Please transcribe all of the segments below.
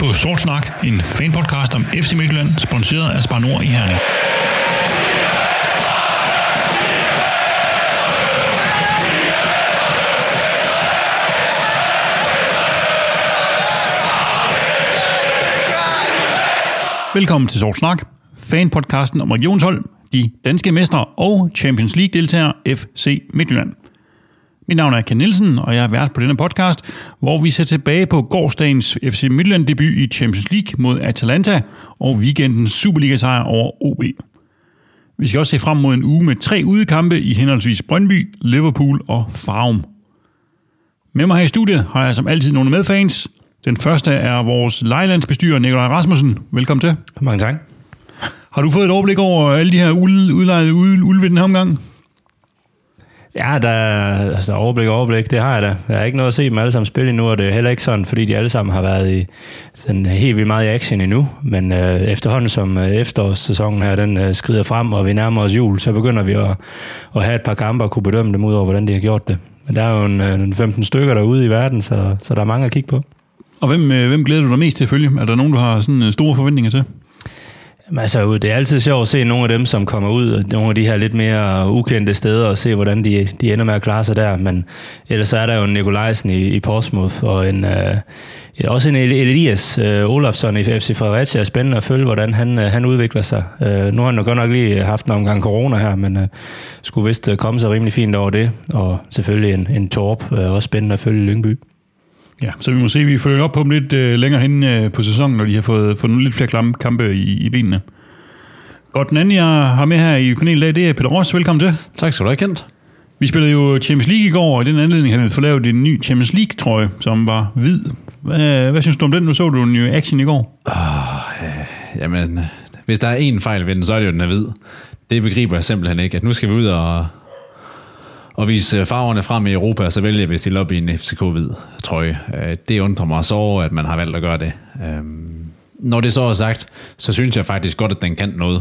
på Sort Snak, en fanpodcast om FC Midtjylland, sponsoreret af Spar Nord i Herning. Velkommen til Sort Snak, fanpodcasten om regionshold, de danske mestre og Champions League-deltagere FC Midtjylland. Mit navn er Ken Nielsen, og jeg er vært på denne podcast, hvor vi ser tilbage på gårsdagens FC Midtjylland-debut i Champions League mod Atalanta og weekendens Superliga-sejr over OB. Vi skal også se frem mod en uge med 3 udekampe i henholdsvis Brøndby, Liverpool og Farum. Med mig her i studiet har jeg som altid nogle medfans. Den første er vores lejelandsbestyrer Nikolaj Rasmussen. Velkommen til. Mange tak. Har du fået et overblik over alle de her udlejede ulve i den her omgang? Ja, der er overblik, det har jeg da. Jeg har ikke noget at se dem alle sammen spille endnu, og det er heller ikke sådan, fordi de alle sammen har været i sådan helt vildt meget i action endnu. Men efterhånden som efterårssæsonen her, den skrider frem, og vi nærmer os jul, så begynder vi at have et par kampe og kunne bedømme dem ud over, hvordan de har gjort det. Men der er jo en 15 stykker derude i verden, så der er mange at kigge på. Og hvem glæder du dig mest til at følge? Er der nogen, du har sådan store forventninger til? Altså, det er altid sjovt at se nogle af dem, som kommer ud, nogle af de her lidt mere ukendte steder, og se, hvordan de ender med at klare sig der. Men ellers så er der jo en Nikolajsen i Portsmouth, og også en Elias Olafsson i FC Fredericia. Er spændende at følge, hvordan han udvikler sig. Nu har han jo godt nok lige haft en omgang corona her, men skulle vist komme sig rimelig fint over det. Og selvfølgelig en Torp, også spændende at følge Lyngby. Ja, så vi må se, at vi følger op på dem lidt længere hen på sæsonen, når de har fået nogle lidt flere kampe i benene. Godt, den anden, jeg har med her i panelet i dag, det er Peter Ross. Velkommen til. Tak skal du have, Kent. Vi spillede jo Champions League i går, og i den anledning har vi fået lavet en ny Champions League-trøje, som var hvid. Hvad synes du om den? Nu så du den jo i action i går. Jamen, hvis der er én fejl ved den, så er det jo, den er hvid. Det begriber jeg simpelthen ikke, at nu skal vi ud og vise farverne frem i Europa, og så vælger vi at stille op i en FCK-hvid trøje. Det undrer mig så, at man har valgt at gøre det. Når det så er sagt, så synes jeg faktisk godt, at den kan noget.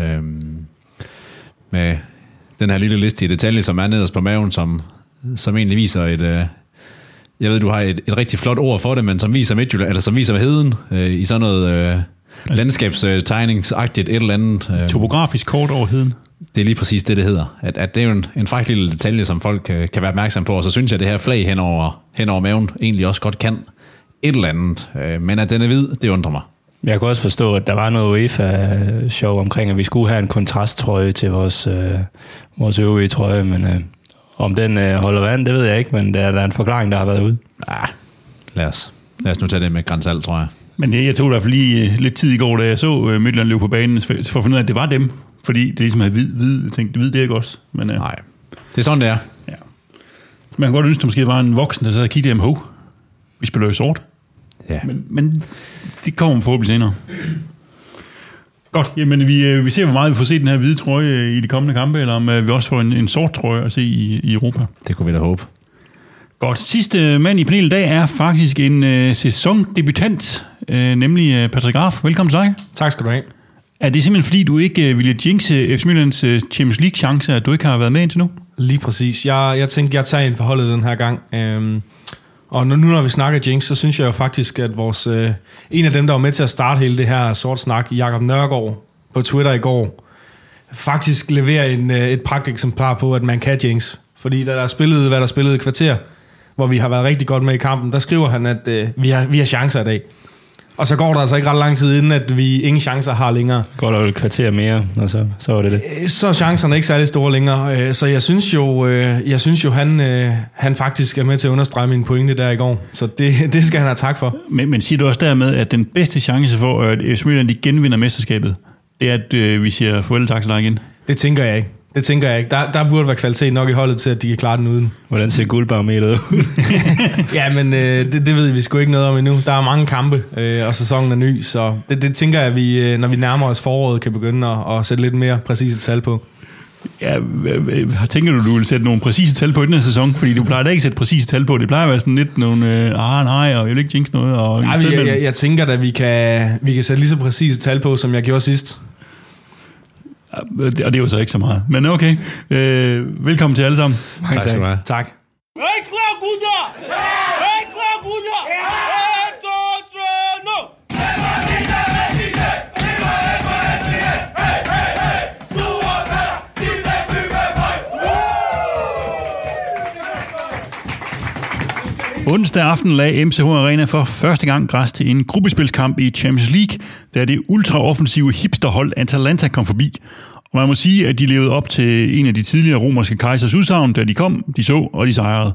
Med den her lille liste i detalje, som er nederst på maven, som egentlig viser jeg ved, du har et rigtig flot ord for det, men som viser Midtjylland, eller som viser heden i sådan noget landskabstegningsagtigt et eller andet. Topografisk kort over heden. Det er lige præcis det hedder. At det er jo en fræk lille detalje, som folk kan være opmærksom på, og så synes jeg, at det her flag hen over maven egentlig også godt kan et eller andet. Men at den er hvid, det undrer mig. Jeg kan også forstå, at der var noget UEFA-show omkring, at vi skulle have en kontrasttrøje til vores øvrige trøje, men om den holder vand, det ved jeg ikke, men der er en forklaring, der har været ude. Lad os nu tage det med grænsalt, tror jeg. Men jeg tog i hvert fald lige lidt tid i går, da jeg så Midtjylland løbe på banen, for at finde ud af, at det var dem. Fordi det ligesom er hvid. Jeg tænkte, hvid det er ikke også. Men, nej, det er sådan, det er. Ja. Man kan godt ønske, at der måske var en voksen, der sad og kiggede dem, vi spiller jo sort. Ja. Men det kommer forhåbentlig senere. Godt, jamen vi ser, hvor meget vi får se den her hvide trøje i de kommende kampe, eller om vi også får en sort trøje at se i Europa. Det kunne vi da håbe. Godt, sidste mand i panelet i dag er faktisk en sæsondebutant, nemlig Patrick Graf. Velkommen til dig. Tak skal du have. Er det simpelthen fordi, du ikke ville jinxe FC Midtjyllands Champions League-chance, at du ikke har været med indtil nu? Lige præcis. Jeg tænkte, jeg tager en forholdet den her gang. Og når vi snakker jinx, så synes jeg jo faktisk, at en af dem, der var med til at starte hele det her sort snak, Jakob Nørgaard, på Twitter i går, faktisk leverer et pragteksemplar på, at man kan jinx. Fordi da der spillede et kvarter, hvor vi har været rigtig godt med i kampen, der skriver han, at vi har chancer i dag. Og så går der altså ikke ret lang tid inden, at vi ingen chancer har længere. Går der jo et kvarter mere, og så var det. Så er chancerne ikke særlig store længere. Så jeg synes jo, han faktisk er med til at understrege min pointe der i går. Så det skal han have tak for. Men siger du også dermed, at den bedste chance for, at FC Midtjylland de genvinder mesterskabet, det er, at vi siger farvel tak til dig igen? Det tænker jeg ikke. Der burde være kvalitet nok i holdet til, at de kan klare den uden. Hvordan ser guldbarometeret ud? Ja, men det ved vi sgu ikke noget om endnu. Der er mange kampe, og sæsonen er ny, så det tænker jeg, at vi, når vi nærmer os foråret, kan begynde at sætte lidt mere præcise tal på. Ja, tænker du vil sætte nogle præcise tal på i den her sæson? Fordi du plejer da ikke at sætte præcise tal på. Det plejer at være sådan lidt nogle, nej, og jeg vil ikke jinx noget. Og jeg tænker at vi kan sætte lige så præcise tal på, som jeg gjorde sidst. Og det er jo så ikke så meget. Men okay. Velkommen til alle sammen. Tak skal du have. Tak. Hey, klar, gutter! Hey, klar, gutter! 1, 2, 3, nu! Onsdag aften lagde MCH Arena for første gang græs til en gruppespilskamp i Champions League, da det ultraoffensive hipsterhold Atalanta kom forbi. Og man må sige, at de levede op til en af de tidligere romerske kejsers udsagn, da de kom, de så og de sejrede.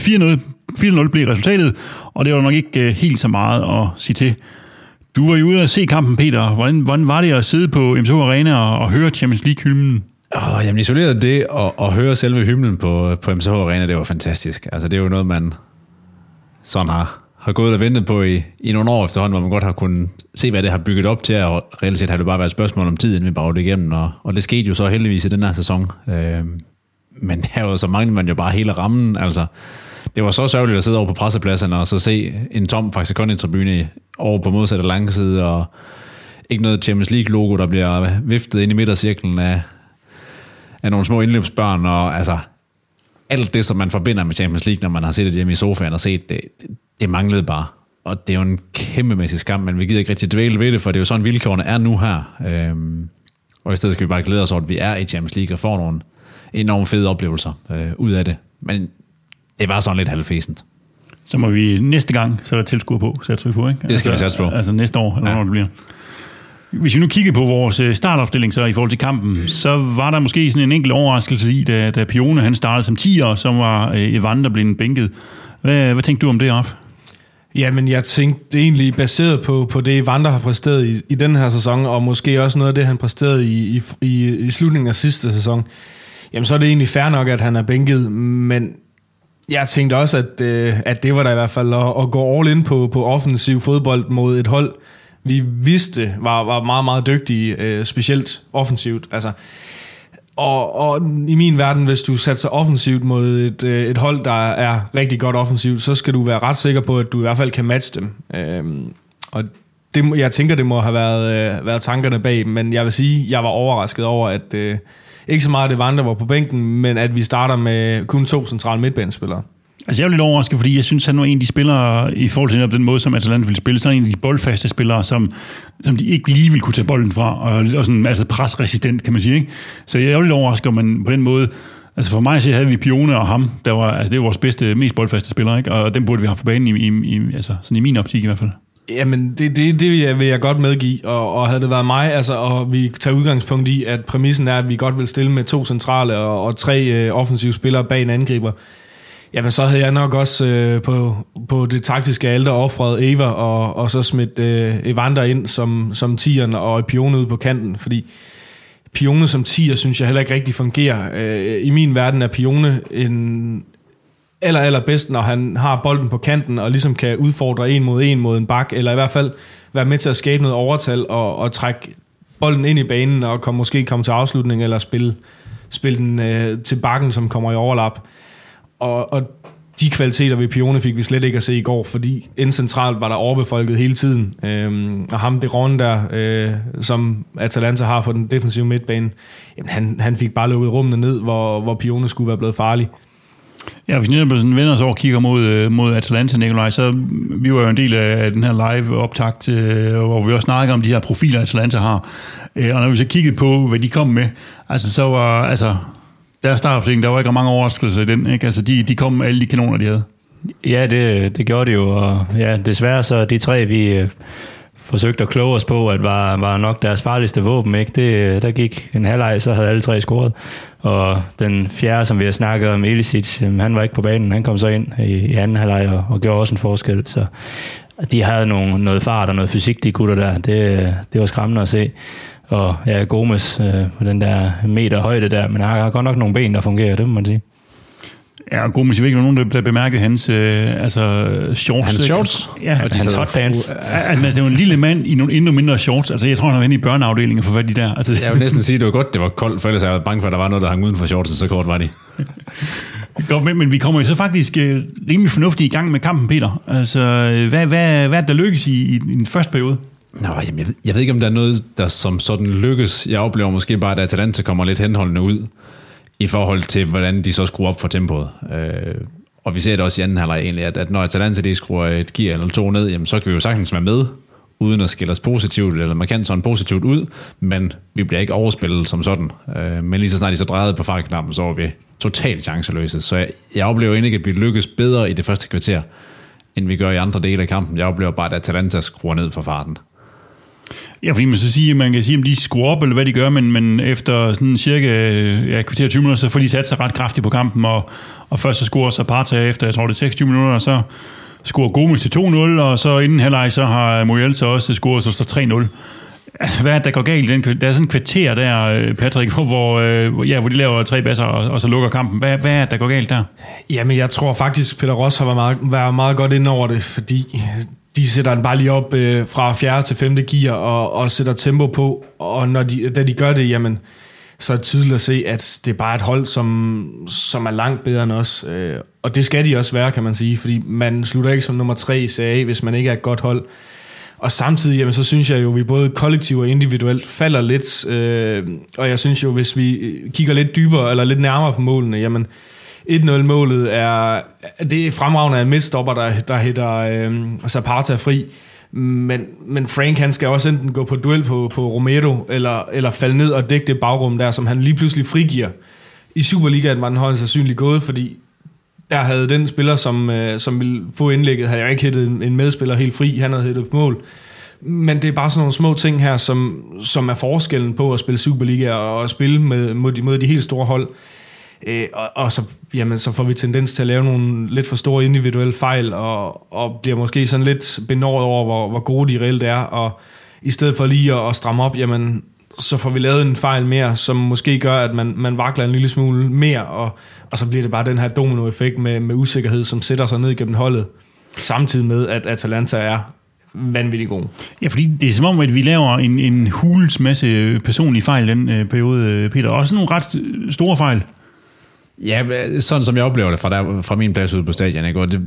4-0 blev resultatet, og det var nok ikke helt så meget at sige til. Du var jo ude at se kampen, Peter. Hvordan var det at sidde på MCH Arena og høre Champions League-hymnen? Jamen isoleret det at høre selve hymnen på MCH Arena, det var fantastisk. Altså det er jo noget, man sådan har gået og ventet på i nogle år efterhånden, hvor man godt har kunnet se, hvad det har bygget op til, og reelt set har det bare været et spørgsmål om tiden, vi bragte igennem, og det skete jo så heldigvis i den her sæson. Men der er jo så mange, man jo bare hele rammen, altså det var så sørgeligt at sidde over på pressepladserne og så se en tom Faxe Kondi-tribune over på modsatte langside, og ikke noget Champions League-logo, der bliver viftet ind i midtercirklen af nogle små indløbsbørn, og altså alt det, som man forbinder med Champions League, når man har set det hjemme i sofaen og set det, det manglede bare. Og det er jo en kæmpemæssig skam, men vi gider ikke rigtig dvæle ved det, for det er jo sådan, vilkårene er nu her. Og i stedet skal vi bare glæde os over, at vi er i Champions League og får nogle enormt fede oplevelser ud af det. Men det var sådan lidt halvfæsent. Så må vi næste gang, så er der tilskuer på, satser vi på, ikke? Det skal vi satse på. Altså næste år, eller når det bliver. Hvis vi nu kigger på vores startopstilling så i forhold til kampen, så var der måske sådan en enkelt overraskelse i, da Pione han startede som 10'er, som var Evander blevet bænket. Hvad tænkte du om det, Ralf? Jamen, jeg tænkte egentlig baseret på det, Evander har præsteret i den her sæson, og måske også noget af det, han præsterede i slutningen af sidste sæson. Jamen, så er det egentlig fair nok, at han er bænket, men jeg tænkte også, at det var der i hvert fald at gå all in på offensiv fodbold mod et hold, vi vidste var meget, meget dygtige, specielt offensivt. Altså, og i min verden, hvis du satser offensivt mod et hold, der er rigtig godt offensivt, så skal du være ret sikker på, at du i hvert fald kan matche dem. Og det, jeg tænker, det må have været tankerne bag, men jeg vil sige, jeg var overrasket over, at ikke så meget det Evander var på bænken, men at vi starter med kun 2 centrale midtbanespillere. Altså jeg er lidt overrasket, fordi jeg synes, han var en af de spillere, i forhold til den måde, som Atalanta ville spille, så er en af de boldfaste spillere, som de ikke lige ville kunne tage bolden fra, og sådan altså presresistent, kan man sige, ikke? Så jeg er lidt overrasket, om man på den måde, altså for mig så havde vi Pione og ham, det var vores bedste, mest boldfaste spillere, ikke? Og dem burde vi have på banen altså sådan i min optik i hvert fald. Jamen, det vil jeg godt medgive, og havde det været mig, altså, og vi tager udgangspunkt i, at præmissen er, at vi godt vil stille med 2 centrale og 3 offensive spillere bag en angriber, jamen så havde jeg nok også på det taktiske alter offret Eva og så smidt Evander ind som 10'eren og Pione ude på kanten, fordi Pione som 10'er synes jeg heller ikke rigtig fungerer. I min verden er Pione en allerbedst, når han har bolden på kanten og ligesom kan udfordre en mod en bak, eller i hvert fald være med til at skabe noget overtal og trække bolden ind i banen og måske komme til afslutning eller spille den til bakken, som kommer i overlap. Og de kvaliteter ved Pione fik vi slet ikke at se i går, fordi inden centralt var der overbefolket hele tiden. Og ham Deron der, som Atalanta har på den defensive midtbane, jamen han fik bare lukket rummene ned, hvor Pione skulle være blevet farlig. Ja, hvis vi netop sådan vender os over og kigger mod Atalanta, Nikolaj, så vi var jo en del af den her live-optakt, hvor vi også snakkede om de her profiler, Atalanta har. Og når vi så kiggede på, hvad de kom med, altså så var deres startopstilling, der var ikke mange overraskelser i den, ikke? Altså de kom med alle de kanoner, de havde. Ja, det gjorde de jo, og ja, desværre så de 3, vi forsøgte at kloge os på, at var nok deres farligste våben, ikke? Der gik en halvleg, så havde alle 3 scoret, og den fjerde, som vi har snakket om, Ilicic, han var ikke på banen, han kom så ind i anden halvleg og gjorde også en forskel, så de havde noget fart og noget fysik, de gutter der, det var skræmmende at se. Og ja, Gomes på den der meter højde der, men han har godt nok nogle ben, der fungerer, det må man sige. Ja, og Gomes, jeg ved ikke, nogen, der bemærkede hans shorts. Hans shorts? Ja, hans hotpants. Det var en lille mand i nogle endnu mindre shorts. Altså, jeg tror, han var inde i børneafdelingen for hvad de der. Altså, jeg vil næsten sige, at det var godt, det var koldt, for ellers jeg var bange for, at der var noget, der hang uden for shortsen, så kort var de. Godt, men vi kommer jo så faktisk rimelig fornuftigt i gang med kampen, Peter. Altså, hvad er der lykkes i den første periode? Nå, jamen, jeg ved ikke, om der er noget, der som sådan lykkes. Jeg oplever måske bare, at Atalanta kommer lidt henholdende ud i forhold til, hvordan de så skruer op for tempoet. Og vi ser det også i anden halvleg egentlig, at når Atalanta de skruer et gear eller 2 ned, jamen, så kan vi jo sagtens være med, uden at skille os positivt, eller markant sådan positivt ud, men vi bliver ikke overspillet som sådan. Men lige så snart de så drejede på fartknappen, så var vi totalt chanceløse. Så jeg oplever egentlig ikke, at vi lykkes bedre i det første kvarter, end vi gør i andre dele af kampen. Jeg oplever bare, at Atalanta skruer ned for farten. Ja, fordi man kan sige, om de skruer op, eller hvad de gør, men efter sådan cirka kvarter 20 minutter, så får de sat sig ret kraftigt på kampen, og først så scorer Zapata efter, jeg tror det er 26 minutter, og så scorer Gomes til 2-0, og så inden halvleg, så har Muriel så også scoret, så 3-0. Altså, hvad er det, der går galt? Der er sådan en kvarter der, Patrick, hvor de laver 3 basser, og så lukker kampen. Hvad er det, der går galt der? Jamen, jeg tror faktisk, Peter Ross har været meget godt inde over det, fordi de sætter den bare lige op fra 4. til 5. gear og sætter tempo på, og da de gør det, jamen, så er det tydeligt at se, at det er bare et hold, som er langt bedre end os. Og det skal de også være, kan man sige, fordi man slutter ikke som nummer 3 i Serie A, hvis man ikke er et godt hold. Og samtidig, jamen, så synes jeg jo, at vi både kollektivt og individuelt falder lidt. Og jeg synes jo, hvis vi kigger lidt dybere eller lidt nærmere på målene, jamen 1-0-målet det er fremragende af en midtstopper, der hedder Zapata fri. Men Frank, han skal også enten gå på duel på Romero, eller falde ned og dække det bagrum der, som han lige pludselig frigiver. I Superligaen var den højst sandsynligt gået, fordi der havde den spiller, som ville få indlægget, havde jeg ikke hættet en medspiller helt fri, han havde hættet på mål. Men det er bare sådan nogle små ting her, som er forskellen på at spille Superliga og at spille mod de helt store hold. Og så får vi tendens til at lave nogle lidt for store individuelle fejl, og bliver måske sådan lidt benåret over, hvor gode de reelt er, og i stedet for lige at stramme op, jamen, så får vi lavet en fejl mere, som måske gør, at man vakler en lille smule mere, og så bliver det bare den her dominoeffekt med usikkerhed, som sætter sig ned gennem holdet, samtidig med, at Atalanta er vanvittigt god. Ja, fordi det er som om, at vi laver en hulens masse personlige fejl den periode, Peter. Også nogle ret store fejl. Ja, sådan som jeg oplever det fra min plads ude på stadion, ikke? Og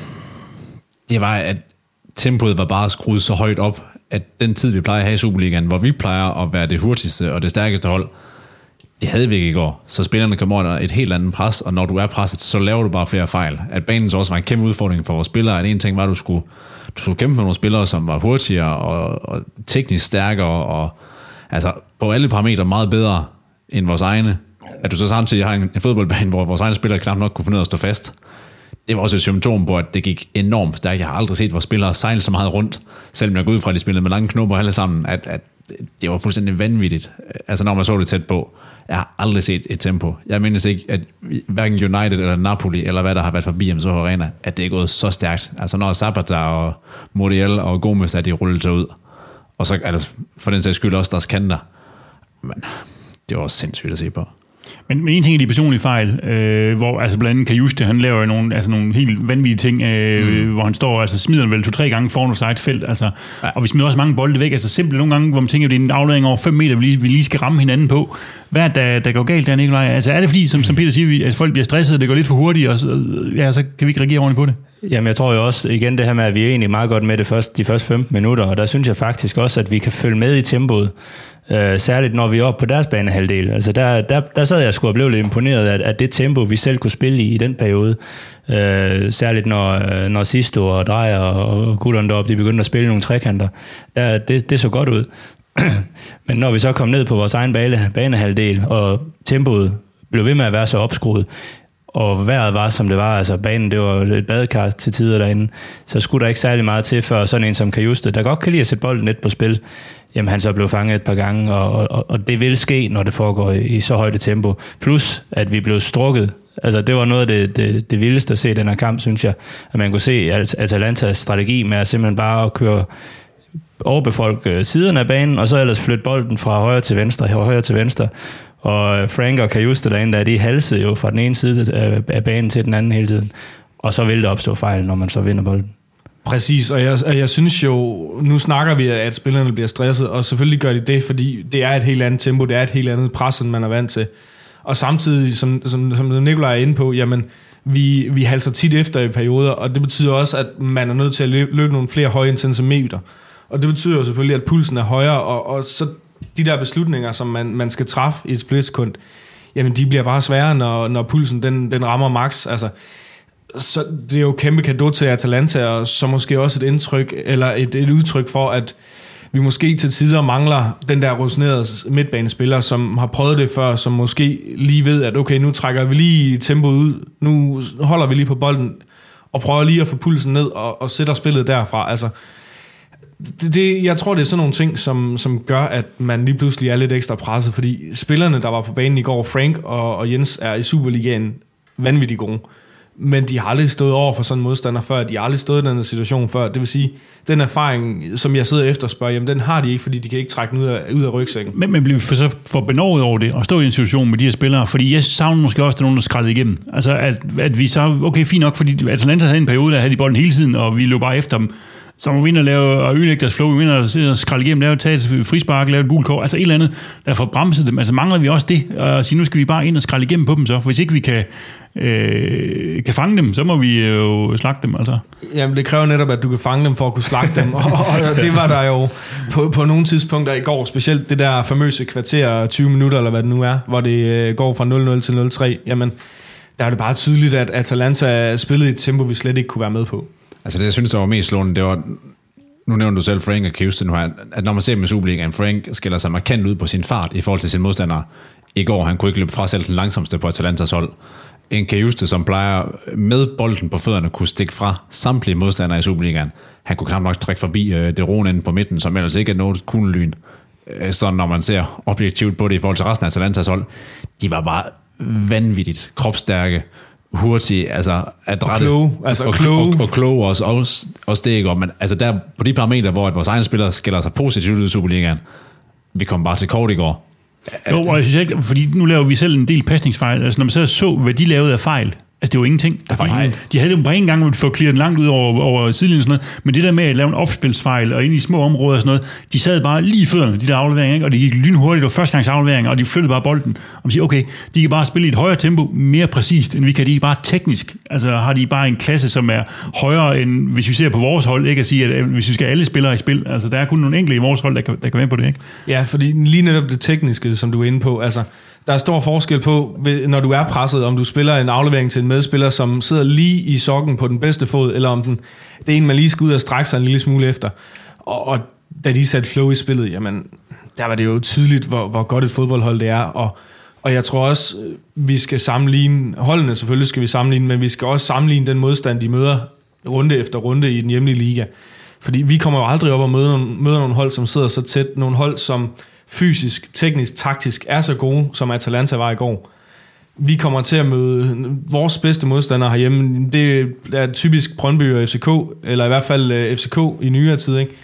det var, at tempoet var bare skruet så højt op, at den tid, vi plejer at have i Superligaen, hvor vi plejer at være det hurtigste og det stærkeste hold, det havde vi ikke i går. Så spillerne kommer under et helt andet pres, og når du er presset, så laver du bare flere fejl. At banen så også var en kæmpe udfordring for vores spillere, at en ting var, at du skulle kæmpe med nogle spillere, som var hurtigere og teknisk stærkere, og altså på alle parametre meget bedre end vores egne. At du så samtidig har en fodboldbane, hvor vores egne spillere knap nok kunne finde ud af at stå fast. Det var også et symptom på, at det gik enormt stærkt. Jeg har aldrig set vores spillere sejle så meget rundt, selvom jeg går ud fra, at de spillede med lange knopper alle sammen, at det var fuldstændig vanvittigt. Altså når man så det tæt på. Jeg har aldrig set et tempo. Jeg mindes ikke, at hverken United eller Napoli, eller hvad der har været forbi om så Arena, at det er gået så stærkt. Altså når Zapata og Muriel og Gomes, at de rullet sig ud. Og så er det for den sags skyld også deres kanter. Men det var også sindssygt at se på. Men en ting er de personlige fejl, hvor altså blandt andet Kajuste, han laver nogle helt vanvittige ting, hvor han står, altså smider vel 2-3 gange foran vores eget felt, altså, ja. Og vi smider også mange bolde væk, altså simpelthen nogle gange, hvor man tænker, at det er en aflevering over 5 meter, vi lige skal ramme hinanden på. Hvad er der går galt der, Nikolaj? Altså er det fordi, som Peter siger, at folk bliver stresset, det går lidt for hurtigt, og så kan vi ikke reagere ordentligt på det? Jamen jeg tror jo også, igen det her med, at vi er egentlig meget godt med de første 15 minutter, og der synes jeg faktisk også, at vi kan følge med i tempoet. Særligt når vi er oppe på deres banehalvdel. Altså der sad jeg sgu og blev lidt imponeret at det tempo, vi selv kunne spille i den periode, særligt når Sisto og Drejer og gutterne deroppe, de begyndte at spille nogle trekanter, det så godt ud. Men når vi så kom ned på vores egen banehalvdel, og tempoet blev ved med at være så opskruet, og vejret var, som det var, altså banen, det var et badekar til tider derinde, så skulle der ikke særlig meget til, før sådan en som Kajuste, der godt kan lide at sætte bolden lidt på spil, jamen han så blev fanget et par gange, og det vil ske, når det foregår i så højt et tempo. Plus, at vi blev strukket. Altså det var noget af det vildeste at se i den her kamp, synes jeg, at man kunne se Atalantas strategi med at simpelthen bare køre overbefolke siderne af banen, og så ellers flytte bolden fra højre til venstre, og Frank og Kajuste derinde, de halsede jo fra den ene side af banen til den anden hele tiden. Og så vil der opstå fejl, når man så vinder bolden. Præcis, og jeg synes jo, nu snakker vi, at spillerne bliver stresset, og selvfølgelig gør de det, fordi det er et helt andet tempo, det er et helt andet pres, end man er vant til. Og samtidig, som Nikolaj er inde på, jamen, vi halser tit efter i perioder, og det betyder også, at man er nødt til at løbe nogle flere høje intensimeter. Og det betyder jo selvfølgelig, at pulsen er højere, og så de der beslutninger, som man skal træffe i et splitsekund, jamen de bliver bare sværere, når pulsen den rammer max. Altså, så det er jo kæmpe cadeau til Atalanta, og så måske også et indtryk, eller et udtryk for, at vi måske til tider mangler den der rutinerede midtbanespiller, som har prøvet det før, som måske lige ved, at okay, nu trækker vi lige tempoet ud, nu holder vi lige på bolden, og prøver lige at få pulsen ned og sætter spillet derfra. Altså, jeg tror, det er sådan nogle ting, som gør, at man lige pludselig er lidt ekstra presset, fordi spillerne, der var på banen i går, Frank og Jens, er i Superligaen vanvittigt gode. Men de har aldrig stået over for sådan en modstander før, de har aldrig stået i den situation før. Det vil sige, den erfaring, som jeg sidder efter og spørger, jamen den har de ikke, fordi de kan ikke trække den ud af rygsækken. Men bliver vi så for benovet over det, og stå i en situation med de her spillere? Fordi jeg savner måske også, at der er nogen, der skrællede igennem. Altså, at vi så, okay, fint nok, fordi Atalanta havde en periode, der havde de bolden hele tiden, og vi løb bare efter dem. Så må vi ind og ødelægge deres flow, vi ind og skrælle igennem, tage et frispark, lave et gult kort, altså et eller andet, der får bremset dem. Altså mangler vi også det, og sige, nu skal vi bare ind og skrælle igennem på dem så, for hvis ikke vi kan fange dem, så må vi jo slagte dem, altså. Jamen, det kræver netop, at du kan fange dem for at kunne slagte dem, og det var der jo på nogle tidspunkter i går, specielt det der famøse kvarter, 20 minutter, eller hvad det nu er, hvor det går fra 0-0 til 0-3, jamen, der er det bare tydeligt, at Atalanta spillede i et tempo, vi slet ikke kunne være med på. Altså det, jeg synes, der var mest slående, det var, nu nævner du selv Frank og Houston nu her, at når man ser med Superligaen, Frank skiller sig markant ud på sin fart i forhold til sine modstandere. I går, han kunne ikke løbe fra selv den langsomste på Atalantas hold. En Houston, som plejer med bolden på fødderne, kunne stikke fra samtlige modstandere i Superligaen. Han kunne knap nok trække forbi det roen inde på midten, som ellers ikke er noget kuglelyn. Så når man ser objektivt på det i forhold til resten af Atalantas hold, de var bare vanvittigt kropsstærke, hurtige, altså adrette og kloge også det ikke. Men altså der på de parametre, hvor vores egne spillere skiller sig positivt ud i Superligaen, vi kom bare til kort i går. Jo, og jeg synes ikke, fordi nu laver vi selv en del pasningsfejl. Altså når man så hvad de lavede af fejl, altså det var ingenting. De havde det bare en gang, hvor de får clearet langt ud over sidelinjen og sådan noget, men det der med at lave en opspilsfejl og ind i små områder og sådan noget, de sad bare lige i fødderne, de der afleveringer, ikke? Og det gik lynhurtigt, det var førstegangsafleveringer, og de flyttede bare bolden. Og man siger, okay, de kan bare spille i et højere tempo, mere præcist, end vi kan. De er bare teknisk. Altså har de bare en klasse, som er højere end, hvis vi ser på vores hold, ikke at sige, at hvis vi skal alle spillere i spil, altså der er kun nogle enkelte i vores hold, der kan være på det, ikke? Ja, fordi lige netop det tekniske, som du er inde på, altså der er stor forskel på, når du er presset, om du spiller en aflevering til en medspiller, som sidder lige i sokken på den bedste fod, eller om det er en, man lige skal ud og strække sig en lille smule efter. Og da de satte flow i spillet, jamen, der var det jo tydeligt, hvor godt et fodboldhold det er. Og jeg tror også, vi skal sammenligne, holdene selvfølgelig skal vi sammenligne, men vi skal også sammenligne den modstand, de møder runde efter runde i den hjemlige liga. Fordi vi kommer jo aldrig op og møder nogle hold, som sidder så tæt, nogle hold, som fysisk, teknisk, taktisk er så gode, som Atalanta var i går. Vi kommer til at møde vores bedste modstandere herhjemme. Det er typisk Brøndby og FCK, eller i hvert fald FCK i nyere tid, ikke?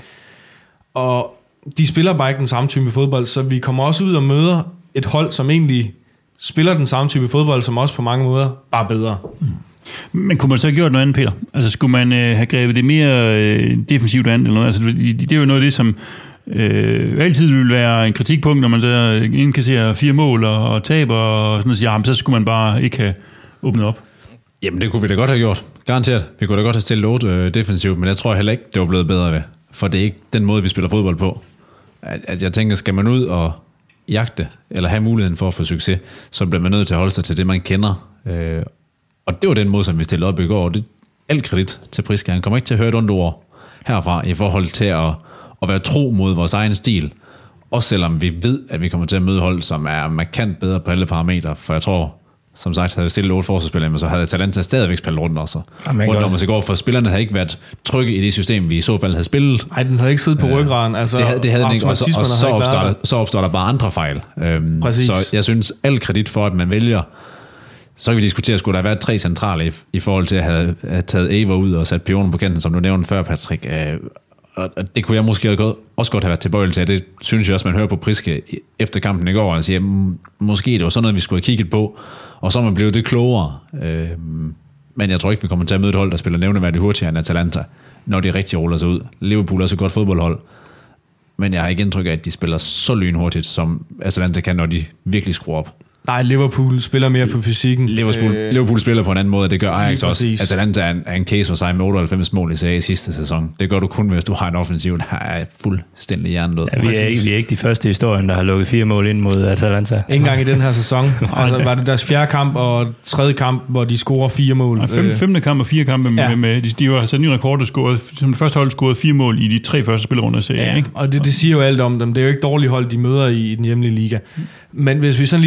Og de spiller bare ikke den samme type fodbold, så vi kommer også ud og møder et hold, som egentlig spiller den samme type fodbold, som også på mange måder bare bedre. Men kunne man så have gjort noget andet, Peter? Altså skulle man have grebet det mere defensivt an, eller noget? Altså det er jo noget af det, som altid vil være en kritikpunkt, når man så indkasserer 4 mål og taber og sådan noget, så, jamen, så skulle man bare ikke have åbnet op. Jamen det kunne vi da godt have gjort, garanteret. Vi kunne da godt have stillet 8 defensivt, men jeg tror heller ikke, det var blevet bedre ved, for det er ikke den måde, vi spiller fodbold på. At jeg tænker, skal man ud og jagte, eller have muligheden for at få succes, så bliver man nødt til at holde sig til det, man kender. Og det var den måde, som vi stillede op i går, og det er alt kredit til Priska. Han kommer ikke til at høre et ondt ord herfra, i forhold til at være tro mod vores egen stil. Også selvom vi ved, at vi kommer til at møde hold, som er markant bedre på alle parametre. For jeg tror, som sagt, havde vi stillet 8 forsvarsspillere, men så havde Atalanta stadigvæk spillet rundt også. Rundt om os i går, for spillerne havde ikke været trygge i det system, vi i så fald havde spillet. Nej, den havde ikke siddet på ryggraden. Altså, det havde den ikke, og så opstår der bare andre fejl. Så jeg synes, al kredit for, at man vælger. Så kan vi diskutere, skulle der være 3 centrale i forhold til at have taget Eva ud og sat pionen på kanten, som du nævnte før, Patrick. Og det kunne jeg måske også godt have været tilbøjelig til. Det synes jeg også, man hører på Priske efter kampen i går, og siger, måske det var sådan noget, vi skulle have kigget på, og så er man blevet det klogere. Men jeg tror ikke, vi kommer til at møde et hold, der spiller nævneværdigt hurtigere end Atalanta, når de rigtig ruller sig ud. Liverpool er så godt fodboldhold, men jeg har ikke indtryk af, at de spiller så lynhurtigt, som Atalanta kan, når de virkelig skruer op. Nej, Liverpool spiller mere på fysikken. Liverpool spiller på en anden måde, det gør Ajax også. Atalanta er en case for sig med 98 mål i serie i sidste sæson. Det gør du kun, hvis du har en offensiv, der er fuldstændig hjernedød. Ja, vi er ikke de første i historien, der har lukket 4 mål ind mod Atalanta. Ikke engang i den her sæson. Altså, var det deres 4. kamp og 3. kamp, hvor de scorer 4 mål. Og 5. kamp og 4 kampe med de var sat en ny rekord, der scorede, som det første hold scorede 4 mål i de 3 første spillerunder af serien. Ja, og det siger jo alt om dem. Det er jo ikke dårlige hold, de møder i den hjemlige liga. Men hvis vi sådan lige skal vende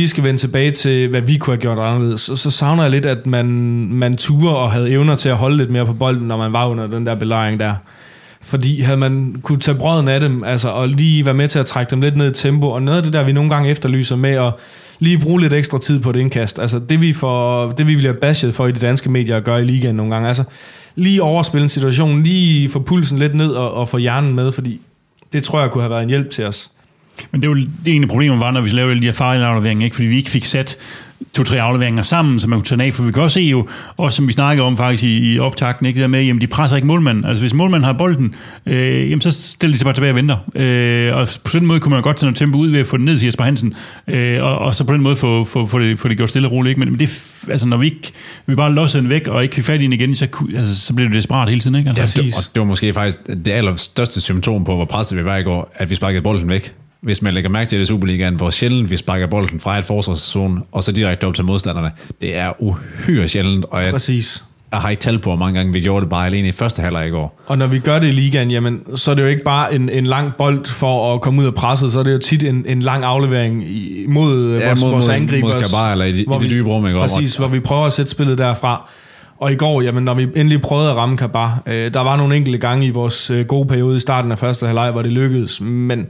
tilbage til, hvad vi kunne have gjort anderledes, så savner jeg lidt, at man turer og havde evner til at holde lidt mere på bolden, når man var under den der belejring der. Fordi havde man kunne tage brøden af dem, altså, og lige være med til at trække dem lidt ned i tempo, og noget af det der, vi nogle gange efterlyser med at lige bruge lidt ekstra tid på et indkast, altså det vi bliver bashed for i de danske medier at gøre i ligaen nogle gange, altså lige overspille en situation, lige få pulsen lidt ned og få hjernen med, fordi det tror jeg kunne have været en hjælp til os. Men det er jo det ene problem, var, når vi lavede de her fejlafleveringer, ikke? Fordi vi ikke fik sat 2-3 afleveringer sammen, så man kunne tage af, for vi kan også se jo, også som vi snakker om faktisk i optakten, ikke, det der med, jamen de presser ikke målmanden. Altså hvis målmanden har bolden, jamen så stiller de sig bare tilbage og venter. Og på den måde kunne man godt tage noget tempo ud ved at få den ned til Jesper Hansen, og så på den måde få det gjort stille og roligt. Ikke? Men det, altså når vi bare lossede den væk, og ikke fik fat i den igen, så blev det desperat hele tiden. Ikke? Altså, ja, det var måske faktisk det allerstørste symptom på, hvor presset vi var i går, at vi sparkede bolden væk. Hvis man lægger mærke til det i Superligaen, hvor sjældent vi sparker bolden fra et forsvarszone, og så direkte op til modstanderne, det er uhyre sjældent, og jeg har ikke tal på, hvor mange gange vi gjorde det bare alene i første halvleg i går. Og når vi gør det i ligaen, jamen, så er det jo ikke bare en lang bold for at komme ud af presset, så er det jo tit en lang aflevering mod vores angriber. Mod Kabar, eller i det dybe rum. Præcis, hvor vi prøver at sætte spillet derfra. Og i går, jamen, når vi endelig prøvede at ramme Kabar, der var nogle enkelte gange i vores gode periode i starten af første halvleg, hvor det lykkedes,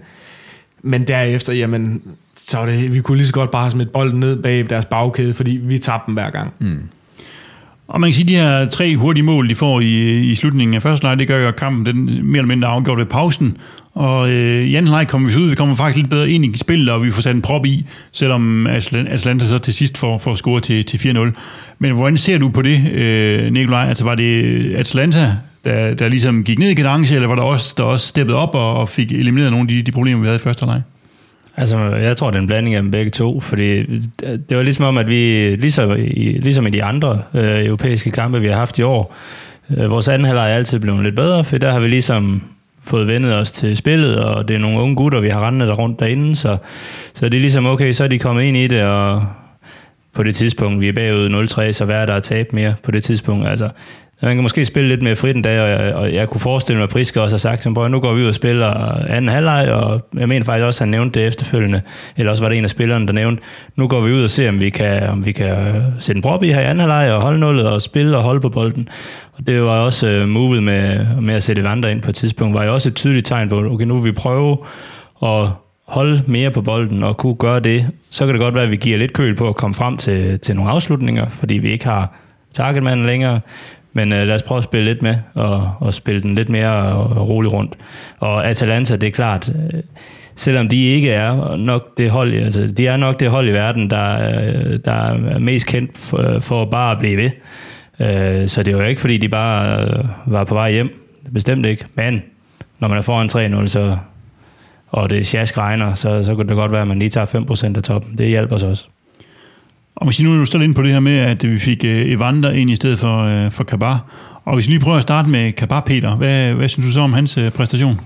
men derefter, jamen, så vi kunne lige så godt bare have smidt bolden ned bag deres bagkæde, fordi vi tabte dem hver gang. Mm. Og man kan sige, at de her 3 hurtige mål, de får i slutningen af første halvleg, det gør jo kampen den mere eller mindre afgjort ved pausen. Og i anden halvleg kommer vi ud, vi kommer faktisk lidt bedre ind i spillet, og vi får sat en prop i, selvom Atalanta så til sidst får scoret til 4-0. Men hvordan ser du på det, Nikolaj? Altså var det Atalanta, der ligesom gik ned i kadence, eller var der også steppede op og fik elimineret nogle af de problemer, vi havde i første halvleg? Altså, jeg tror, det er en blanding af dem begge to, fordi det var ligesom om, at vi, ligesom i de andre europæiske kampe, vi har haft i år, vores anden halvleg er altid blevet lidt bedre, for der har vi ligesom fået vendet os til spillet, og det er nogle unge gutter, vi har rendet rundt derinde, så det er ligesom, okay, så er de kommet ind i det, og på det tidspunkt, vi er bagud 0-3, så hvad er der at tabe mere på det tidspunkt, altså. Man kan måske spille lidt mere frit en dag, og jeg kunne forestille mig, at Priske også har sagt, at nu går vi ud og spiller anden halvleg, og jeg mener faktisk også, at han nævnte det efterfølgende, eller også var det en af spillerne, der nævnte, nu går vi ud og ser, om vi kan sætte en prop i her i anden halvleg, og holde nullet, og spille og holde på bolden. Og det var også movet med at sætte Evander ind på et tidspunkt, var jo også et tydeligt tegn på, okay, nu vil vi prøve at holde mere på bolden og kunne gøre det. Så kan det godt være, at vi giver lidt køl på at komme frem til nogle afslutninger, fordi vi ikke har targetmanden længere. Men lad os prøve at spille lidt med, og spille den lidt mere roligt rundt. Og Atalanta, det er klart, selvom de ikke er nok det hold, altså de er nok det hold i verden, der er mest kendt for bare at blive ved. Så det er jo ikke, fordi de bare var på vej hjem. Bestemt ikke. Men når man er foran 3-0, så, og det sjask regner, så kan det godt være, at man lige tager 5% af toppen. Det hjælper os også. Og hvis nu er du stadig inde på det her med, at vi fik Evander ind i stedet for Kabar. Og hvis vi lige prøver at starte med Kabar, Peter, hvad synes du så om hans præstation?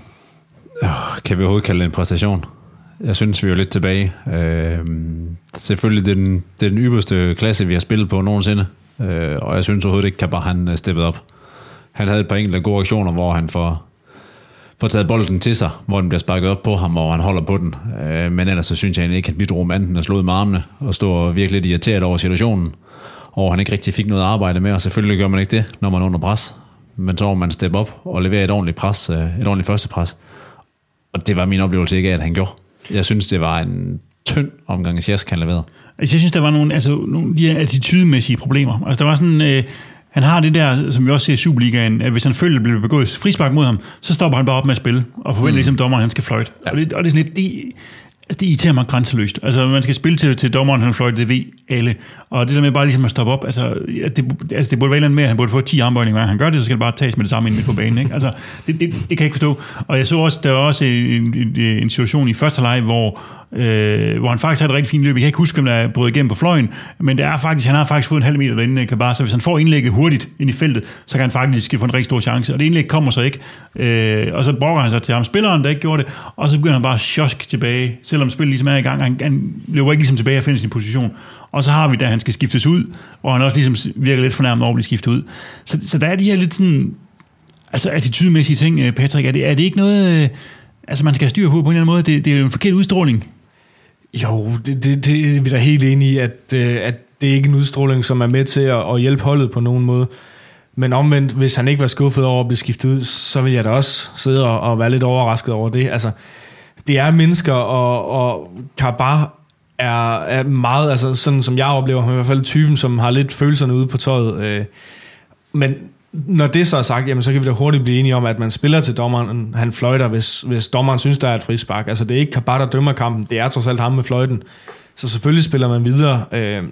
Kan vi overhovedet kalde det en præstation? Jeg synes, vi er lidt tilbage. Selvfølgelig det er den ypperste klasse, vi har spillet på nogensinde. Og jeg synes overhovedet ikke, Kabar han steppet op. Han havde et par enkelte gode aktioner, hvor han får taget bolden til sig, hvor den bliver sparket op på ham, og han holder på den. Men ellers så synes jeg ikke, at han bidrog med anden og slået med armene, og stod virkelig lidt irriteret over situationen, og han ikke rigtig fik noget arbejde med, og selvfølgelig gør man ikke det, når man er under pres. Men så må man steppe op og levere et ordentligt pres, et ordentligt første pres. Og det var min oplevelse ikke af, at han gjorde. Jeg synes, det var en tynd omgang, Sjask han leverede. Altså, jeg synes, der var nogle af de her attitydemæssige problemer. Altså, der var sådan... Han har det der, som vi også ser i Superligaen, at hvis han føler, at der bliver begået frispark mod ham, så stopper han bare op med at spille, og forventer ligesom dommeren, han skal fløjte. Ja. Og det er sådan lidt, det irriterer mig grænseløst. Altså, man skal spille til dommeren, han fløjte, det ved alle. Og det der med bare ligesom at stoppe op, det burde være et eller andet med, at han burde få 10 armbøjninger, hver han gør det, så skal det bare tages med det samme ind midt på banen. Ikke? Altså, det kan jeg ikke forstå. Og jeg så også, der var også en situation i første halvleg, hvor han faktisk havde et rigtig fint løb. Jeg kan ikke huske, hvem der brød igennem på fløjen, men han har faktisk fået en halv meter derinde, Kabar, så hvis han får indlægget hurtigt ind i feltet, så kan han faktisk få en rigtig stor chance, og det indlæg kommer så ikke. Og så brokker han sig til ham, spilleren, der ikke gjorde det, og så begynder han bare at sjosk tilbage, selvom spillet ligesom er i gang. Han løber ikke ligesom tilbage og finder sin position. Og så har vi, da han skal skiftes ud, og han også ligesom virker lidt fornærmet over at blive skiftet ud. Så der er de her lidt sådan, altså attitydemæssige ting, Patrick, er det ikke noget, altså man skal styre på en eller anden måde, det er jo en forkert udstråling. Jo, det er vi da helt enige i, at det er ikke en udstråling, som er med til at hjælpe holdet på nogen måde. Men omvendt, hvis han ikke var skuffet over at blive skiftet ud, så vil jeg da også sidde og være lidt overrasket over det. Altså, det er mennesker, og Karabakh er meget, altså sådan som jeg oplever, han er i hvert fald typen, som har lidt følelserne ude på tøjet. Men når det så er sagt, jamen, så kan vi da hurtigt blive enige om, at man spiller til dommeren, han fløjter, hvis dommeren synes, der er et frispark. Altså, det er ikke Karabakh, der dømmer kampen, det er trods alt ham med fløjten. Så selvfølgelig spiller man videre.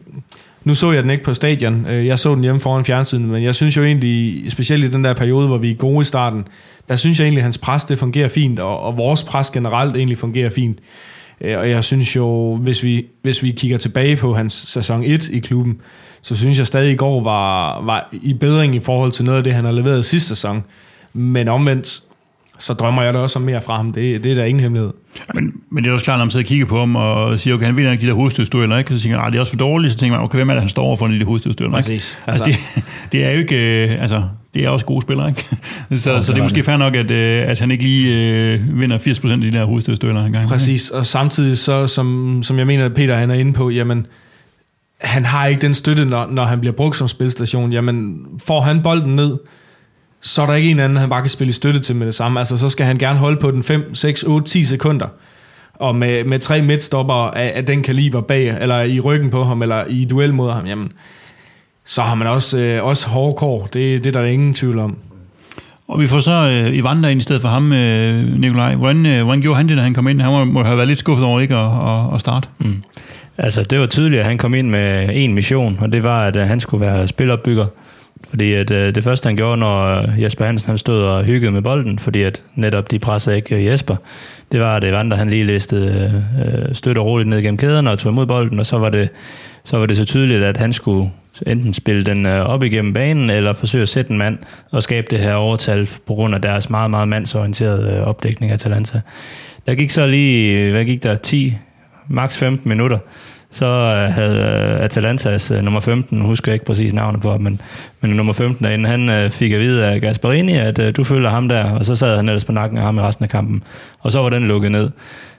Nu så jeg den ikke på stadion. Jeg så den hjemme foran fjernsynet, men jeg synes jo egentlig, specielt i den der periode, hvor vi er gode i starten, der synes jeg egentlig, at hans pres, det fungerer fint, og vores pres generelt egentlig fungerer fint. Og jeg synes jo, hvis vi kigger tilbage på hans sæson 1 i klubben, så synes jeg stadig i går var i bedring i forhold til noget af det, han har leveret sidste sæson. Men omvendt, så drømmer jeg da også om mere fra ham. Det er der ingen hemmelighed. Men det er også klart, når man sidder og kigger på ham og siger, okay, han vinder ikke de der hovedstødstueller, ikke? Så tænker jeg, det er også for dårligt. Så tænker man, okay, hvem er det, han står over for de der hovedstødstueller, ikke? Præcis. Altså, det er jo ikke, altså, det er også gode spillere, ikke? Så det er måske fair nok, at han ikke lige vinder 80% af de der hovedstødstueller engang. Præcis, og samtidig så, som jeg mener, at Peter han er inde på, jamen, han har ikke den støtte, når han bliver brugt som spilstation. Jamen, får han bolden ned, så er der ikke en anden, han bare kan spille støtte til med det samme. Altså, så skal han gerne holde på den 5, 6, 8, 10 sekunder. Og med 3 midtstopper af den kaliber bag, eller i ryggen på ham, eller i duel mod ham, jamen, så har man også hårde kår. Det er der ingen tvivl om. Og vi får så Evander ind i stedet for ham, Nikolaj. Hvordan gjorde han det, da han kom ind? Han må have været lidt skuffet over ikke at starte. Mm. Altså, det var tydeligt, at han kom ind med en mission, og det var, at han skulle være spilopbygger. Fordi at det første, han gjorde, når Jesper Hansen han stod og hyggede med bolden, fordi at netop de pressede ikke Jesper, det var, at Evander han lige listede støtte og roligt ned gennem kæderne og tog imod bolden, og så var det så tydeligt, at han skulle enten spille den op igennem banen, eller forsøge at sætte en mand og skabe det her overtal på grund af deres meget, meget mandsorienterede opdækning af Atalanta. Der gik så lige, hvad gik der, 10, maks 15 minutter, så havde Atalantas nummer 15, husker jeg ikke præcis navnet på, men nummer 15 derinde, han fik at vide af Gasparini, at du følger ham der, og så sad han ellers på nakken af ham i resten af kampen, og så var den lukket ned.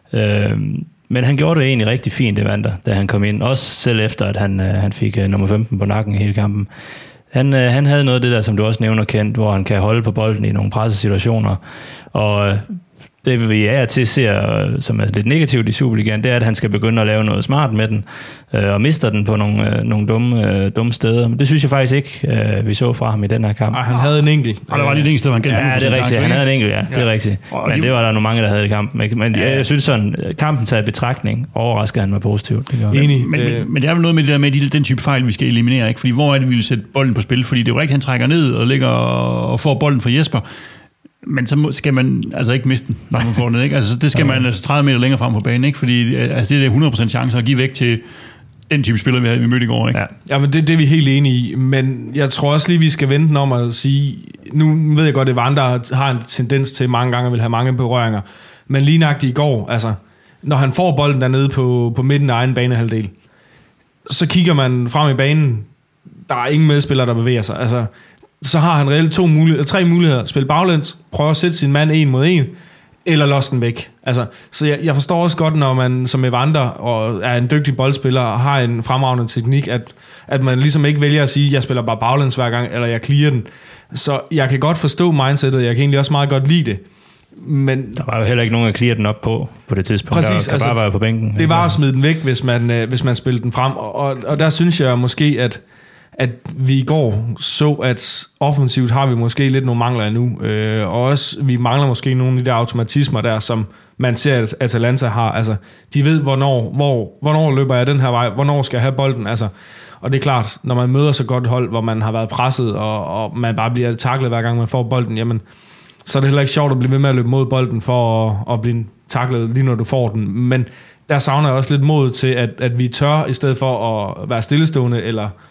Men han gjorde det egentlig rigtig fint, Evander, da han kom ind, også selv efter, at han fik nummer 15 på nakken i hele kampen. Han havde noget af det der, som du også nævner, Kent, hvor han kan holde på bolden i nogle pressesituationer, og det vi er til ser, som er lidt negativt i Superligaen, det er, at han skal begynde at lave noget smart med den, og mister den på nogle dumme steder. Men det synes jeg faktisk ikke, vi så fra ham i den her kamp. Han havde en enkelt. Og der var lige et enkelt sted, han gav. Ja, det er rigtigt. Han havde en enkelt, ja. Det er rigtigt. Men det var der nogle mange, der havde i kampen. Ikke? Men jeg synes sådan, kampen taget i betragtning, overraskede han mig positivt. Enig. Men det er vel noget med det der med den type fejl, vi skal eliminere, ikke? Fordi hvor er det, vi vil sætte bolden på spil? Fordi det er jo rigtigt, han trækker ned og ligger og får bolden fra Jesper. Men så skal man altså ikke miste den, når man får den, ikke? Altså, det skal man altså 30 meter længere frem på banen, ikke? Fordi altså, det er 100% chance at give væk til den type spiller, vi mødte i går, ikke? Ja, men det er vi helt enige i. Men jeg tror også lige, vi skal vente om at sige, nu ved jeg godt, at Evander har en tendens til mange gange at vil have mange berøringer. Men lige nøjagtigt i går, altså, når han får bolden dernede på midten af egen banehalvdel, så kigger man frem i banen, der er ingen medspillere, der bevæger sig. Altså, så har han reelt 3 muligheder. Spil baglæns, prøve at sætte sin mand 1 mod 1, eller losse den væk. Altså, så jeg forstår også godt, når man som Evander og er en dygtig boldspiller og har en fremragende teknik, at man ligesom ikke vælger at sige, jeg spiller bare baglæns hver gang, eller jeg clear den. Så jeg kan godt forstå mindsetet, jeg kan egentlig også meget godt lide det. Men der var jo heller ikke nogen at clear den op på det tidspunkt. Præcis, der bare være på bænken. Det var at smide den væk, hvis man spillede den frem. Og der synes jeg måske, at vi i går så, at offensivt har vi måske lidt nogle mangler endnu. Og også, vi mangler måske nogle af de der automatismer der, som man ser, at Atalanta har. Altså, de ved, hvornår løber jeg den her vej, hvornår skal jeg have bolden. Altså, og det er klart, når man møder så godt hold, hvor man har været presset, og man bare bliver taklet hver gang man får bolden, jamen, så er det heller ikke sjovt at blive ved med at løbe mod bolden for at blive taklet lige når du får den. Men der savner jeg også lidt mod til, at vi tør, i stedet for at være stillestående,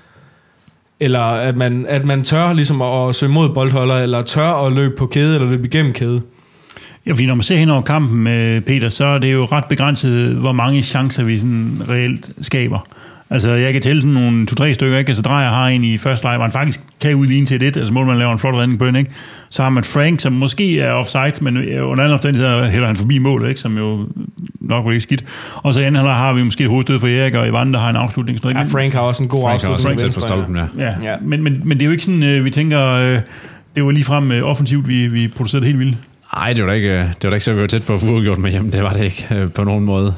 eller at man tør ligesom at søge mod boldholder, eller tør at løbe på kæde, eller løbe igennem kæde. Ja, fordi når man ser hen over kampen med Peter, så er det jo ret begrænset, hvor mange chancer vi sådan reelt skaber. Altså, jeg kan tælle sådan nogle 2-3 stykker, ikke? Altså, Dreyer har en i første leg, hvor han faktisk kan udligne til et, altså målmanden laver en flot redning på den, ikke? Så har man Frank, som måske er offside, men under andre omstændigheder hælder han forbi målet, ikke? Som jo nok ikke skidt. Og så anden halvleg har vi måske et hovedstød for Erik, og Ivan, der har en afslutning. Ja, Frank har også en god afslutning. Frank på stolpen, ja. Men det er jo ikke sådan, vi tænker, det var lige frem offensivt, vi producerede helt vildt. Nej, det var da ikke så, vi var tæt på at få udgjort med hjem. Det var det ikke på nogen måde.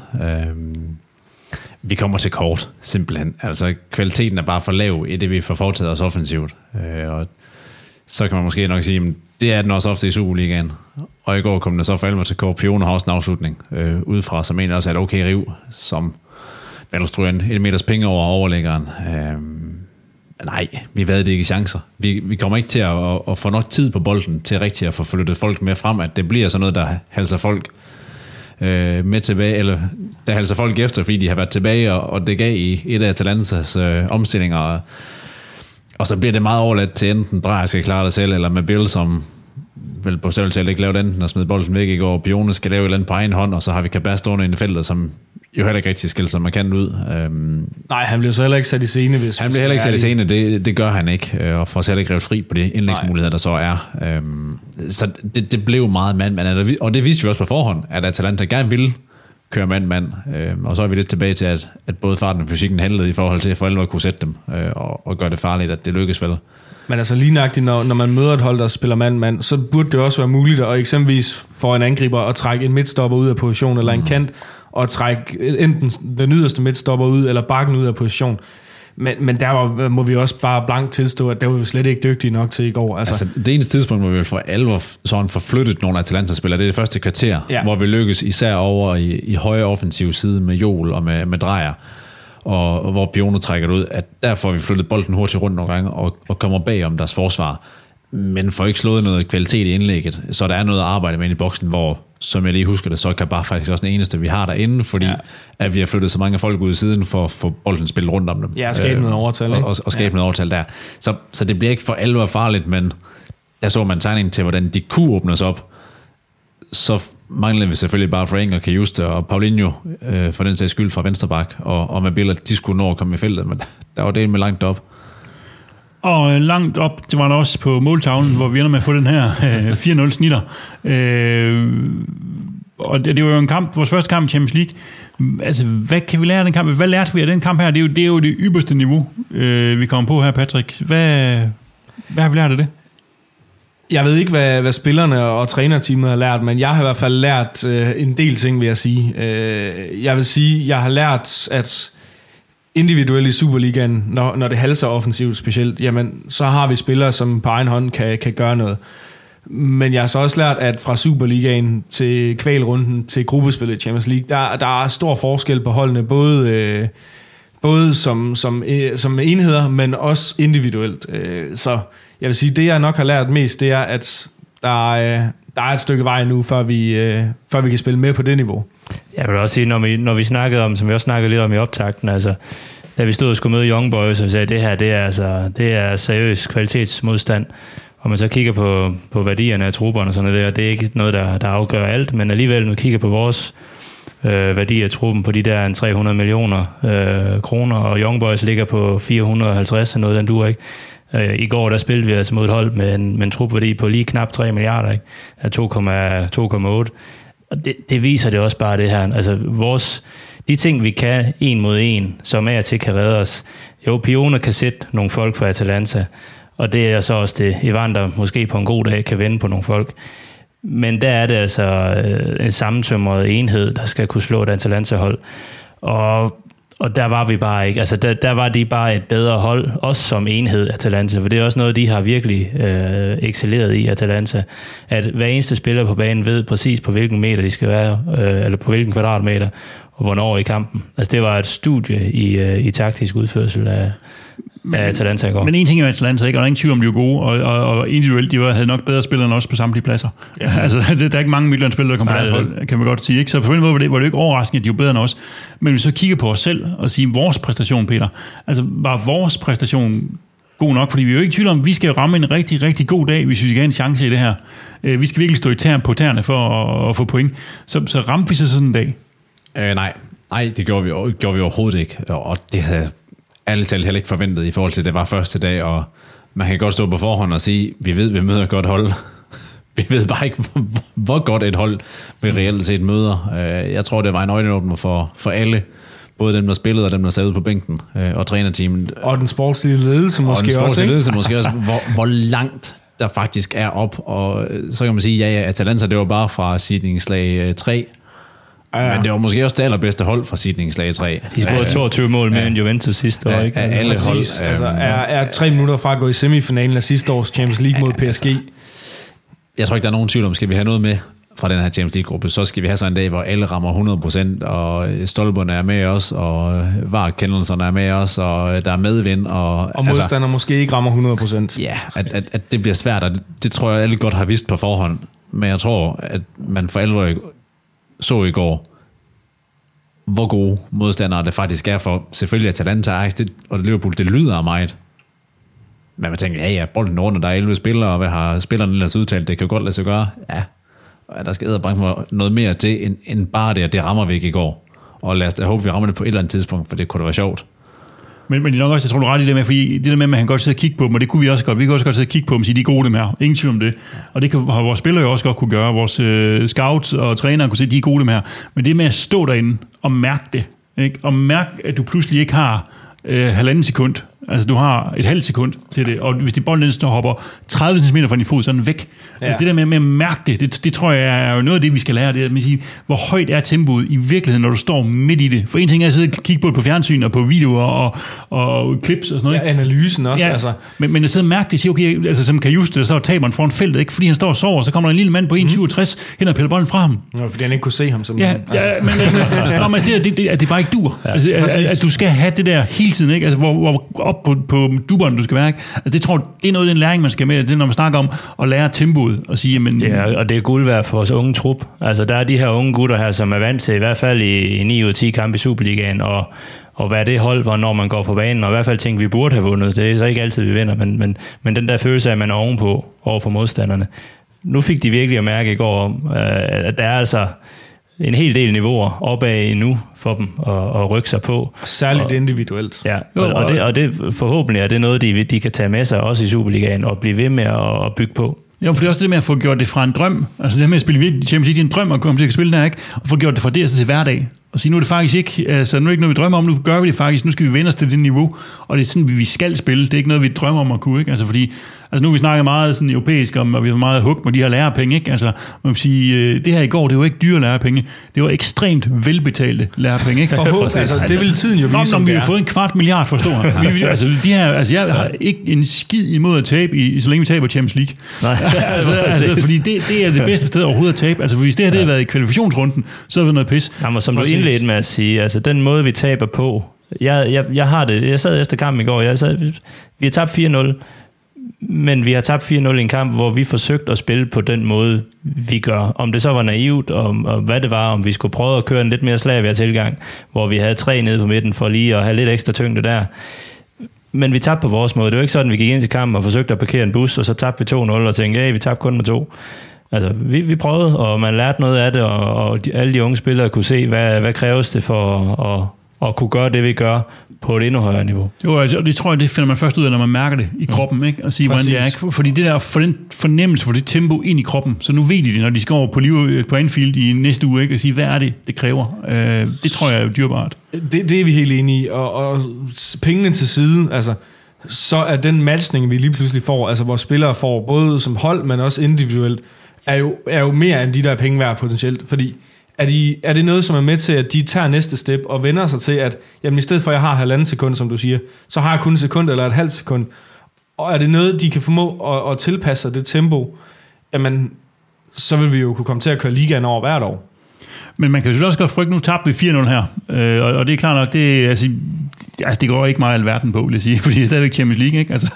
Vi kommer til kort, simpelthen. Altså, kvaliteten er bare for lav i det, vi får foretaget os offensivt. Og så kan man måske nok sige, at det er den også ofte i Superligaen. Og i går kom den så for alvor til kort. Pione har også en afslutning udefra, som egentlig også er et okay riv, som valgstruer en meters penge over overlæggeren. Nej, vi ved det ikke chancer. Vi kommer ikke til at få nok tid på bolden til rigtigt at få flyttet folk med frem, at det bliver sådan noget, der halser folk med tilbage, eller der halser folk efter, fordi de har været tilbage, og det gav i et af Atalantas omstillinger. Og så bliver det meget overladt til enten Drejer skal klare det selv, eller med Bill, som vel på selv til ikke lave den og smide bolden væk i går. Pione skal lave et eller andet på egen hånd, og så har vi Kabas stående inde i feltet, som jo heller ikke rigtig skiller sig markant ud. Nej, han bliver så heller ikke sat i scene. Han bliver heller ikke sat i scene, det gør han ikke, og får så heller ikke revet fri på de indlægsmuligheder, der så er. Så det blev meget mand, og det viste jo også på forhånd, at Atalanta gerne ville køre mand, og så er vi lidt tilbage til, at både farten og fysikken handlede i forhold til, at for alvor kunne sætte dem, og gøre det farligt, at det lykkes vel. Men altså lige nøjagtigt, når man møder et hold, der spiller mand, så burde det også være muligt at eksempelvis for en angriber at trække en midtstopper ud af position, eller en kant, og trække enten den yderste midtstopper ud, eller bakken ud af position. Men der må vi også bare blankt tilstå, at der var vi slet ikke dygtige nok til i går. Altså det eneste tidspunkt, hvor vi for alvor sådan forflyttet nogle Atalanta-spillere, det er det første kvarter, hvor vi lykkes især over i højre offensiv side med Joel og med Drejer, og hvor Pione trækker det ud, at der får vi flyttet bolden hurtigt rundt nogle gange, og kommer bag om deres forsvar. Men får ikke slået noget kvalitet i indlægget, så der er noget at arbejde med i boksen, hvor, som jeg lige husker det, så kan bare faktisk også den eneste, vi har derinde, fordi at vi har flyttet så mange folk ud i siden for at få bolden spillet rundt om dem. Ja, og skabe noget overtal. Og skabe noget overtal der. Så det bliver ikke for alvor farligt, men der så man tegningen til, hvordan de kunne åbnes op. Så manglede vi selvfølgelig bare Frank og Kajuste og Paulinho, for den sags skyld fra venstreback, og med billeder, de skulle nå at komme i feltet, men der var det med langt op. Og langt op, det var der også på måltavlen, hvor vi ender med at få den her 4-0 snitter. Og det var jo en kamp, vores første kamp i Champions League. Altså, hvad kan vi lære af den kamp? Hvad lærte vi af den kamp her? Det er jo det ypperste niveau, vi kommer på her, Patrick. Hvad har vi lært af det? Jeg ved ikke, hvad spillerne og trænerteamet har lært, men jeg har i hvert fald lært en del ting, vil jeg sige. Jeg vil sige, jeg har lært, at individuelt i Superligaen, når det halser offensivt specielt, jamen, så har vi spillere, som på egen hånd kan gøre noget. Men jeg har så også lært, at fra Superligaen til kvalrunden til gruppespillet i Champions League, der er stor forskel på holdene, både som enheder, men også individuelt. Så jeg vil sige, det jeg nok har lært mest, det er, at der er et stykke vej nu, før vi kan spille med på det niveau. Jeg vil også sige, når vi snakkede om, som vi også snakkede lidt om i optakten, altså, da vi stod og skulle møde Young Boys, og sagde, at det her, det er seriøs kvalitetsmodstand, og man så kigger på værdierne af trupperne og sådan noget, og det er ikke noget, der afgør alt, men alligevel, når vi kigger på vores værdi af truppen på de der 300 millioner kroner, og Young Boys ligger på 450, noget den duer, ikke? I går der spillede vi altså mod et hold med en trupværdi på lige knap 3 milliarder, ikke? Af 2,8. Og det viser det også bare det her. Altså de ting vi kan en mod en, som af og til kan redde os. Jo, Pione kan sætte nogle folk for Atalanta, og det er så også det. Evander måske på en god dag kan vende på nogle folk. Men der er det altså en sammentømret enhed, der skal kunne slå et Atalanta-hold. Og der var vi bare ikke. Altså der var de bare et bedre hold, også som enhed Atalanta, for det er også noget, de har virkelig excelleret i Atalanta. At hver eneste spiller på banen ved præcis på hvilken meter de skal være, eller på hvilken kvadratmeter, og hvornår i kampen. Altså det var et studie i taktisk udførsel af Atalanta i går. Men en ting er Atalanta, ikke? Og der er ingen tvivl om, de er gode, og individuelt, de havde nok bedre spillere end også på samtlige pladser. Ja. Altså, der er ikke mange Midtjylland-spillere, der kommer på deres hold, kan man godt sige. Ikke? Så på den måde var det ikke overraskende, at de er bedre end os. Men vi så kigger på os selv og siger, vores præstation, Peter, altså var vores præstation god nok? Fordi vi er jo ikke i tvivl om, at vi skal ramme en rigtig, rigtig god dag, hvis vi skal have en chance i det her. Vi skal virkelig stå på tæerne for at få point. Så ramte vi så sådan en dag? Nej, det gjorde vi overhovedet ikke. Og det havde ærligt talt heller ikke forventet i forhold til, at det var første dag, og man kan godt stå på forhånd og sige, vi ved, vi møder et godt hold, vi ved bare ikke, hvor godt et hold vi reelt set møder. Jeg tror, det var en øjenåbner for alle. Både dem, der spillede, og dem, der sad ude på bænken, og trænerteamet. Og den sportslige ledelse måske også. Og den sportslige ledelse måske også, hvor langt der faktisk er op. Og så kan man sige, ja, Atalanta, det var bare fra seedningslag 3. Ja. Men det var måske også det allerbedste hold fra seedningslag 3. De scorede 22 mål mere end Juventus sidste år, ikke? Alle hold. Altså, er 3 minutter fra at gå i semifinalen af sidste års Champions League mod PSG. Jeg tror ikke, der er nogen tvivl om, skal vi have noget med fra den her Champions League-gruppe, så skal vi have sådan en dag, hvor alle rammer 100%, og stolperne er med os, og VAR-kendelserne er med os, og der er medvind. Og modstander måske ikke rammer 100%. Ja, at det bliver svært, og det tror jeg, alle godt har vidst på forhånd. Men jeg tror, at man for alvor så i går, hvor gode modstandere det faktisk er for selvfølgelig Atalanta, Ajax og Liverpool, det lyder meget. Men man tænker, ja, bolden rundt, der er 11 spillere, og hvad har spillerne ellers udtalt? Det kan jo godt lade sig gøre. Ja, og der skal edderbringe noget mere til, end bare det rammer vi ikke i går. Og lad os da håbe, vi rammer det på et eller andet tidspunkt, for det kunne da være sjovt. Men det er nok også, jeg tror du ret i det med, fordi det der med, at man kan godt sidde og kigge på dem, og det kunne vi også godt. Vi kan også godt sidde og kigge på dem og sige, de er gode dem her. Ingen tvivl om det. Og det kan vores spillere jo også godt kunne gøre. Vores scouts og trænere kunne sige, de er gode dem her. Men det med at stå derinde og mærke det, ikke? Og mærke, at du pludselig ikke har halvanden sekund. Altså, du har et halvt sekund til det, og hvis de bolden står hopper 30 cm fra din fod, så er den væk. Ja. Altså, det der med at mærke det tror jeg er jo noget af det, vi skal lære. Det at sige, hvor højt er tempoet i virkeligheden, når du står midt i det. For en ting er at sidde og kigge på det på fjernsyn og på videoer og clips og sådan noget. Ja, analysen også. Ja, altså. Men at sidde og mærke det, siger, okay, altså, som Kajuste, der så taber han foran feltet, ikke? Fordi han står og sover, så kommer der en lille mand på 1,67 hen og piller bolden fra ham. Ja, fordi han ikke kunne se ham. Som men at det bare ikke dur. Ja, altså, at du skal have det der hele tiden, ikke? Altså, hvor op på dubberen du skal være, ikke? Altså, det tror jeg, det er noget af den læring, man skal med. Det er, når man snakker om at lære tempoet og sige, jamen... Ja, og det er guld værd for vores unge trup. Altså, der er de her unge gutter her, som er vant til i hvert fald i 9 ud af 10 kampe i Superligaen, og hvad er det hold, hvornår man går på banen, og i hvert fald ting, vi burde have vundet. Det er så ikke altid, vi vinder, men den der følelse af, at man er ovenpå over for modstanderne. Nu fik de virkelig at mærke i går, at der er altså en hel del niveauer opad endnu for dem at rykke sig på. Særligt individuelt. Ja, og det forhåbentlig er det noget, de kan tage med sig også i Superligaen og blive ved med at bygge på. Ja, for det er også det med at få gjort det fra en drøm. Altså det med at spille Champions League, det er en drøm at komme til at spille der, ikke? Og få gjort det fra det til hverdag. Og sige, nu er det faktisk ikke, altså nu er det ikke noget, vi drømmer om, nu gør vi det faktisk, nu skal vi vende os til det niveau, og det er sådan, vi skal spille, det er ikke noget, vi drømmer om at kunne, ikke? Altså fordi, nu vi snakker meget sådan europæisk om, og vi har meget hug med de her lærepenge, ikke? Altså, man kan sige, det her i går, det var ikke dyre lærepenge, det var ekstremt velbetalte lærepenge, ikke? Altså, det vil tiden jo vise, som vi har fået 250 milliarder for stor. Altså, de her, altså, jeg har ikke en skid imod at tabe, så længe vi taber Champions League. Nej. altså, fordi det er det bedste sted overhovedet at tabe. Altså, hvis det her det har været i kvalifikationsrunden, så er det noget pis. Jamen, som du indledte med at sige, altså den måde, vi taber på, jeg har det, jeg sad efter kampen i går, vi har tabt 4-0, men vi har tabt 4-0 i en kamp, hvor vi forsøgte at spille på den måde, vi gør. Om det så var naivt, og hvad det var, om vi skulle prøve at køre en lidt mere slavisk tilgang, hvor vi havde 3 nede på midten for lige at have lidt ekstra tyngde der. Men vi tabte på vores måde. Det var ikke sådan, vi gik ind til kampen og forsøgte at parkere en bus, og så tabte vi 2-0 og tænkte, vi tabte kun med 2. Altså, vi prøvede, og man lærte noget af det, og alle de unge spillere kunne se, hvad kræves det for at kunne gøre det, vi gør, på et endnu højere niveau. Jo, altså, og det tror jeg, det finder man først ud af, når man mærker det i kroppen, ikke? Og sige, hvordan det er, ikke? Fordi det der, for den fornemmelse, for det tempo ind i kroppen, så nu ved de det, når de skal over på Anfield i næste uge, ikke? Og sige, hvad er det kræver? Det tror jeg er dyrebart. Det er vi helt enige i, og pengene til side, altså, så er den matchning, vi lige pludselig får, altså vores spillere får, både som hold, men også individuelt, er jo mere end de der penge værd potentielt, fordi er det noget, som er med til, at de tager næste step og vender sig til, at jamen, i stedet for, at jeg har 1,5 sekund, som du siger, så har jeg kun 1 sekund eller 1,5 sekund. Og er det noget, de kan formå at tilpasse sig det tempo, jamen, så vil vi jo kunne komme til at køre ligaen over hvert år. Men man kan jo også godt frygte, nu tabte vi 4-0 her, og det er klart nok, det går ikke meget alverden på, vil jeg sige, fordi det er stadigvæk Champions League, ikke? Altså,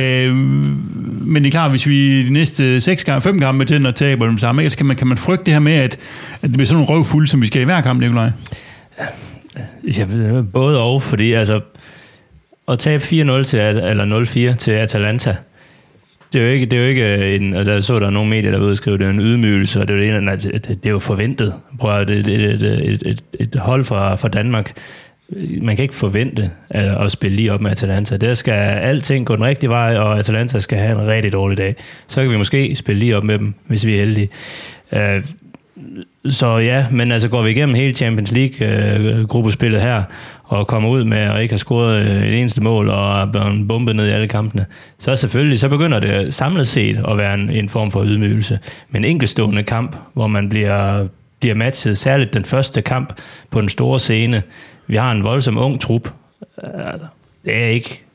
men det er klart, hvis vi de næste 5 kampe til at taber dem samme, ikke? Så kan man frygte det her med, at det bliver sådan nogle røvfulde, som vi skal i hver kamp, Nikolaj? Ja, både og, fordi altså, at tabe 4-0 eller 0-4 til Atalanta, det er jo ikke en, og der så der nogle medier, der udskrev, det er en ydmygelse, og det er jo forventet. Prøv at et hold fra Danmark, man kan ikke forvente at spille lige op med Atalanta. Der skal alting gå den rigtige vej, og Atalanta skal have en rigtig dårlig dag. Så kan vi måske spille lige op med dem, hvis vi er heldige. Så ja, men altså går vi igennem hele Champions League-gruppespillet her, og kommer ud med at ikke have scoret et eneste mål, og er blevet bombet ned i alle kampene, så selvfølgelig, så begynder det samlet set at være en form for ydmygelse. Men en enkeltstående kamp, hvor man bliver matchet, særligt den første kamp på den store scene. Vi har en voldsom ung trup. Det er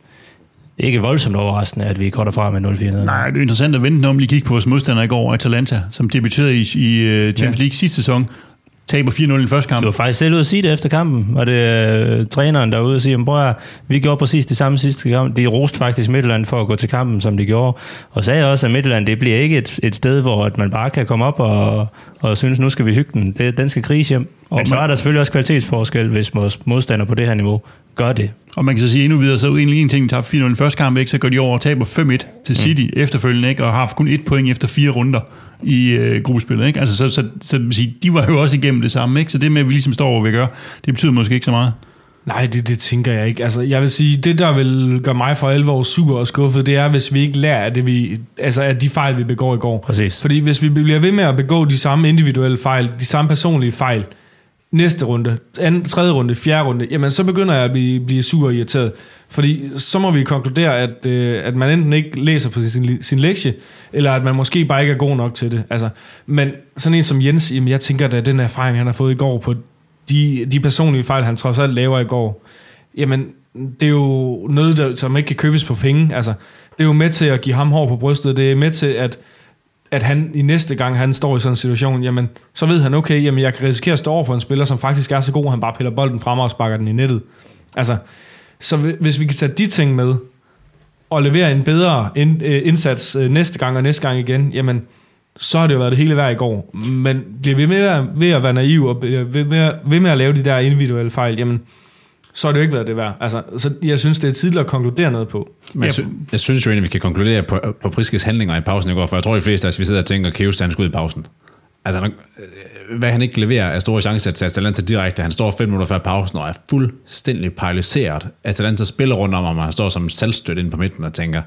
ikke voldsomt overraskende, at vi går derfra med 0-4. Nej, det er interessant at vente, når vi kigger på vores modstander i går, Atalanta, som debuterede i Champions League sidste sæson. Taber 4-0 i den første kamp. Du var faktisk selv ude at sige det efter kampen, og det træneren derude og siger, vi gjorde præcis det samme sidste kamp. De roste faktisk Midtjylland for at gå til kampen, som de gjorde, og sagde også, at Midtjylland, det bliver ikke et sted, hvor man bare kan komme op og synes, nu skal vi hygge den. Den skal kriges hjem. Og så er der selvfølgelig også kvalitetsforskel, hvis vores modstander på det her niveau gør det. Og man kan så sige endnu videre, så egentlig en ting, tabte 4-0 i første kamp, ikke? Så går de over og taber 5-1 til City efterfølgende, ikke? Og har haft kun 1 point efter 4 runder i gruppespillet, ikke? Altså, så de var jo også igennem det samme, ikke? Så det med, at vi ligesom står, hvor vi gør, det betyder måske ikke så meget. Nej, det tænker jeg ikke. Altså, jeg vil sige, det der vil gøre mig for alvor super og skuffet, det er, hvis vi ikke lærer af de fejl, vi begår i går. Præcis. Fordi hvis vi bliver ved med at begå de samme individuelle fejl, de samme personlige fejl, næste runde, tredje runde, fjerde runde, jamen så begynder jeg at blive sur og irriteret. Fordi så må vi konkludere, at man enten ikke læser på sin lektie, eller at man måske bare ikke er god nok til det. Altså, men sådan en som Jens, jamen jeg tænker, at den erfaring, han har fået i går på de personlige fejl, han trods alt laver i går, jamen det er jo noget, som ikke kan købes på penge. Altså, det er jo med til at give ham hår på brystet. Det er med til, at han i næste gang, han står i sådan en situation, jamen, så ved han, okay, jamen, jeg kan risikere at stå over for en spiller, som faktisk er så god, han bare piller bolden frem og sparker den i nettet. Altså, så hvis vi kan tage de ting med, og levere en bedre indsats næste gang og næste gang igen, jamen, så har det jo været det hele værd i går. Men bliver vi ved at være naiv, og ved med at lave de der individuelle fejl, jamen, så har det jo ikke været det værd. Altså, så jeg synes, det er tidligt at konkludere noget på. Men jeg synes jo egentlig, vi kan konkludere på Priskes handlinger i pausen i går, for jeg tror, de fleste af os, vi sidder og tænker, at Kjøs, han skal ud i pausen. Altså, hvad han ikke leverer af store chancer til Atalanta direkte, han står 5 minutter før pausen og er fuldstændig paralyseret. Atalanta spiller rundt om ham, og han står som saltstøt inde på midten og tænker,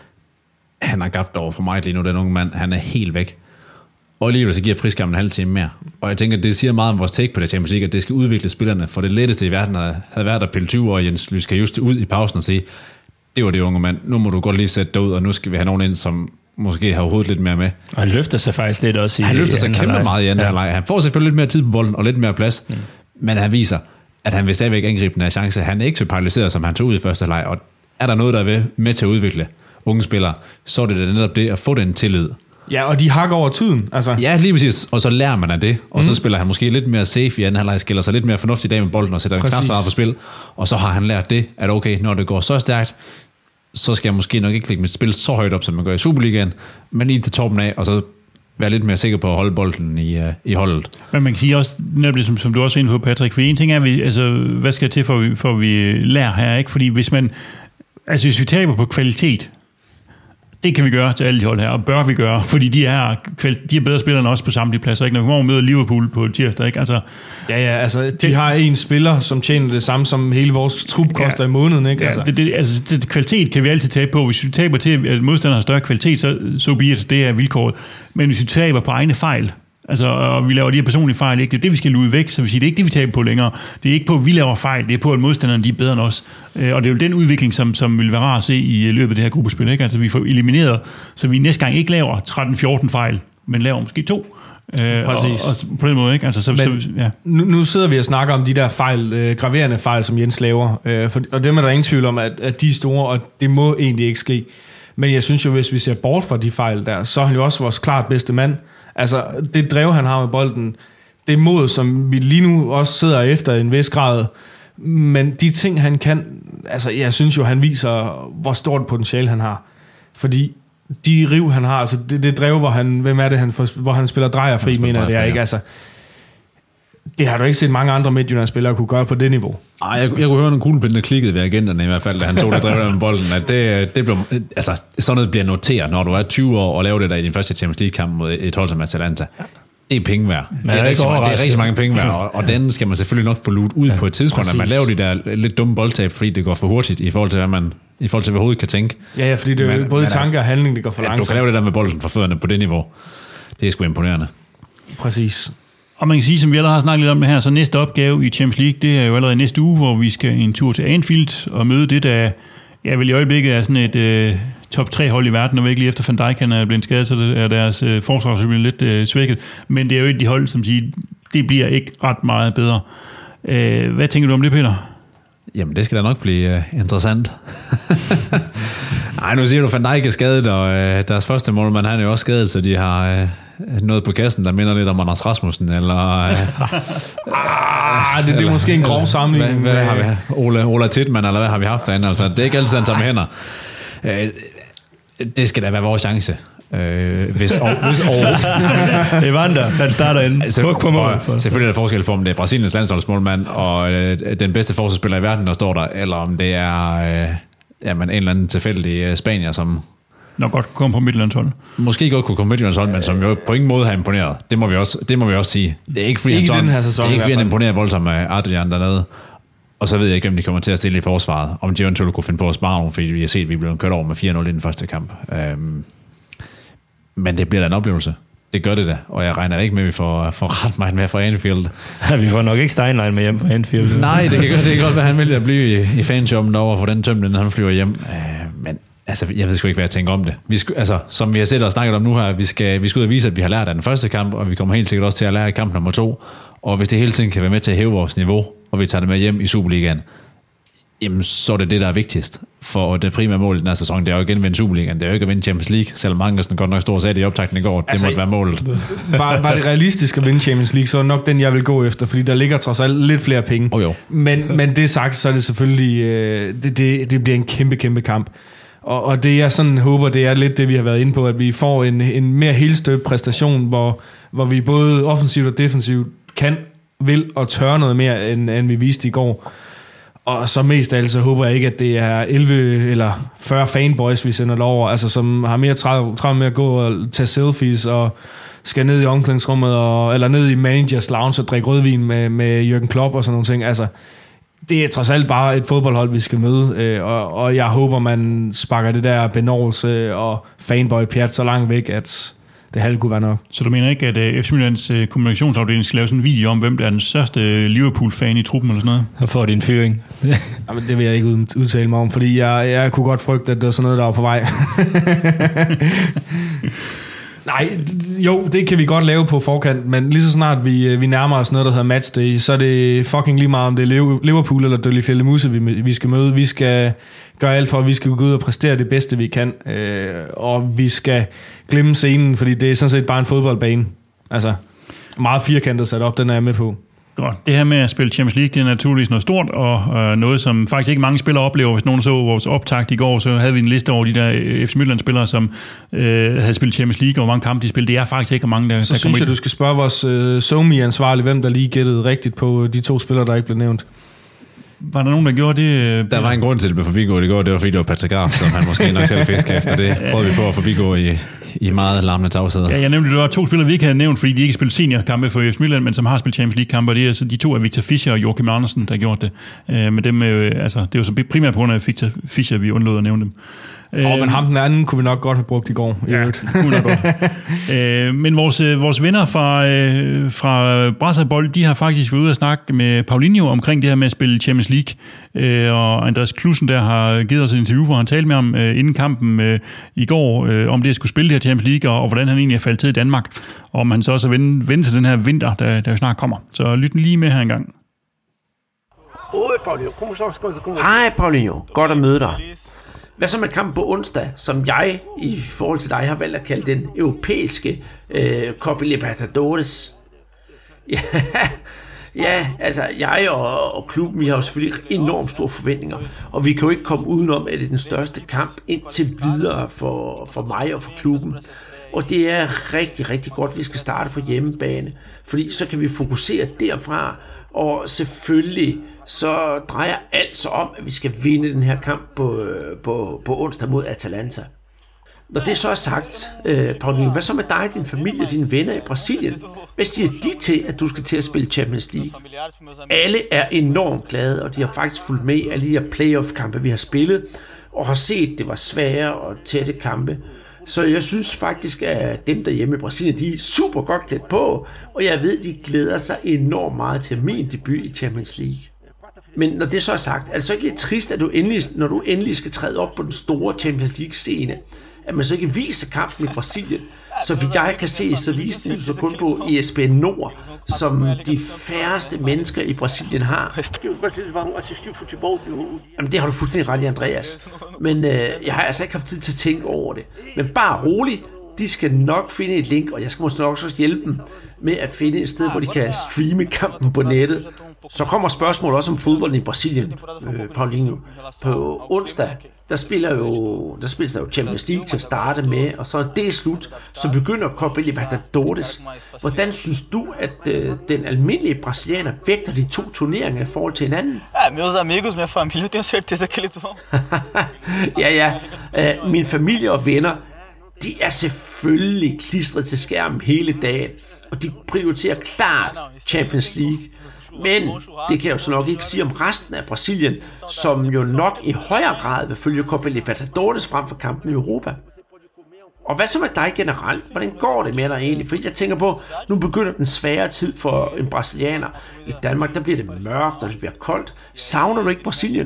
han har gabt over for mig lige nu, den unge mand, han er helt væk. Og alligevel så giver Priske en halv time mere. Og jeg tænker, det siger meget om vores take på det Champions League, at det skal udvikle spillerne, for det letteste i verden havde været at pille 20 år Jens Lyska just ud i pausen og sige, det var det unge mand, nu må du godt lige sætte dig ud, og nu skal vi have nogen ind, som måske har overhovedet lidt mere med. Og han løfter sig faktisk lidt også i han løfter sig kæmpe meget i anden halvleg. Han får selvfølgelig lidt mere tid på bolden og lidt mere plads, men han viser, at han vil stadigvæk angribe den her chance. Han er ikke så paralyseret, som han tog ud i første halvleg, og er der noget, der er med til at udvikle unge spillere, så er det netop det at få den tillid. Ja, og de hakker over tiden. Altså. Ja, lige præcis. Og så lærer man af det. Og så spiller han måske lidt mere safe i anden halvleg, skiller sig lidt mere fornuftigt af med bolden og sætter en knap på spil. Og så har han lært det, at okay, når det går så stærkt, så skal jeg måske nok ikke lægge mit spil så højt op, som man gør i Superligaen, men lige til toppen af, og så være lidt mere sikker på at holde bolden i holdet. Men man kan sige også, som du også er inde på, Patrick, for en ting er, altså, hvad skal til, for vi lærer her, ikke? Fordi hvis vi taber på kvalitet, det kan vi gøre til alle de hold her, og bør vi gøre, fordi de er bedre spillere end også på samtlige pladser, ikke? Når vi kommer og møder Liverpool på tirsdag, ikke? Altså, altså, de har en spiller, som tjener det samme, som hele vores trup koster i måneden, ikke? Altså. Kvalitet kan vi altid tabe på. Hvis vi taber til, at modstanderen har større kvalitet, så bliver det er vilkåret. Men hvis vi taber på egne fejl, altså, og vi laver de her personlige fejl, ikke? Det er det, vi skal lude væk, så vi siger, det er ikke det, vi taber på længere. Det er ikke på, at vi laver fejl, det er på, at modstanderne de er bedre end os. Og det er jo den udvikling, som vil være rar at se i løbet af det her gruppespil, ikke? Altså, vi får elimineret, så vi næste gang ikke laver 13-14 fejl, men laver måske 2. Præcis. Og på den måde, ikke? Altså, nu sidder vi og snakker om de der fejl, graverende fejl, som Jens laver, og dem er der ingen tvivl om, at de er store, og det må egentlig ikke ske. Men jeg synes jo, hvis vi ser bort fra de fejl der, så er han jo også vores klart bedste mand. Altså, det drev, han har med bolden, det mod, som vi lige nu også sidder efter i en vis grad, men de ting, han kan, altså, jeg synes jo, han viser, hvor stort potentiale han har. Fordi de riv, han har, altså, det drev, hvor han spiller drejerfri, mener det er, ikke? Altså, det har du ikke set mange andre Midtjylland-spillere kunne gøre på det niveau. Ej, jeg kunne høre nogle kuglepinde klikkede ved agenterne i hvert fald, da han tog det drev med bolden, at det blev, altså, sådan noget bliver noteret, når du er 20 år og laver det der i din første Champions League-kamp mod et hold som Atalanta. det er penge værd. Men det er rigtig mange penge værd, og den skal man selvfølgelig nok få luet ud på et tidspunkt, at man laver de der lidt dumme boldtab, fordi det går for hurtigt i forhold til, hvad man overhovedet kan tænke. Ja, fordi det er både tanke og handling, det går for langsomt. Du kan lave det der med bolden fra fødderne på det niveau. Det er sgu imponerende. Præcis. Og man kan sige, som vi allerede har snakket lidt om det her, så næste opgave i Champions League, det er jo allerede næste uge, hvor vi skal en tur til Anfield og møde det, der vel i øjeblikket er sådan et top 3 hold i verden, og ikke lige efter Van Dijk han er blevet skadet, så det er deres forsvar selvfølgelig lidt svækket. Men det er jo et de hold, som siger, det bliver ikke ret meget bedre. Hvad tænker du om det, Peter? Jamen, det skal da nok blive interessant. Nej, nu siger du, Van Dijk er skadet, og deres første målmand, han er jo også skadet, så de har noget på kassen, der minder lidt om Anders Rasmussen, eller... det er måske en grov sammenligning. Hvad har vi? Ola Tittmann, eller hvad har vi haft derinde? Altså, det er ikke altid, han tager med hænder. Det skal da være vores chance. Hvis Evander, han starter inden. På mål. Selvfølgelig er der forskel på, om det er Brasiliens landsholdsmålmand og den bedste forsvarsspiller i verden, der står der, eller om det er en eller anden tilfældig spanier, som nok godt kunne komme på Midtjyllandshold. Måske godt kunne komme på Midtjyllandshold, men som jo på ingen måde har imponeret. Det må vi også sige. Det er ikke fordi, han imponerer voldsomt med Adrian dernede. Og så ved jeg ikke, hvem de kommer til at stille i forsvaret. Om de eventuelt kunne finde på at spare nogen, fordi vi har set, at vi blev kørt over med 4-0 i den første kamp. Men det bliver da en oplevelse. Det gør det da, og jeg regner ikke med, at vi får ret meget med fra Anfield. Ja, vi får nok ikke Steinlein med hjem fra Anfield. Nej, det kan godt være, han vil at blive i fanshoppen derovre for den tømmen, når han flyver hjem. Men altså, jeg ved sgu ikke, hvad jeg tænker om det. Som vi har set og snakket om nu her, vi skal ud og vise, at vi har lært af den første kamp, og vi kommer helt sikkert også til at lære i kamp nummer 2. Og hvis det hele tiden kan være med til at hæve vores niveau, og vi tager det med hjem i Superligaen, jamen så er det, der er vigtigst. For det primære mål i den her sæson, det er jo ikke at vinde Superligaen, det er jo ikke at vinde Champions League, selvom Mangersen godt nok stod og sagde det i optakten i går, det måtte være målet. Var det realistisk at vinde Champions League, så er nok den, jeg vil gå efter, fordi der ligger trods alt lidt flere penge. Jo. Men det sagt, så er det selvfølgelig, det bliver en kæmpe kamp. Og det jeg sådan håber, det er lidt det, vi har været inde på, at vi får en mere helstøbt præstation, hvor vi både offensivt og defensivt vil og tør noget mere, end vi viste i går. Og så mest af alt, så håber jeg ikke, at det er 11 eller 40 fanboys, vi sender over, altså som har mere travlt med at gå og tage selfies og skal ned i omklædningsrummet eller ned i managers lounge og drikke rødvin med Jürgen Klopp og sådan nogle ting. Altså, det er trods alt bare et fodboldhold, vi skal møde, og jeg håber, man sparker det der benovelse og fanboy-pjat så langt væk, at det halv kunne være nok. Så du mener ikke, at FC Midtjyllands kommunikationsafdeling skal lave sådan en video om, hvem der er den største Liverpool-fan i truppen eller sådan noget? Og får din fyring. Jamen, det vil jeg ikke udtale mig om, fordi jeg kunne godt frygte, at det var sådan noget, der var på vej. Nej, jo, det kan vi godt lave på forkant, men lige så snart vi nærmer os noget, der hedder matchday, så er det fucking lige meget, om det er Liverpool eller Døllefjelde Muse, vi skal møde. Vi skal gøre alt for, at vi skal gå ud og præstere det bedste, vi kan, og vi skal glemme scenen, fordi det er sådan set bare en fodboldbane. Altså, meget firkantet sat op, den er jeg med på. Godt. Det her med at spille Champions League, det er naturligvis noget stort, og noget, som faktisk ikke mange spillere oplever. Hvis nogen så vores optakt i går, så havde vi en liste over de der FC Midtjylland-spillere, som havde spillet Champions League, og hvor mange kampe de spillede. Det er faktisk ikke mange, der så synes jeg, du skal spørge vores SoMe-ansvarlige, hvem der lige gættede rigtigt på de 2 spillere, der ikke blev nævnt. Var der nogen, der gjorde det? Der var en grund til, at det blev forbigået i går. Det var fordi, det var Patrick Graf, som han måske nok selv fisker efter det. Prøvede vi på at forbigå i meget larmende tavsæder. Ja, jeg nævnte, at der var 2 spillere, vi ikke havde nævnt, fordi de ikke spillede seniorkampe for FC Midtjylland, men som har spillet Champions League-kampe. Det er så de 2 er Victor Fischer og Joachim Andersen, der har gjort det. Men dem, altså, det er jo så primært på grund af Victor Fischer, vi undlod at nævne dem. Men ham den anden kunne vi nok godt have brugt i går. Ja, det kunne nok godt. Men vores venner fra Brasserbold, de har faktisk været ude at snakke med Paulinho omkring det her med at spille Champions League. Og Andreas Knudsen der har givet os et interview, hvor han talte med ham inden kampen i går, om det at skulle spille det her Champions League, og hvordan han egentlig er faldet til i Danmark. Og om han så også er vendt til den her vinter, der jo snart kommer. Så lyt lige med her engang. Hej Paulinho, godt at møde dig. Hvad så med kampen på onsdag, som jeg i forhold til dig har valgt at kalde den europæiske Copa Libertadores? Ja, altså jeg og klubben, vi har jo selvfølgelig enormt store forventninger, og vi kan jo ikke komme udenom, at det er den største kamp indtil videre for mig og for klubben. Og det er rigtig, rigtig godt, at vi skal starte på hjemmebane, fordi så kan vi fokusere derfra, og selvfølgelig så drejer alt sig om, at vi skal vinde den her kamp på onsdag mod Atalanta. Når det så er sagt, Paulinho, hvad så med dig, din familie og dine venner i Brasilien? Hvad siger de til, at du skal til at spille Champions League? Alle er enormt glade, og de har faktisk fulgt med i alle de her playoff-kampe, vi har spillet, og har set, at det var svære og tætte kampe. Så jeg synes faktisk, at dem derhjemme i Brasilien, de er super godt klædt på, og jeg ved, de glæder sig enormt meget til min debut i Champions League. Men når det så er sagt, er det så ikke lidt trist, at når du endelig skal træde op på den store Champions League-scene, at man så ikke viser kampen i Brasilien? Så vidt jeg kan se, så viste den så kun på ESPN Nord, som de færreste mennesker i Brasilien har. Jamen det har du fuldstændig ret i, Andreas. Men jeg har altså ikke haft tid til at tænke over det. Men bare rolig, de skal nok finde et link, og jeg skal måske nok også hjælpe dem med at finde et sted, hvor de kan streame kampen på nettet. Så kommer spørgsmålet også om fodbolden i Brasilien, Paulinho. På onsdag, der spiller jo Champions League til at starte med, og så er det slut, så begynder Copa Libertadores. Hvordan synes du, at den almindelige brasilianer vægter de to turneringer i forhold til hinanden? Meus amigos, minha família, eu tenho certeza que eles vão. Ja. Min familie og venner, de er selvfølgelig klistret til skærmen hele dagen, og de prioriterer klart Champions League. Men det kan jeg jo så nok ikke sige om resten af Brasilien, som jo nok i højere grad vil følge Copa Libertadores frem for kampen i Europa. Og hvad så med dig generelt? Hvordan går det med dig egentlig? Fordi jeg tænker på, nu begynder den svære tid for en brasilianer. I Danmark, der bliver det mørkt, og det bliver koldt. Savner du ikke Brasilien?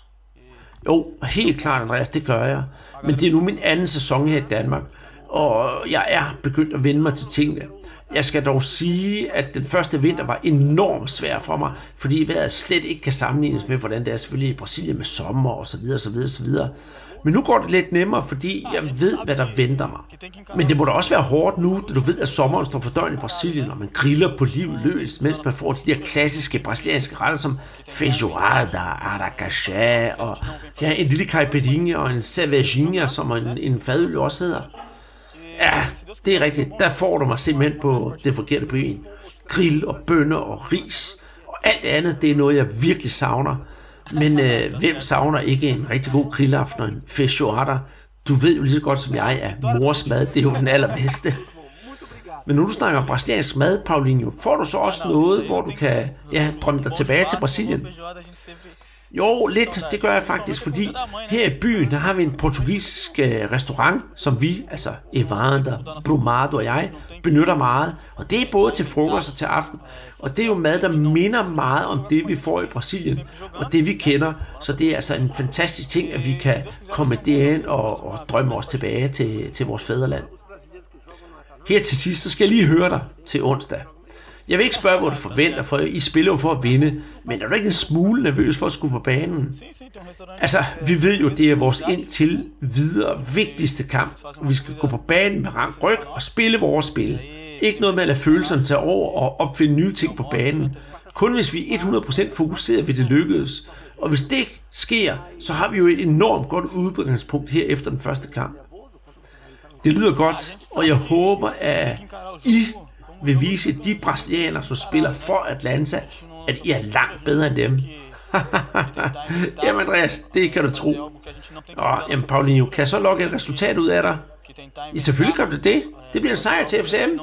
Jo, helt klart, Andreas, det gør jeg. Men det er nu min anden sæson her i Danmark, og jeg er begyndt at vende mig til tingene. Jeg skal dog sige, at den første vinter var enormt svær for mig, fordi vejret slet ikke kan sammenlignes med, hvordan det er selvfølgelig i Brasilien med sommer og så videre. Men nu går det lidt nemmere, fordi jeg ved, hvad der venter mig. Men det må da også være hårdt nu, da du ved, at sommeren står for døren i Brasilien, og man griller på livet løs, mens man får de der klassiske brasilianske retter som feijoada, aracajá og en lille caipirinha og en cervejinha, som en fadøl også hedder. Ja, det er rigtigt. Der får du mig simpelthen på det forkerte ben. Grill og bønner og ris. Og alt andet, det er noget, jeg virkelig savner. Men hvem savner ikke en rigtig god grillaften og en feijoada? Du ved jo lige så godt som jeg, at mors mad, det er jo den allerbedste. Men nu du snakker om brasiliansk mad, Paulinho, får du så også noget, hvor du kan drømme dig tilbage til Brasilien? Jo, lidt. Det gør jeg faktisk, fordi her i byen, der har vi en portugisisk restaurant, som vi, altså Evander, Brumado og jeg, benytter meget. Og det er både til frokost og til aften. Og det er jo mad, der minder meget om det, vi får i Brasilien, og det vi kender. Så det er altså en fantastisk ting, at vi kan komme derind og drømme os tilbage til vores fædreland. Her til sidst, så skal jeg lige høre dig til onsdag. Jeg vil ikke spørge, hvor du forventer, for I spiller jo for at vinde, men er du ikke en smule nervøs for at skulle på banen? Altså, vi ved jo, det er vores indtil videre vigtigste kamp, og vi skal gå på banen med rank ryg og spille vores spil. Ikke noget med at lade følelserne tage over og opfinde nye ting på banen. Kun hvis vi er 100% fokuseret, vil det lykkes. Og hvis det sker, så har vi jo et enormt godt udgangspunkt her efter den første kamp. Det lyder godt, og jeg håber, at I vil vise de brasilianere, som spiller for Atlanta, at I er langt bedre end dem. Jamen Andreas, det kan du tro. Jamen Paulinho, kan jeg så lokke et resultat ud af dig? I selvfølgelig kan du det. Det bliver en sejr til FCM.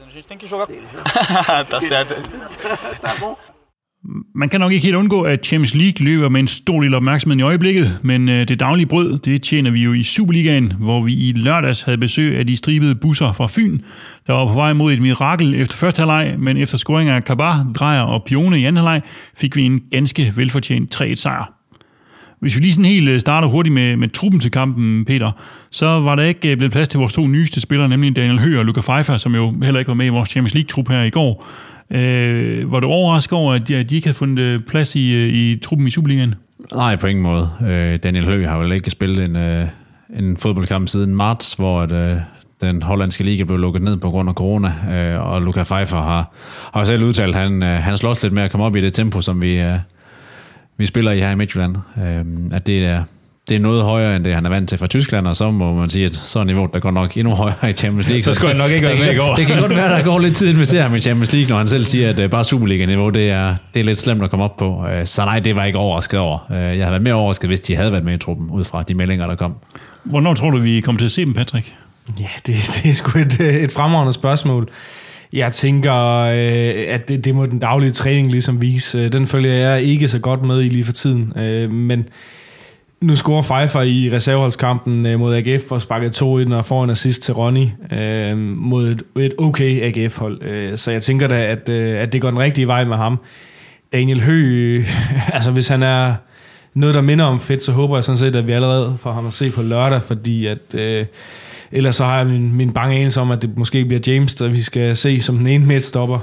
Man kan nok ikke helt undgå, at Champions League løber med en stor del opmærksomhed i øjeblikket, men det daglige brød, det tjener vi jo i Superligaen, hvor vi i lørdags havde besøg af de stribede busser fra Fyn, der var på vej mod et mirakel efter første halvleg, men efter scoringer af Kabar, Drejer og Pione i anden halvleg, fik vi en ganske velfortjent 3-1-sejr. Hvis vi lige sådan helt starter hurtigt med truppen til kampen, Peter, så var der ikke blevet plads til vores to nyeste spillere, nemlig Daniel Høgh og Luka Pfeiffer, som jo heller ikke var med i vores Champions League-trup her i går. Var du overrasket over, at de ikke havde fundet plads i truppen i Superligaen? Nej, på ingen måde. Daniel Høgh har vel ikke spillet en fodboldkamp siden marts, hvor den hollandske liga blev lukket ned på grund af corona, og Luka Pfeiffer har selv udtalt, at han slås lidt med at komme op i det tempo, som vi spiller i her i Midtjylland. At det det er noget højere, end det han er vant til fra Tyskland, og så må man sige, at så er niveauet der går nok endnu højere i Champions League. Så skulle han nok ikke være med i går. Det kan godt være, der går lidt tid, inden vi ser ham i Champions League, når han selv siger, at bare Superliga-niveau, det er lidt slemt at komme op på. Så nej, det var jeg ikke overrasket over. Jeg havde været mere overrasket, hvis de havde været med i truppen, ud fra de meldinger, der kom. Hvornår tror du, vi kommer til at se dem, Patrick? Ja, det er sgu et fremragende spørgsmål. Jeg tænker, at det må den daglige træning ligesom vise. Den følger jeg ikke så godt med i lige for tiden. Men nu scorer Pfeiffer i reserveholdskampen mod AGF og sparker 2 ind og får en assist til Ronny mod et okay AGF-hold. Så jeg tænker da, at det går den rigtige vej med ham. Daniel Høgh, altså hvis han er noget, der minder om fedt, så håber jeg sådan set, at vi allerede får ham at se på lørdag, fordi at... Ellers så har jeg min bange anelse om, at det måske bliver James, der vi skal se som den ene midtstopper.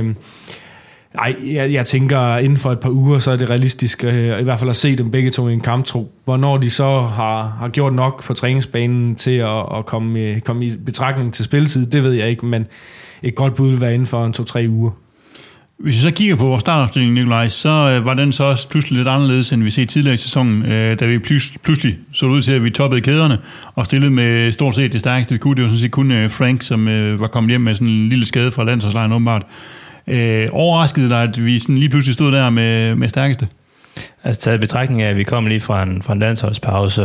Nej, jeg tænker, inden for et par uger, så er det realistisk, i hvert fald at se dem begge to i en kamptrup. Hvornår de så har gjort nok på træningsbanen til at komme i betragtning til spilletid, det ved jeg ikke, men et godt bud vil være inden for 2-3 uger. Hvis vi så kigger på vores startopstilling, Nikolaj, så var den så også pludselig lidt anderledes, end vi set tidligere i sæsonen, da vi pludselig så ud til, at vi toppede kæderne og stillede med stort set det stærkeste, vi kunne. Det var sådan set kun Frank, som var kommet hjem med sådan en lille skade fra landsholdslejren åbenbart. Overraskede dig, at vi sådan lige pludselig stod der med stærkeste? Altså taget betragtning af, at vi kom lige fra en landsholdspause,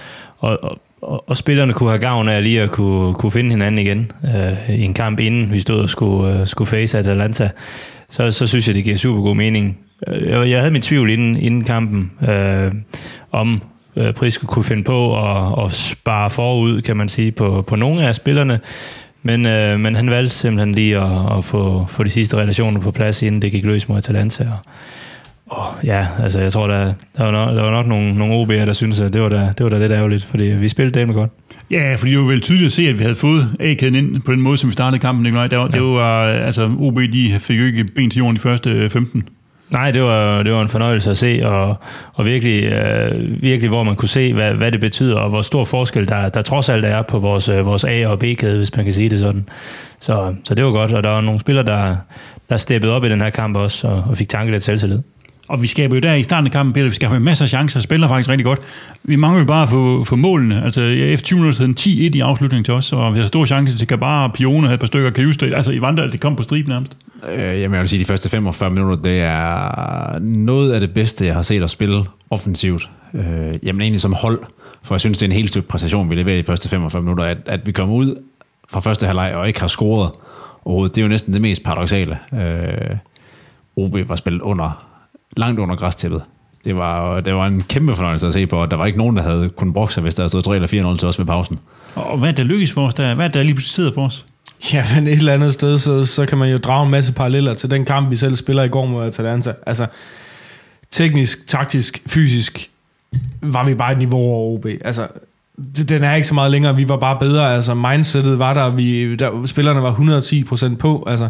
og spillerne kunne have gavn af lige at kunne finde hinanden igen i en kamp, inden vi stod og skulle face Atalanta. Så synes jeg, det giver super god mening. Jeg havde min tvivl inden kampen, om Prisco kunne finde på at spare forud, kan man sige, på nogle af spillerne. Men han valgte simpelthen lige at få de sidste relationer på plads, inden det gik løs mod Atalanta. Ja, altså jeg tror, der var nok nogle OB'er, der synes, at det var da lidt ærgerligt, fordi vi spillede det med godt. Ja, fordi det var vel tydeligt at se, at vi havde fået A-kæden ind på den måde, som vi startede kampen, Nikolaj. Det var, altså OB, de fik jo ikke ben til jorden de første 15. Nej, det var en fornøjelse at se, og virkelig, hvor man kunne se, hvad det betyder, og hvor stor forskel der trods alt er på vores A- og B-kæde, hvis man kan sige det sådan. Så det var godt, og der var nogle spillere, der steppede op i den her kamp også, og fik tanket lidt selvtillid. Og vi skaber jo der i starten af kampen, Peter, vi skaber masser af chancer og spiller faktisk rigtig godt. Vi mangler bare for målene. Altså efter 20 minutter havde 10-1 i afslutningen til os, og vi havde store chancer til Kabara og Pione, havde et par stykker Kajuste. Altså i vandre, det kom på striben nærmest. Jeg vil sige, de første 45 minutter, det er noget af det bedste, jeg har set at spille offensivt. Jamen egentlig som hold, for jeg synes, det er en helt stykke præstation, vi leverer de første 45 minutter, at vi kommer ud fra første halvleg og ikke har scoret overhovedet. Det er jo næsten det mest paradoksale. OB var spillet langt under græstæppet. Det var en kæmpe fornøjelse at se på, og der var ikke nogen, der havde kunnet brokke sig, hvis der stod 3 eller 4-0 til os ved pausen. Og hvad er der lykkes for os der? Hvad er der lige pludselig sidder for os? Ja, men et eller andet sted, så kan man jo drage en masse paralleller til den kamp, vi selv spiller i går mod Atalanta. Altså, teknisk, taktisk, fysisk, var vi bare et niveau over OB. Altså, den er ikke så meget længere, vi var bare bedre. Altså, mindsetet var der, spillerne var 110% på. Altså,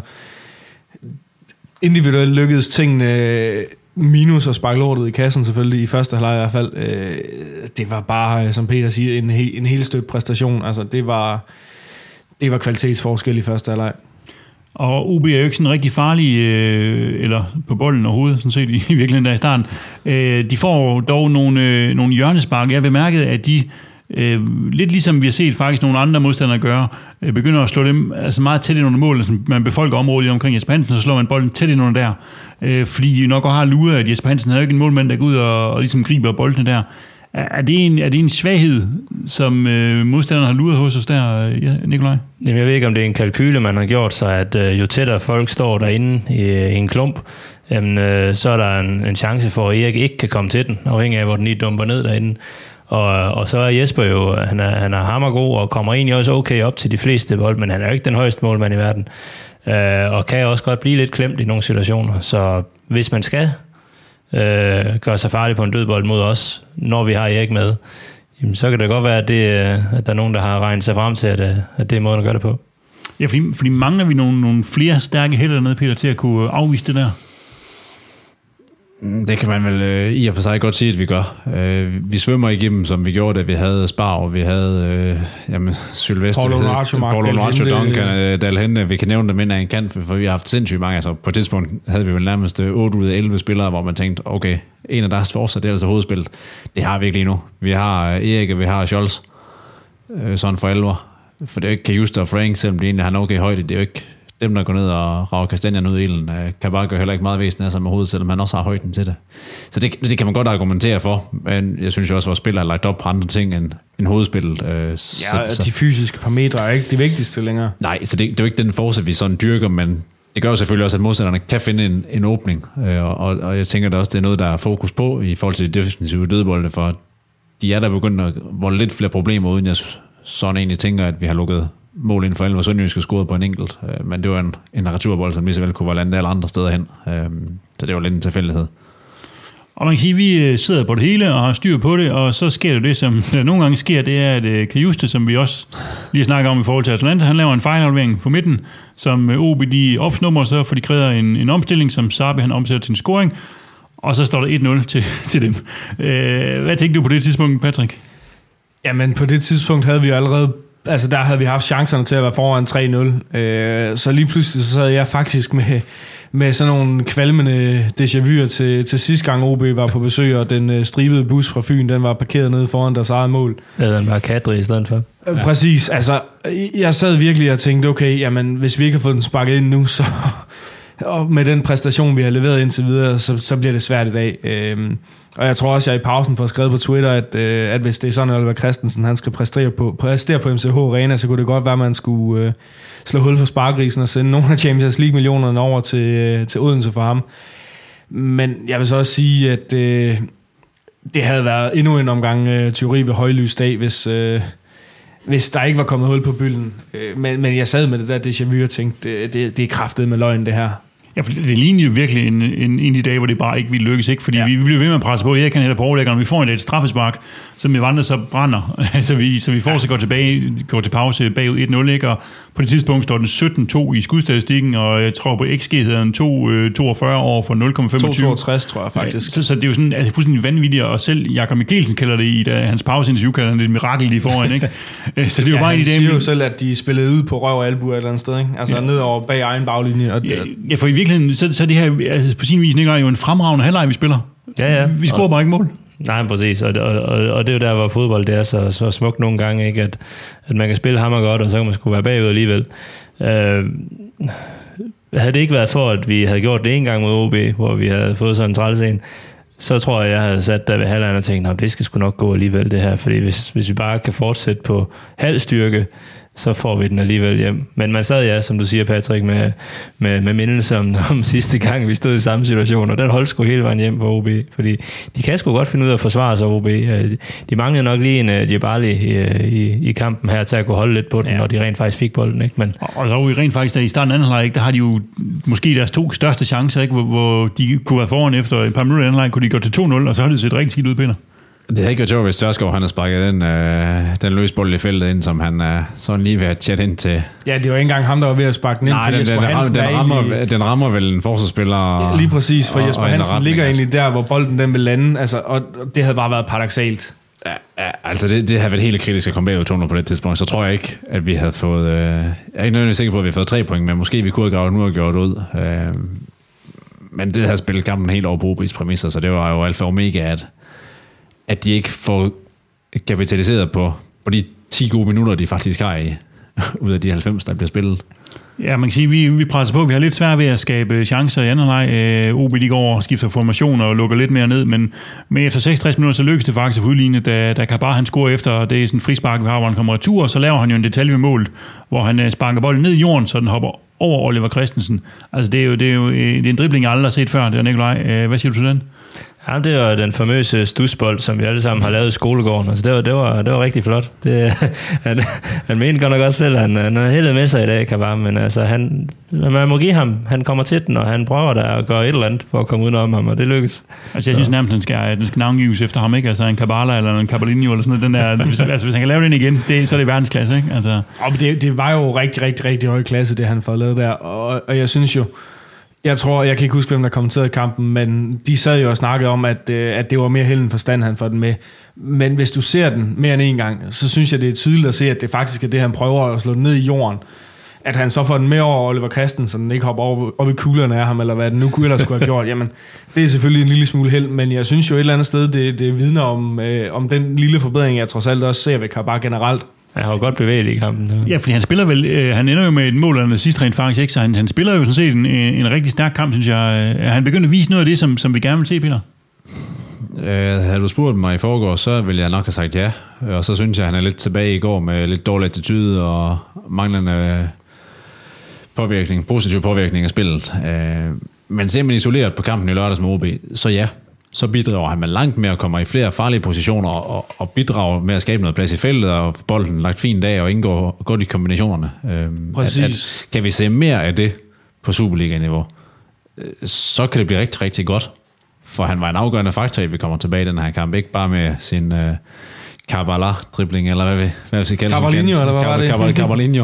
individuelt lykkedes tingene, minus at sparke lortet i kassen selvfølgelig, i første halvleg i hvert fald. Det var bare, som Peter siger, en helt støbt præstation. Altså, det var kvalitetsforskel i første halvleg. Og OB er jo ikke sådan rigtig farlige, eller på bolden overhovedet, sådan set i virkeligheden der i starten. De får dog nogle hjørnespark. Jeg bemærkede, at de, lidt ligesom vi har set faktisk nogle andre modstandere gøre, begynder at slå dem altså meget tæt ind under målet. Man befolker området omkring Jesper Hansen, så slår man bolden tæt ind under der. Fordi de nok også har luret, at Jesper Hansen er jo ikke en målmand, der går ud og ligesom griber boldene der. Er det en svaghed, som modstanderne har luret hos os der, Nikolaj? Jamen, jeg ved ikke, om det er en kalkyle, man har gjort sig, at jo tættere folk står derinde i en klump, så er der en chance for, at Erik ikke kan komme til den, afhængig af, hvor den lige dumper ned derinde. Og så er Jesper jo, han er hammergod og kommer egentlig også okay op til de fleste bold, men han er jo ikke den højeste målmand i verden. Og kan også godt blive lidt klemt i nogle situationer. Så hvis man skal gøre sig farlig på en dødbold mod os, når vi har Erik med, jamen, så kan det godt være, at der er nogen, der har regnet sig frem til, at det er måden at gøre det på. Ja, fordi mangler vi nogle flere stærke hætter dernede, Peter, til at kunne afvise det der? Det kan man vel i og for sig godt sige, at vi gør. Vi svømmer igennem, som vi gjorde det. Vi havde Spar, og vi havde Sylvester, Paulo Nacho, Duncan, Dalhenne. Vi kan nævne dem ind af en kant, for vi har haft sindssygt mange. Altså, på et tidspunkt havde vi vel nærmest 8 ud af 11 spillere, hvor man tænkte, okay, en af deres fortsat, det er altså hovedspillet. Det har vi ikke lige nu. Vi har Erik, og vi har Scholz, sådan for alvor. For det er jo ikke Kajuste og Frank, selvom de egentlig har en okay højde. Det er jo ikke dem, der går ned og rager kastanjerne ud i ilden, kan bare gøre heller ikke meget væsen af sig med hovedet, selvom man også har højden til det. Så det kan man godt argumentere for, men jeg synes jo også, at vores spillere har lagt op på andre ting end hovedspillet. De fysiske parametre er ikke det vigtigste længere. Nej, så det er jo ikke den force, vi sådan dyrker, men det gør jo selvfølgelig også, at modstanderne kan finde en åbning, og jeg tænker da også, det er noget, der er fokus på i forhold til de defensive dødbolde, for de er der begyndt at volde lidt flere problemer, uden jeg sådan egentlig tænker, at vi har lukket mål inden for 11, hvor Sønderjyske scorede på en enkelt. Men det var en returbold, som lige så vel kunne være landet alle andre steder hen. Så det var lidt en tilfældighed. Og man kan sige, at vi sidder på det hele og har styr på det, og så sker det, som der nogle gange sker, det er, at Kajuste, som vi også lige snakker om i forhold til Atalanta, han laver en fejlaflevering på midten, som OB de opsnummer, så får de kræver en omstilling, som Sarbi han omsætter til en scoring, og så står der 1-0 til dem. Hvad tænkte du på det tidspunkt, Patrick? Jamen, på det tidspunkt havde vi jo allerede, altså der havde vi haft chancerne til at være foran 3-0. Så lige pludselig så sad jeg faktisk med sådan nogle kvalmende déjà-vu'er til sidste gang OB var på besøg, og den stribede bus fra Fyn, den var parkeret nede foran deres eget mål. Ja, den var Kadri i stedet for. Præcis, altså jeg sad virkelig og tænkte, okay, jamen hvis vi ikke har fået den sparket ind nu, så og med den præstation, vi har leveret indtil videre, så bliver det svært i dag. Og jeg tror også, jeg i pausen får skrevet på Twitter, at hvis det er sådan, at Oliver Christensen han skal præstere på MCH Arena, så kunne det godt være, at man skulle slå hul for sparkrisen og sende nogle af Champions League-millionerne over til Odense for ham. Men jeg vil så også sige, at det havde været endnu en omgang teori ved højlys dag, hvis der ikke var kommet hul på bylden. Men jeg sad med det der déjà vu og tænkte, det er kraftet med løgn, det her. Ja, for det lignede jo virkelig en af de dage, hvor det bare ikke ville lykkes, ikke? Fordi vi blev ved med at presse på, Erik kan heller på overlæggeren, vi får et straffespark, som i vandret så brænder, så vi får går til pause bagud 1-0, ikke? Og på det tidspunkt står den 17-2 i skudstatistikken, og jeg tror på XG hedder den 2,42 over for 0,25. 2,62 tror jeg faktisk. Så det er jo sådan fuldstændig vanvittigt, og selv Jakob Mikkelsen kalder det i hans pauseinterview, kalder det et mirakel lige foran, ikke? Så det er jo bare en af de dage. Han siger jo selv, at de spillede ud på røv og albu et eller andet sted, ikke? Altså ned over bag egen baglinje. Og ja, for i virkeligheden, så det her altså på sin vis ikke er jo en fremragende halvleg, vi spiller. Ja. Vi scorer bare ikke mål. Nej, præcis. Og det er jo der, hvor fodbold det er så smukt nogle gange, ikke? At man kan spille hammer godt, og så kan man sgu være bagud alligevel. Havde det ikke været for, at vi havde gjort det en gang mod OB, hvor vi havde fået sådan en trælsen, så tror jeg havde sat der ved halvlejen og tænkt, det skal sgu nok gå alligevel det her, fordi hvis vi bare kan fortsætte på halv styrke, så får vi den alligevel hjem. Men man sad, som du siger, Patrick, med mindelse om sidste gang, vi stod i samme situation, og den holdt sgu hele vejen hjem for OB, fordi de kan sgu godt finde ud af at forsvare sig, OB. De manglede nok lige en Djibali i kampen her, til at kunne holde lidt på den, når de rent faktisk fik bolden, ikke? Men og så vi rent faktisk, der i starten af anden halvleg, der har de jo måske deres 2 største chancer, ikke? Hvor de kunne være foran efter et par minutter anden halvleg, kunne de gå til 2-0, og så har det set rigtig skidt ud, Peter. Det havde ikke været sjovt, hvis Tørskov han har sparket den løsbold i feltet ind, som han sådan lige ved at chatte ind til. Ja, det var ikke engang ham, der var ved at sparke den ind. Nej, den rammer vel en forsvarsspiller. Ja, lige præcis, for Jesper Hansen ligger egentlig der, hvor bolden den vil lande, altså, og det havde bare været paradoksalt. Ja, altså det havde været helt kritisk at komme bagud 2-0 på det tidspunkt, så tror jeg ikke, at vi havde fået. Jeg er ikke nødvendigvis sikker på, at vi har fået 3 point, men måske vi kunne have gravet nu og gjort ud. Men det havde spillet kampen helt over på OB's præmisser, så det var jo alfa og omega, at de ikke får kapitaliseret på de 10 gode minutter, de faktisk har ud af de 90, der bliver spillet. Ja, man kan sige, vi presser på. Vi har lidt svært ved at skabe chancer i anden halvleg. OB de går og skifter formation og lukker lidt mere ned, men efter 66 minutter, så lykkes det faktisk at udligne, da Kabar han scorer efter, det er sådan en frispark, vi har, hvor han kommer retur, og så laver han jo en detalje ved målet, hvor han sparker bolden ned i jorden, så den hopper over Oliver Christensen. Altså det er en dribling, jeg aldrig har set før, det er Nikolaj. Hvad siger du til den? Ja, det var den famøse stusbold, som vi alle sammen har lavet i skolegården. Altså, det var rigtig flot. Han mente godt nok også selv, at han har heldet med sig i dag, Kabar, men altså, man må give ham. Han kommer til den, og han prøver da at gøre et eller andet for at komme udenom ham, og det lykkes. Altså, jeg synes nærmest, den skal navngives efter ham, ikke? Altså en Kabala eller en Kabalinho eller sådan noget. Den der, hvis han kan lave den igen, så er det verdensklasse, ikke? Altså. Det var jo rigtig, rigtig, rigtig høj klasse, det han får lavet der, og jeg synes jo, Jeg kan ikke huske, hvem der kommenterede kampen, men de sad jo og snakkede om, at det var mere held end forstand, han får den med. Men hvis du ser den mere end en gang, så synes jeg, det er tydeligt at se, at det faktisk er det, han prøver at slå den ned i jorden. At han så får den med over Oliver Christensen, ikke hopper op i kuglerne af ham, eller hvad det nu kunne ellers skulle have gjort. Jamen, det er selvfølgelig en lille smule held, men jeg synes jo et eller andet sted, det vidner om den lille forbedring, jeg trods alt også ser ved Karabakh generelt. Han har jo godt bevæget i kampen. Ja, fordi han spiller vel, han ender jo med et mål af den sidste rent faktisk, ikke? Så han spiller jo sådan set en rigtig stærk kamp, synes jeg. Han begynder at vise noget af det, som vi gerne vil se, Peter. Havde du spurgt mig i forgår, så ville jeg nok have sagt ja. Og så synes jeg, han er lidt tilbage i går med lidt dårlig attitude og manglende positiv påvirkning af spillet. Men ser man isoleret på kampen i lørdags med OB, så ja, så bidrager han med langt mere og kommer i flere farlige positioner og bidrager med at skabe noget plads i feltet og bolden lagt fint af og indgår godt i kombinationerne. Præcis. Kan vi se mere af det på Superliga-niveau, så kan det blive rigtig, rigtig godt. For han var en afgørende faktor, at vi kommer tilbage i den her kamp. Ikke bare med sin Kabbalah-dribling, eller hvad vi skal kalde det. Carvalhinho, eller hvad var det? Carvalhinho.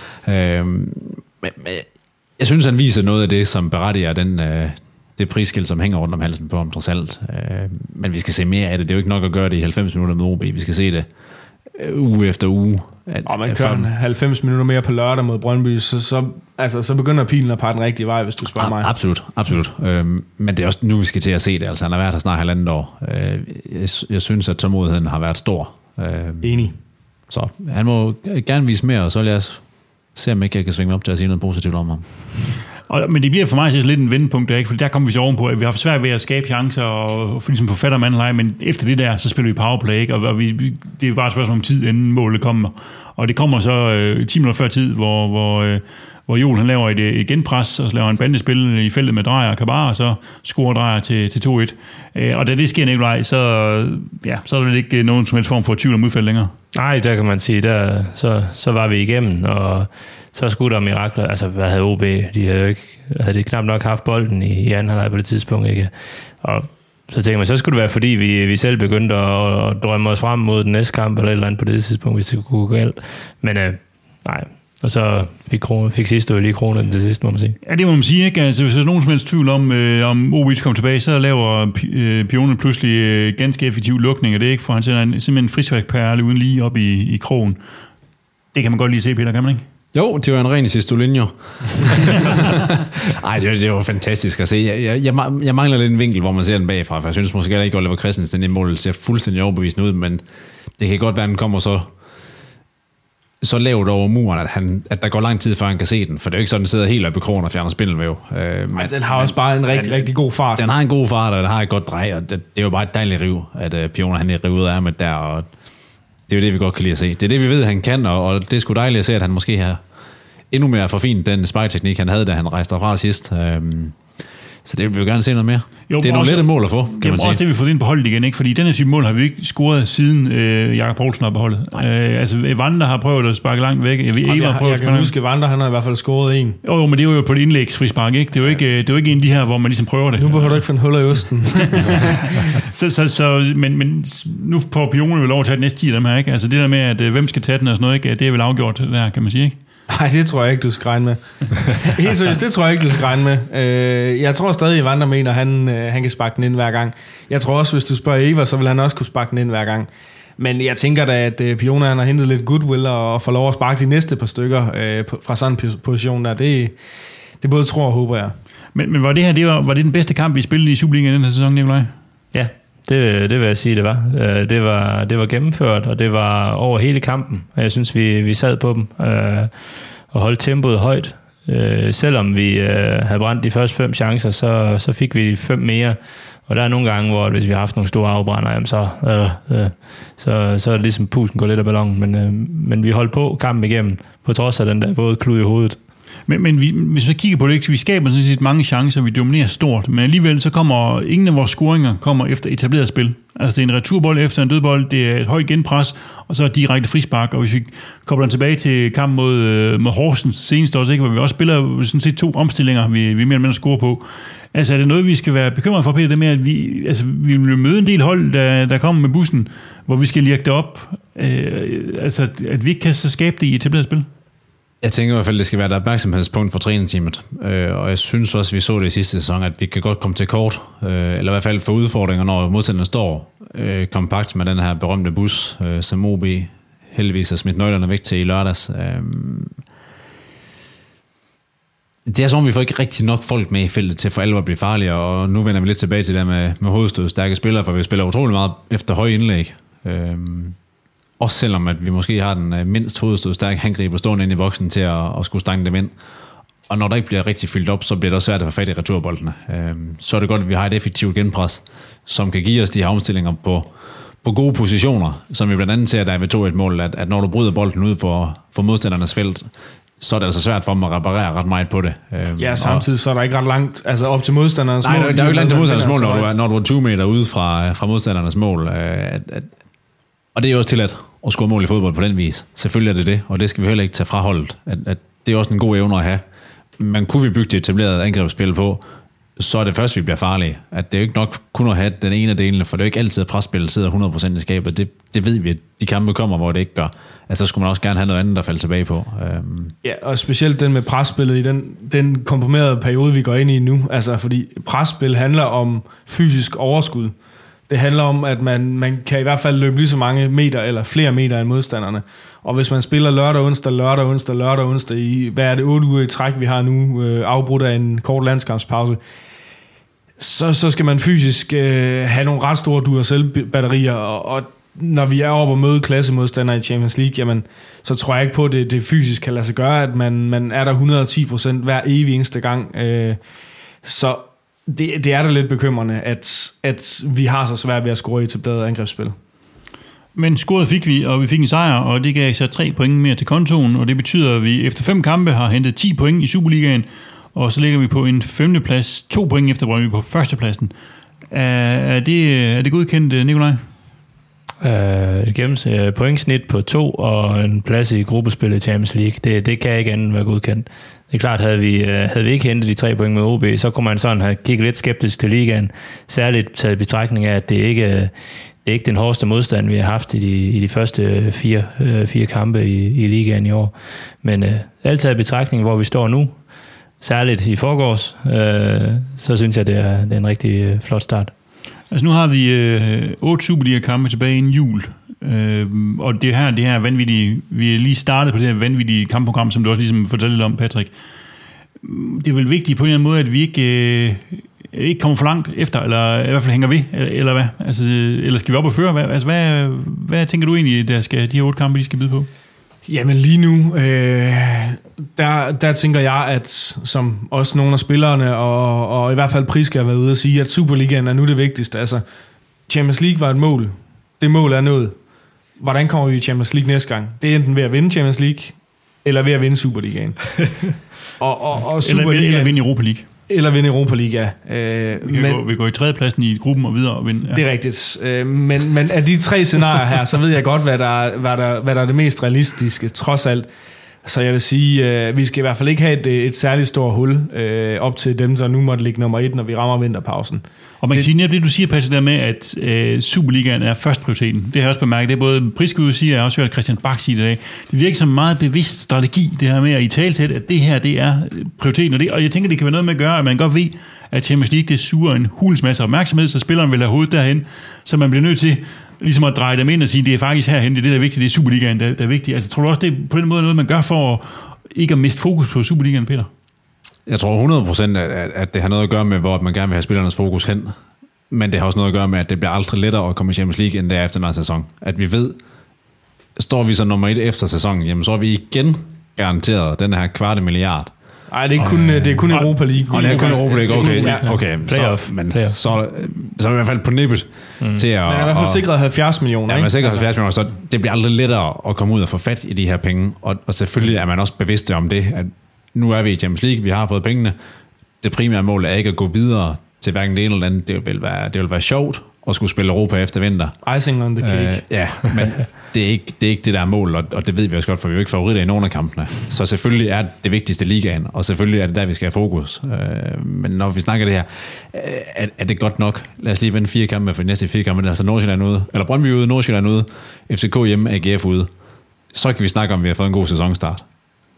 Men jeg synes, han viser noget af det, som berettiger det prisskilt, som hænger rundt om halsen på ham, trods alt. Men vi skal se mere af det. Det er jo ikke nok at gøre det i 90 minutter med OB. Vi skal se det uge efter uge. Og man kører 90 minutter mere på lørdag mod Brøndby, så begynder pilen at pege den rigtige vej, hvis du spørger mig. Absolut. Men det er også nu, vi skal til at se det. Altså, han har været her snart 1,5 år. Jeg synes, at tålmodigheden har været stor. Enig. Så han må gerne vise mere, og så lad os se, om ikke jeg kan svinge op til at sige noget positivt om ham. Men det bliver for mig lidt en vendepunkt der, ikke? For der kommer vi så ovenpå, at vi har svært ved at skabe chancer og ligesom på fatter mandleje, men efter det der, så spiller vi powerplay, ikke? Og det er jo bare et spørgsmål om tid, inden målet kommer. Og det kommer så 10 minutter før tid, hvor Joel han laver et genpres, og så laver en bandespil i feltet med Drejer og Kabar, og så scorer Drejer til 2-1. Og da det sker, Nikolaj, så er der ikke nogen som helst form for tvivl om udfald længere. Nej, der kan man sige, så var vi igennem, og så skulle der mirakler. Altså, hvad havde OB? De havde de knap nok haft bolden i anden halvleg på det tidspunkt, ikke? Og så tænker man, så skulle det være, fordi vi selv begyndte at drømme os frem mod den næste kamp, eller et eller andet på det tidspunkt, hvis det kunne gå galt. Men nej. Og så fik sidste jo lige kronen det sidste, må man sige. Ja, det må man sige, ikke? Altså, hvis der er nogen som helst tvivl om OB kommer tilbage, så laver Pione pludselig ganske effektiv lukning, og det er ikke, for han sender simpelthen en frisvækperle uden lige op i krogen. Det kan man godt lige se, Peter, kan man ikke? Jo, det var en ren Sistolinho. Ej, det var fantastisk at se. Jeg mangler lidt en vinkel, hvor man ser den bagfra, for jeg synes måske ikke, at Oliver Christensen i mål ser fuldstændig overbevisende ud, men det kan godt være, at den kommer så lavt over muren, at der går lang tid, før han kan se den. For det er jo ikke sådan, at den sidder helt oppe i krogen og fjerner spindelvæv. Men den har også bare en rigtig god fart. Den har en god fart, og den har et godt drej, og det er jo bare et dejligt riv, at Pione han er rivet af med der, og det er jo det, vi godt kan lide at se. Det er det, vi ved, han kan, og det er sgu dejligt at se, at han måske har endnu mere forfint den sparkteknik, han havde, da han rejste derfra sidst. Så det vil vi jo gerne se noget mere. Jo, det er nogle lette mål at få, kan man sige. Også det, vi har fået ind på holdet igen, ikke? Fordi denne type mål har vi ikke scoret siden Jakob Poulsen har på holdet. Altså, Evander har prøvet at sparke langt væk. Jeg kan huske, Evander han har i hvert fald scoret en. Jo, men det var jo på et indlægsfrispark, ikke? Det er jo ikke en af de her, hvor man ligesom prøver det. Nu behøver du ikke finde huller i osten. Men nu får Pione vel lov at tage de næste 10 af dem her, ikke? Altså det der med, at hvem skal tage den og sådan noget, ikke? Det er vel afgjort der, kan man sige, ikke? Nej, det tror jeg ikke, du skal regne med. Helt seriøst, det tror jeg ikke, du skal regne med. Jeg tror stadig, at Evander mener, han kan sparke den ind hver gang. Jeg tror også, hvis du spørger Eva, så vil han også kunne sparke den ind hver gang. Men jeg tænker da, at Pione han har hentet lidt goodwill og får lov at sparke de næste par stykker fra sådan en position der. Det både tror og håber jeg. Men var det den bedste kamp, vi spillede i Superligaen den her sæson, Nikolaj? Ja. Det vil jeg sige, det var. Det var gennemført, og det var over hele kampen. Og jeg synes, vi sad på dem og holdt tempoet højt. Selvom vi havde brændt de første 5 chancer, så fik vi 5 mere. Og der er nogle gange, hvor hvis vi har haft nogle store afbrænder, jamen så er det ligesom pusten går lidt af ballonen. Men vi holdt på kampen igennem, på trods af den der våde klud i hovedet. Men hvis vi kigger på det, så vi skaber sådan set mange chancer, vi dominerer stort, men alligevel så kommer ingen af vores scoringer kommer efter etableret spil. Altså det er en returbold efter en dødbold, det er et højt genpres, og så direkte frispark, og hvis vi kobler den tilbage til kampen mod Horsens senest også, ikke, hvor vi også spiller sådan set 2 omstillinger, vi mere eller mindre scorer på. Altså er det noget, vi skal være bekymret for, Peter, det med, at vi vil møde en del hold, der kommer med bussen, hvor vi skal lirke det op, altså at vi ikke kan så skabe det i etableret spil? Jeg tænker i hvert fald, det skal være et opmærksomhedspunkt for trænerteamet. Og jeg synes også, vi så det i sidste sæson, at vi kan godt komme til kort, eller i hvert fald få udfordringer, når modstanderne står kompakt med den her berømte bus, som OB heldigvis har smidt nøglerne væk til i lørdags. Det er som om, vi får ikke rigtig nok folk med i feltet til for alvor at blive farlige, og nu vender vi lidt tilbage til det med hovedstød stærke spillere, for vi spiller utrolig meget efter høje indlæg. Også selvom at vi måske har den mindst hovedstød stærke angriber stående inde i boksen til at skulle stange dem ind. Og når der ikke bliver rigtig fyldt op, så bliver det også svært at få fat i returboldene. Så er det godt, at vi har et effektivt genpres, som kan give os de her omstillinger på gode positioner, som vi blandt andet ser, der er ved 2-1 mål, at når du bryder bolden ud for modstandernes felt, så er det altså svært for dem at reparere ret meget på det. Ja, samtidig så er der ikke ret langt op til modstandernes mål. Nej, der er jo ikke langt til modstandernes mål, når du er 20 meter ude fra modstandernes mål. Og det er jo også tilladt at score mål i fodbold på den vis. Selvfølgelig er det, og det skal vi heller ikke tage fra holdet. At det er også en god evne at have. Men kunne vi bygge det etableret angrebsspil på, så er det først, vi bliver farlige. At det er jo ikke nok kun at have den ene af delene, for det er jo ikke altid, at presspillet sidder 100% i skabet. Det ved vi, at de kampe kommer, hvor det ikke gør. Altså, så skulle man også gerne have noget andet, der falder tilbage på. Ja, og specielt den med presspillet i den komprimerede periode, vi går ind i nu. Altså, fordi presspil handler om fysisk overskud. Det handler om, at man kan i hvert fald løbe lige så mange meter, eller flere meter end modstanderne. Og hvis man spiller lørdag, onsdag i, hvad er det, 8 uger i træk, vi har nu, afbrudt af en kort landskampspause, så skal man fysisk have nogle ret store Duracell-batterier, og når vi er oppe og møde klassemodstandere i Champions League, jamen, så tror jeg ikke på, at det fysisk kan lade sig gøre, at man er der 110% hver evig eneste gang. Så det er da lidt bekymrende, at vi har så svært ved at score i etableret angrebsspil. Men scoret fik vi, og vi fik en sejr, og det gav så 3 point mere til kontoen, og det betyder, at vi efter 5 kampe har hentet 10 point i Superligaen, og så ligger vi på en 5. plads, 2 point efter, hvor vi er på 1. pladsen. Er det godkendt, Nikolaj? Et pointsnit på 2 og en plads i gruppespillet i Champions League, det kan ikke andet være godkendt. Det er klart, havde vi ikke hentet de 3 point med OB, så kunne man sådan have kigget lidt skeptisk til ligaen, særligt taget i betragtning af, at det ikke er den hårdeste modstand, vi har haft i de første 4 kampe i ligaen i år. Men alt taget i betragtning, hvor vi står nu, særligt i forgårs, så synes jeg, det er en rigtig flot start. Altså nu har vi 8 Superliga-kampe tilbage inden jul, og det her vanvittige, vi er lige startet på det her vanvittige kampprogram, som du også ligesom fortalte lidt om, Patrick. Det er vel vigtigt på en eller anden måde, at vi ikke kommer for langt efter, eller i hvert fald hænger ved, eller hvad? Altså, eller skal vi op og føre? Hvad tænker du egentlig, de her 8 kampe, de skal byde på? Jamen lige nu, der tænker jeg, at som også nogle af spillerne, og i hvert fald Priske har været ude at sige, at Superligaen er nu det vigtigste. Altså, Champions League var et mål. Det mål er nået. Hvordan kommer vi i Champions League næste gang? Det er enten ved at vinde Champions League, eller ved at vinde Superligaen. og Superligaen, eller vinde Europa League. Eller vinde Europa League, ja. Vi går i 3. pladsen i gruppen og videre og vinde. Ja. Det er rigtigt. Men af de 3 scenarier her, så ved jeg godt, hvad der er det mest realistiske, trods alt. Så jeg vil sige, vi skal i hvert fald ikke have et særligt stort hul op til dem, der nu måtte ligge nummer 1, når vi rammer vinterpausen. Og man kan sige netop det, du siger, Patrick, der med, at Superligaen er førstprioriteten. Det har jeg også bemærket. Det er både Priske ude siger, og jeg har også hørt Christian Bach sige det i dag. Det virker som en meget bevidst strategi, det her med at italesætte, at det her, det er prioriteten. Og jeg tænker, det kan være noget med at gøre, at man godt ved, at Champions League, det suger en hulens masse opmærksomhed, så spilleren vil have hovedet derhen, så man bliver nødt til ligesom at dreje dem ind og sige, det er faktisk herhen, det er det, der er vigtigt, det er Superligaen, der er vigtigt. Altså tror du også, det er på den måde noget, man gør for ikke at miste fokus på Superligaen, Peter? Jeg tror 100%, at det har noget at gøre med, hvor man gerne vil have spillernes fokus hen. Men det har også noget at gøre med, at det bliver aldrig lettere at komme i Champions League, end det er efter den sæson. At vi ved, står vi så nummer 1 efter sæsonen, jamen så er vi igen garanteret den her 250 milliard. Nej, det er kun Europa League. Og det er kun Europa League, okay. Playoff. Så er vi i hvert fald på nippet til at... Man er i hvert fald sikret 70 millioner, ja, man er sikret 70 millioner, så det bliver aldrig lettere at komme ud og få fat i de her penge. Og selvfølgelig er man også bevidst om det, at nu er vi i Champions League, vi har fået pengene. Det primære mål er ikke at gå videre til hverken det ene eller andet. Det vil være sjovt at skulle spille Europa efter vinter. Icing on the cake. Ja, men det er ikke det, der er mål, og det ved vi også godt, for vi er jo ikke favoritter i nogen af kampene. Så selvfølgelig er det vigtigste ligaen, og selvfølgelig er det der, vi skal have fokus. Men når vi snakker det her, er det godt nok? Lad os lige vinde 4 kampe for de næste 4 kampe. Altså Nordsjælland ude, eller Brøndby ude, Nordsjælland ude, FCK hjemme, AGF ude. Så kan vi snakke om, at vi har fået en god sæsonstart.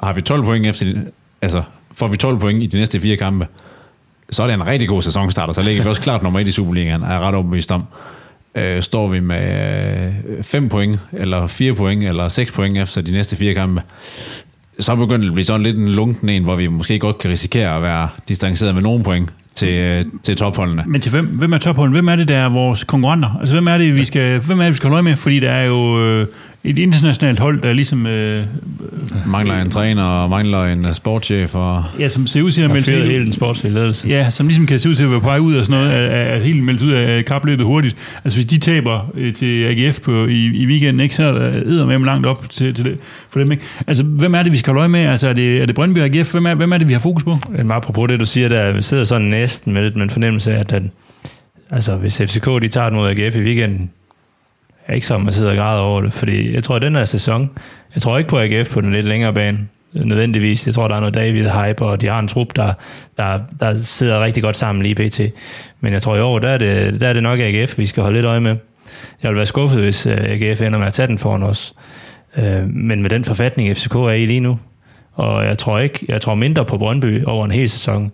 har vi 12 point får vi 12 point i de næste 4 kampe, så er det en rigtig god sæsonstart, og så ligger vi også klart nummer 1 i Superligaen, er jeg ret overbevist om. Står vi med 5 point, eller 4 point, eller 6 point efter de næste 4 kampe, så begynder det at blive sådan lidt en lunken en, hvor vi måske godt kan risikere at være distanceret med nogle point til topholdene. Men til hvem er topholdene? Hvem er det, der er vores konkurrenter? Altså, hvem er det, vi skal holde øje med? Fordi der er jo et internationalt hold, der ligesom... mangler en træner, og mangler en sportschef, og... Ja, som ser ud til at melde fyret hele den sportslige ledelse. Ja, som ligesom kan se ud til at være på vej ud af sådan noget, at helt meldt ud af kapløbet hurtigt. Altså, hvis de taber til AGF i weekenden, ikke, så er der eddermame langt op til det, for dem, ikke? Altså, hvem er det, vi skal holde øje med? Altså, er det Brøndby og AGF? Hvem er det, vi har fokus på? Men apropos det, du siger, der vi sidder sådan næsten med lidt med en fornemmelse af, at altså, hvis FCK de tager den mod AGF i weekenden, er ikke så, man sidder og græder over det, fordi jeg tror, at den her sæson, jeg tror ikke på AGF på den lidt længere bane, nødvendigvis. Jeg tror, der er noget David-hype, og de har en trup, der sidder rigtig godt sammen lige pt. Men jeg tror, i år, der er det nok AGF, vi skal holde lidt øje med. Jeg vil være skuffet, hvis AGF ender med at tage den foran os. Men med den forfatning, FCK er i lige nu, og jeg tror mindre på Brøndby over en hel sæson.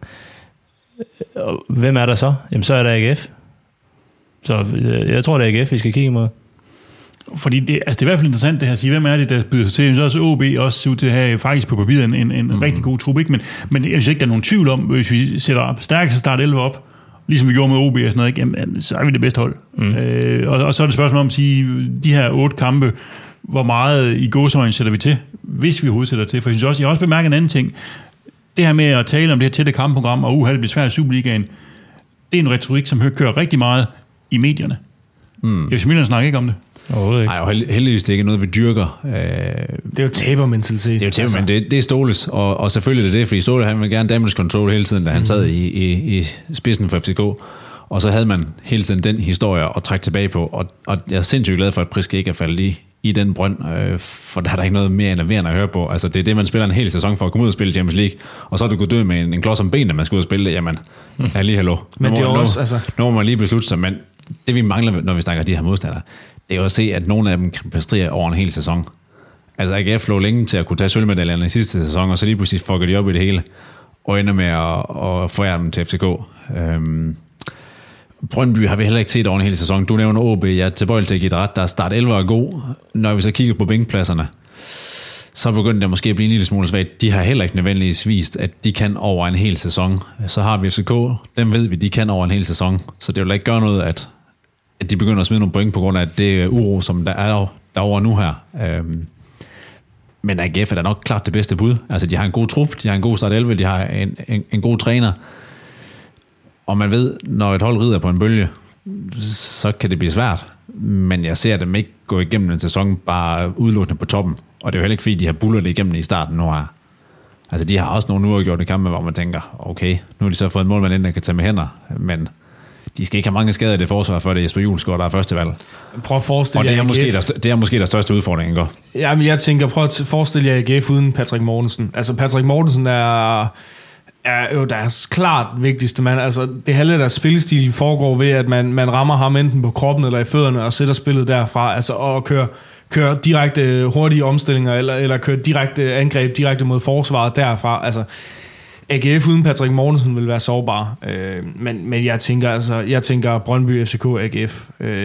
Hvem er der så? Jamen, så er der AGF. Så jeg tror, det er AGF, vi skal kigge imod. Fordi det er i hvert fald interessant det her at sige, hvem er det, der byder sig til? Så også OB også ser ud til at have faktisk på papiret en rigtig god trup, ikke? Men jeg synes ikke, der er nogen tvivl om, hvis vi sætter stærkest start 11 op, ligesom vi gjorde med OB og sådan noget, ikke? Jamen, så er vi det bedste hold. Og så er det spørgsmål om at sige, de her 8 kampe, hvor meget i gåseøjne sætter vi til, hvis vi overhovedet sætter til. For jeg har også bemærket en anden ting. Det her med at tale om det her tætte kampprogram, og det bliver svært i Superligaen, det er en retorik, som kører rigtig meget i medierne. FC Midtjylland snakker ikke om det. Nej, og heldigvis det er ikke noget, vi dyrker. Det er jo tabermentalitet. Det er jo men det er Ståles, og selvfølgelig det, fordi Ståle han vil gerne damage control hele tiden, da han sad i spidsen for FCK, og så havde man hele tiden den historie at trække tilbage på, og jeg er sindssygt glad for, at Priske ikke er faldet i den brønd, for der er der ikke noget mere enerverende at høre på. Altså det er det, man spiller en hel sæson for at komme ud og spille Champions League, og så er du gået død med en klods om benene, man skal ud og spille det, jamen, lige hallo. Men det er også, altså... Nu må man lige beslutte sig, men det vi mangler, når vi snakker de her modstandere, det er jo at se, at nogle af dem kan præstere over en hel sæson. Altså AGF lå længe til at kunne tage sølvmedaljerne i sidste sæson, og så lige pludselig fucker de op i det hele, og ender med at forære dem til FCK. Brøndby har vi heller ikke set over en hel sæson. Du nævner OB, jeg er tilbøjelig til at give det ret. Der er start 11 er god. Når vi så kigger på bænkpladserne, så begynder det måske at blive en lille smule svagt. De har heller ikke nødvendigvis vist, at de kan over en hel sæson. Så har vi FCK, dem ved vi, de kan over en hel sæson. Så det vil ikke gøre noget, at de begynder at smide nogle point på grund af det uro, som der er derovre nu her. Men AGF er da nok klart det bedste bud. Altså, de har en god trup, de har en god start 11, de har en god træner. Og man ved, når et hold rider på en bølge, så kan det blive svært. Men jeg ser dem ikke gå igennem en sæson bare udelukkende på toppen. Og det er jo heller ikke, fordi de har bullet det igennem i starten nu her. Altså, de har også nogle uafgjorte kampe, hvor man tænker, okay, nu har de så fået en målmand ind, der kan tage med hænder, men de skal ikke have mange skader i det forsvar, før det er Jesper Juelsgaard, der er første valg. Prøv at forestille jer det er måske der største udfordring, ikke? Jamen, jeg tænker, prøv at forestille jer AGF uden Patrick Mortensen. Altså, Patrick Mortensen er jo deres klart vigtigste mand. Altså, det halve der spillestil foregår ved, at man rammer ham enten på kroppen eller i fødderne og sætter spillet derfra. Altså, og kører direkte hurtige omstillinger eller kører direkte angreb direkte mod forsvaret derfra. Altså, AGF uden Patrick Mortensen vil være sårbar. Men jeg tænker Brøndby, FCK, AGF.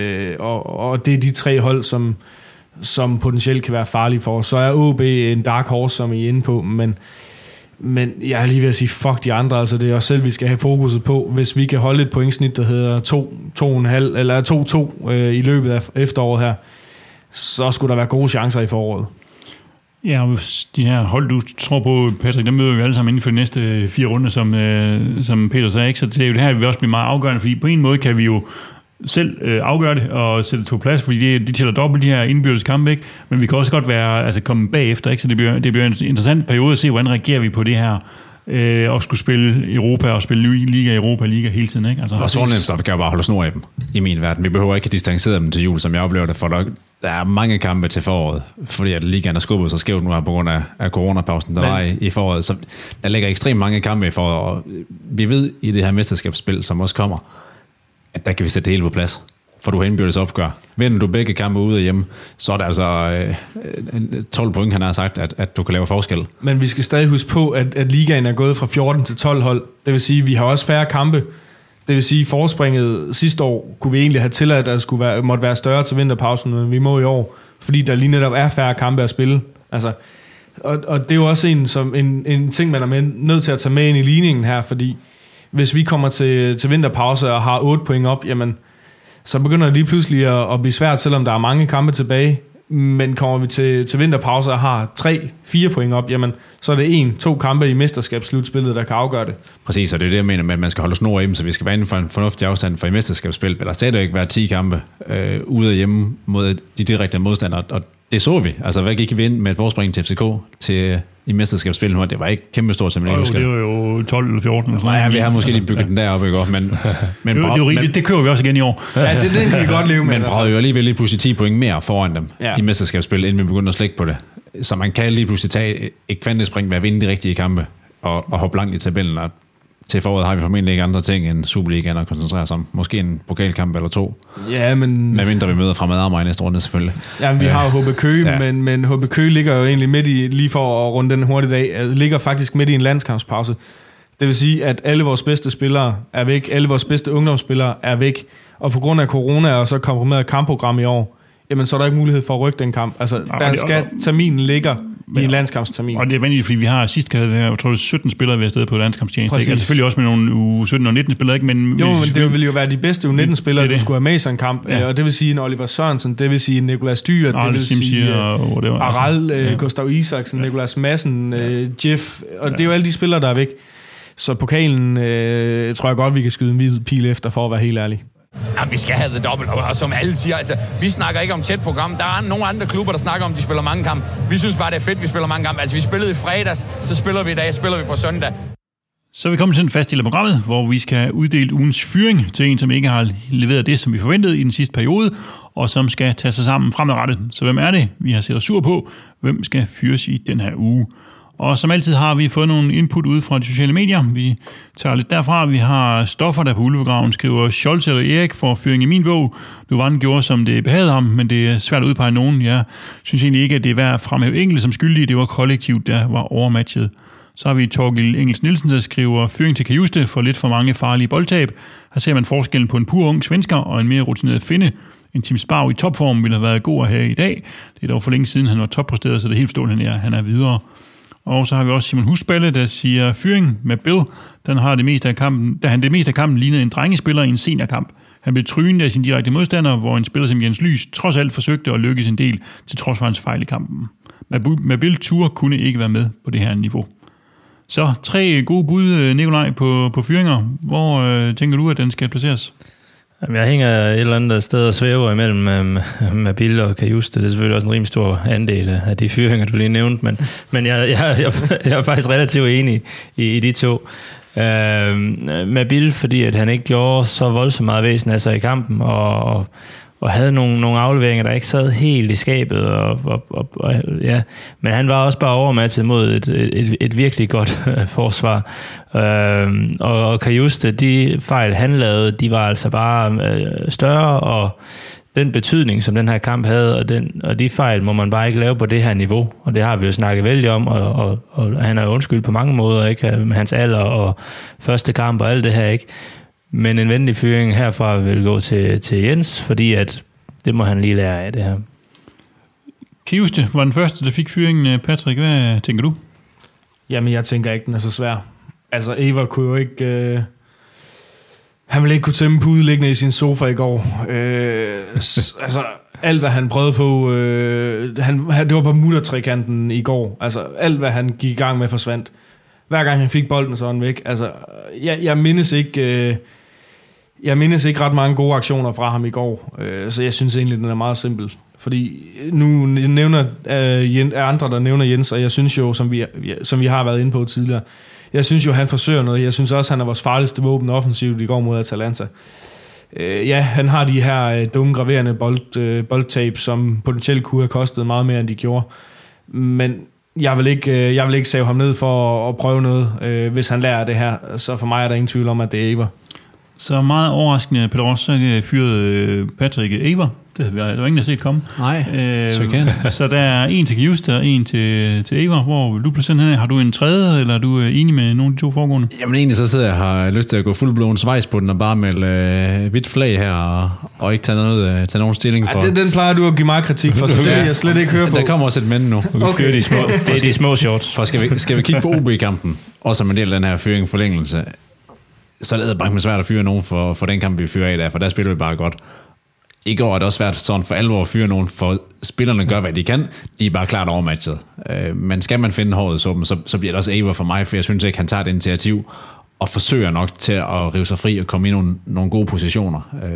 Og det er de 3 hold, som potentielt kan være farlige for os. Så er OB en dark horse, som I er inde på, men jeg er lige ved at sige, fuck de andre, altså det er os selv, vi skal have fokuset på. Hvis vi kan holde et pointsnit, der hedder 2,5 eller 2-2 i løbet af efteråret her, så skulle der være gode chancer i foråret. Ja, de her hold, du tror på, Patrick, der møder vi alle sammen inden for de næste 4 runder, som Peter sagde, ikke? Så det er jo det her, vi også bliver meget afgørende, fordi på en måde kan vi jo selv afgøre det og sætte det på plads, fordi de tæller dobbelt de her indbyrdes kampe, ikke? Men vi kan også godt være komme bagefter, ikke? Så det bliver en interessant periode at se, hvordan reagerer vi på det her og skulle spille Europa og spille Liga Europa Liga hele tiden, ikke? Altså, og så nemt, der kan jo bare holde snor af dem i min verden. Vi behøver ikke at distancere dem til jul, som jeg oplever det, for der er mange kampe til foråret, fordi at ligaen er skubbet så skævt nu her på grund af coronapausen, der var i foråret. Så der ligger ekstremt mange kampe i foråret, og vi ved i det her mesterskabsspil, som også kommer, at der kan vi sætte det hele på plads. for du har indbyrdes opgør. Vinder du begge kampe ude og hjemme, så er det altså 12 point, han har sagt, at du kan lave forskel. Men vi skal stadig huske på, at ligaen er gået fra 14 til 12 hold. Det vil sige, at vi har også færre kampe. Det vil sige, at forspringet sidste år kunne vi egentlig have tilladt, at det måtte være større til vinterpausen, men vi må i år, fordi der lige netop er færre kampe at spille. Altså, og det er jo også en ting, man er nødt til at tage med ind i ligningen her, fordi hvis vi kommer til vinterpause og har 8 point op, jamen, så begynder det lige pludselig at blive svært, selvom der er mange kampe tilbage. Men kommer vi til vinterpause og har 3-4 point op, jamen, så er det 1-2 kampe i mesterskabsslutspillet, der kan afgøre det. Præcis, og det er det, jeg mener med, at man skal holde snor i dem, så vi skal være inden for en fornuftig afstand for i mesterskabsspil. Men der stadig ikke være 10 kampe ude og hjemme mod de direkte modstandere, og det så vi. Altså, hvad gik vi ind med et forspring til FCK i mesterskabsspil nu? Det var ikke kæmpestort, som jeg husker. Det var jo 12 eller 14. Ja, vi har måske lige bygget den deroppe, ikke? Men det er jo rigtigt, det kører vi også igen i år. Ja, det kan vi godt leve med. Men bragede jo alligevel lige pludselig 10 point mere foran dem i mesterskabsspil, inden vi begyndte at slække på det. Så man kan lige pludselig tage et kvantespring ved at vinde de rigtige kampe og hoppe langt i tabellen. Og til foråret har vi formentlig ikke andre ting end Superligaen at koncentrere os om. Måske en pokalkamp eller 2. Ja, men... Med mindre vi møder Fremad Amager i næste runde, selvfølgelig. Ja, vi har jo HB Køge, men HB Køge ligger jo egentlig midt i, lige for at runde den hurtigt af, ligger faktisk midt i en landskampspause. Det vil sige, at alle vores bedste spillere er væk, alle vores bedste ungdomsspillere er væk, og på grund af corona og så komprimeret kampprogram i år, jamen så er der ikke mulighed for at rykke den kamp. Altså, der skal terminen ligger i en landskampstermin. Og det er vanvittigt, fordi vi har sidst kaldet jeg tror 17 spillere ved afsted på landskampstjeneste. Altså selvfølgelig også med nogle U17 og 19 spillere, ikke? Men det vil jo være de bedste U19 spillere, du skulle have med i sådan en kamp. Ja. Og det vil sige en Oliver Sørensen, det vil sige Nicolas Dyr, det vil sige Aral, Gustav Isaksen, Nicolas Madsen, Jeff, og det er jo alle de spillere, der er væk. Så pokalen tror jeg godt, vi kan skyde en hvid pil efter, for at være helt ærlig. Ja, vi skal have det dobbelt, og som alle siger, altså, vi snakker ikke om tæt program. Der er nogle andre klubber, der snakker om, de spiller mange kampe. Vi synes bare, det er fedt, vi spiller mange kampe. Altså, vi spillede i fredags, så spiller vi i dag, spiller vi på søndag. Så er vi kommet til en fast del af programmet, hvor vi skal uddele ugens fyring til en, som ikke har leveret det, som vi forventede i den sidste periode, og som skal tage sig sammen fremadrettet. Så hvem er det, vi har set os sur på? Hvem skal fyres i den her uge? Og som altid har vi fået nogle input ud fra de sociale medier. Vi tager lidt derfra. Vi har Stoffer, der på Ulvegraven skriver, Scholz eller Erik får fyring i min bog. Duvan gjorde, som det behagede ham, men det er svært at udpege nogen. Jeg synes egentlig ikke, at det er værd at fremhæve enkelte som skyldige. Det var kollektivt, der var overmatchet. Så har vi Torgild Engels Nielsen, der skriver, fyring til Kajuste for lidt for mange farlige boldtab. Her ser man forskellen på en pur ung svensker og en mere rutineret finde. En Tim Sparv i topform ville have været god at have i dag. Det er dog for længe siden, han var toppræsteret, så det er helt forståeligt, han er videre. Og så har vi også Simon Husballe, der siger, fyring med Bill, den har det meste af kampen, da han det meste af kampen lignede en drengespiller i en seniorkamp. Han blev trynet af sin direkte modstander, hvor en spiller som Jens Lys trods alt forsøgte at lykkes en del, til trods for hans fejl i kampen. Med Bill Tour kunne ikke være med på det her niveau. Så 3 gode bud, Nikolaj, på fyringer. Hvor tænker du, at den skal placeres? Jeg hænger et eller andet sted og svæver imellem Mabil og Kajuste. Det er selvfølgelig også en rimelig stor andel af de fyringer, du lige nævnte, men jeg er faktisk relativt enig i de to. Mabil, fordi at han ikke gjorde så voldsomt meget væsen af sig i kampen, og havde nogle afleveringer, der ikke sad helt i skabet. Ja. Men han var også bare overmatchet mod et virkelig godt forsvar. Og Kajuste, de fejl, han lavede, de var altså bare større, og den betydning, som den her kamp havde, og de fejl må man bare ikke lave på det her niveau. Og det har vi jo snakket vældig om, og han er jo undskyld på mange måder, ikke? Med hans alder og første kamp og alt det her, ikke? Men en venlig fyring herfra vil gå til Jens, fordi at det må han lige lære af det her. Kajuste var den første, der fik fyringen. Patrick, hvad tænker du? Jamen, jeg tænker ikke, den er så svær. Altså, Eva kunne jo ikke... Han ville ikke kunne tømme pudeliggende i sin sofa i går. Altså, alt hvad han prøvede på... det var på muttertrekanten i går. Altså, alt hvad han gik i gang med forsvandt. Hver gang han fik bolden, så var han væk. Altså, jeg mindes ikke... Jeg mindes ikke ret mange gode aktioner fra ham i går, så jeg synes egentlig, den er meget simpel. Fordi nu nævner andre, der nævner Jens, og jeg synes jo, som vi har været inde på tidligere, jeg synes jo, han forsøger noget. Jeg synes også, han er vores farligste våben offensivt i går mod Atalanta. Ja, han har de her dumme, graverende boldtab, som potentielt kunne have kostet meget mere, end de gjorde. Men jeg vil ikke save ham ned for at prøve noget, hvis han lærer det her. Så for mig er der ingen tvivl om, at det er Ever. Så meget overraskende, Peter Ross, så fyrede Patrick Aver. Det var ingen, der set komme. Nej, så der er en til Giuste og en til Aver. Hvor vil du placere den her? Har du en tredje, eller er du enig med nogle af de to foregående? Jamen egentlig så sidder jeg og har lyst til at gå fuldblåen svejs på den og bare melde hvidt flag her og ikke tage nogen stilling for. Den plejer du at give mig kritik for, så det vil jeg slet ikke høre på. Der kommer også et men nu. Okay. Det er de små shorts. For skal vi kigge på OB-kampen, og som en del af den her fyring-forlængelse, så er det bare svært at fyre nogen for den kamp, vi fyrer af der, for der spiller vi bare godt. I går er det også svært sådan for alvor at fyre nogen, for spillerne gør, hvad de kan. De er bare klart overmatchet. Men skal man finde håret i suppen, så bliver det også Aver for mig, for jeg synes ikke, han tager det initiativ og forsøger nok til at rive sig fri og komme i nogle gode positioner.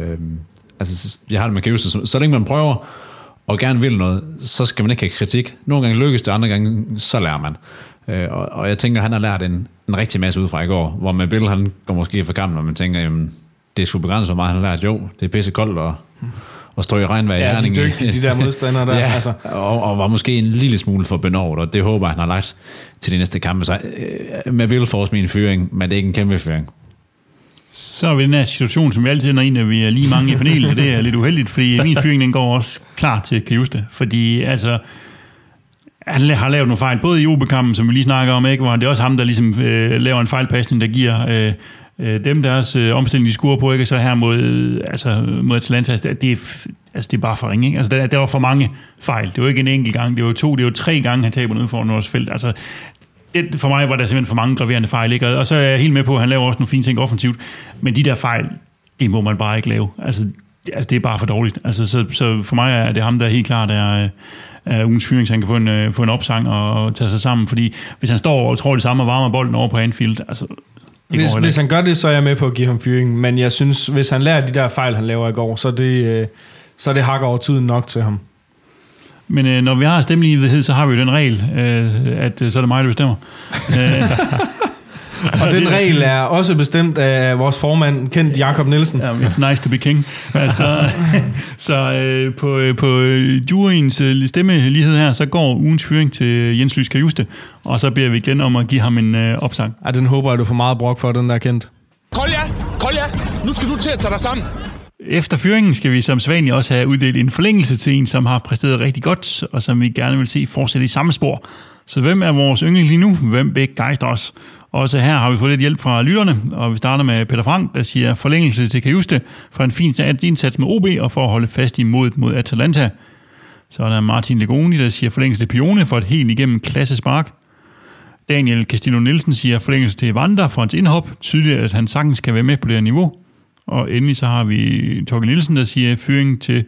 Jeg har det med Giuste. Så længe man prøver og gerne vil noget, så skal man ikke have kritik. Nogle gange lykkes det, andre gange så lærer man. Og jeg tænker, han har lært en rigtig masse ud fra i går, hvor med Bill, han går måske for kampen, og man tænker, jamen, det er sgu begrænset, hvor meget han har lært. Jo, det er pisse koldt og stå i regnvejr i Herning. Ja, de er dygtige, de der modstandere der. Ja, altså. og var måske en lille smule for benovet, og det håber han har lagt til de næste kampe. Så med Bill får min fyring, men det er ikke en kæmpe fyring. Så er vi i den her situation, som vi altid ender i, når vi er lige mange i panelet, og det er lidt uheldigt, fordi min fyring den går også klar til Giuste, fordi altså han har lavet nogle fejl, både i OB-kampen, som vi lige snakker om, ikke, hvor det er også ham, der ligesom laver en fejlpasning, der giver dem deres omstilling, de skuer på, ikke, så her mod Atalanta, det er bare for ringe, ikke? Altså der var for mange fejl. Det var ikke en enkelt gang, det var 2, det var 3 gange, han taber nede foran vores felt. Altså for mig var der simpelthen for mange graverende fejl, ikke? Og så er jeg helt med på, at han laver også nogle fine ting offensivt, men de der fejl, det må man bare ikke lave. Altså det er bare for dårligt. Altså så for mig er det ham, der helt klart er ugens fyring, så han kan få en opsang og tage sig sammen, fordi hvis han står og tror det samme og varmer bolden over på Anfield, altså hvis han gør det, så er jeg med på at give ham fyring, men jeg synes, hvis han lærer de der fejl, han laver i går, så er det hakker over tiden nok til ham. Men når vi har stemmelighed, så har vi jo den regel, at så er det mig, der bestemmer. Og den regel er også bestemt af vores formand, kendt Jakob Nielsen. It's nice to be king. Altså, så på juryens stemmelighed her, så går ugens fyring til Jens Lys Giuste, og så beder vi igen om at give ham en opsang. Ja, den håber jeg, du får meget brok for, den der kendt. Kolja, nu skal du til at tage dig sammen. Efter fyringen skal vi som sædvanligt også have uddelt en forlængelse til en, som har præsteret rigtig godt, og som vi gerne vil se fortsætte i samme spor. Så hvem er vores yndling lige nu? Hvem begejstrer os? Også her har vi fået lidt hjælp fra lytterne, og vi starter med Peter Frank, der siger forlængelse til Giuste for en fin indsats med OB og for at holde fast i modet mod Atalanta. Så er der Martin Legoni, der siger forlængelse til Pione for et helt igennem klassespark. Daniel Castillo Nielsen siger forlængelse til Wander for hans indhop. Tydeligt, at han sagtens kan være med på det her niveau. Og endelig så har vi Torge Nielsen, der siger forlængelse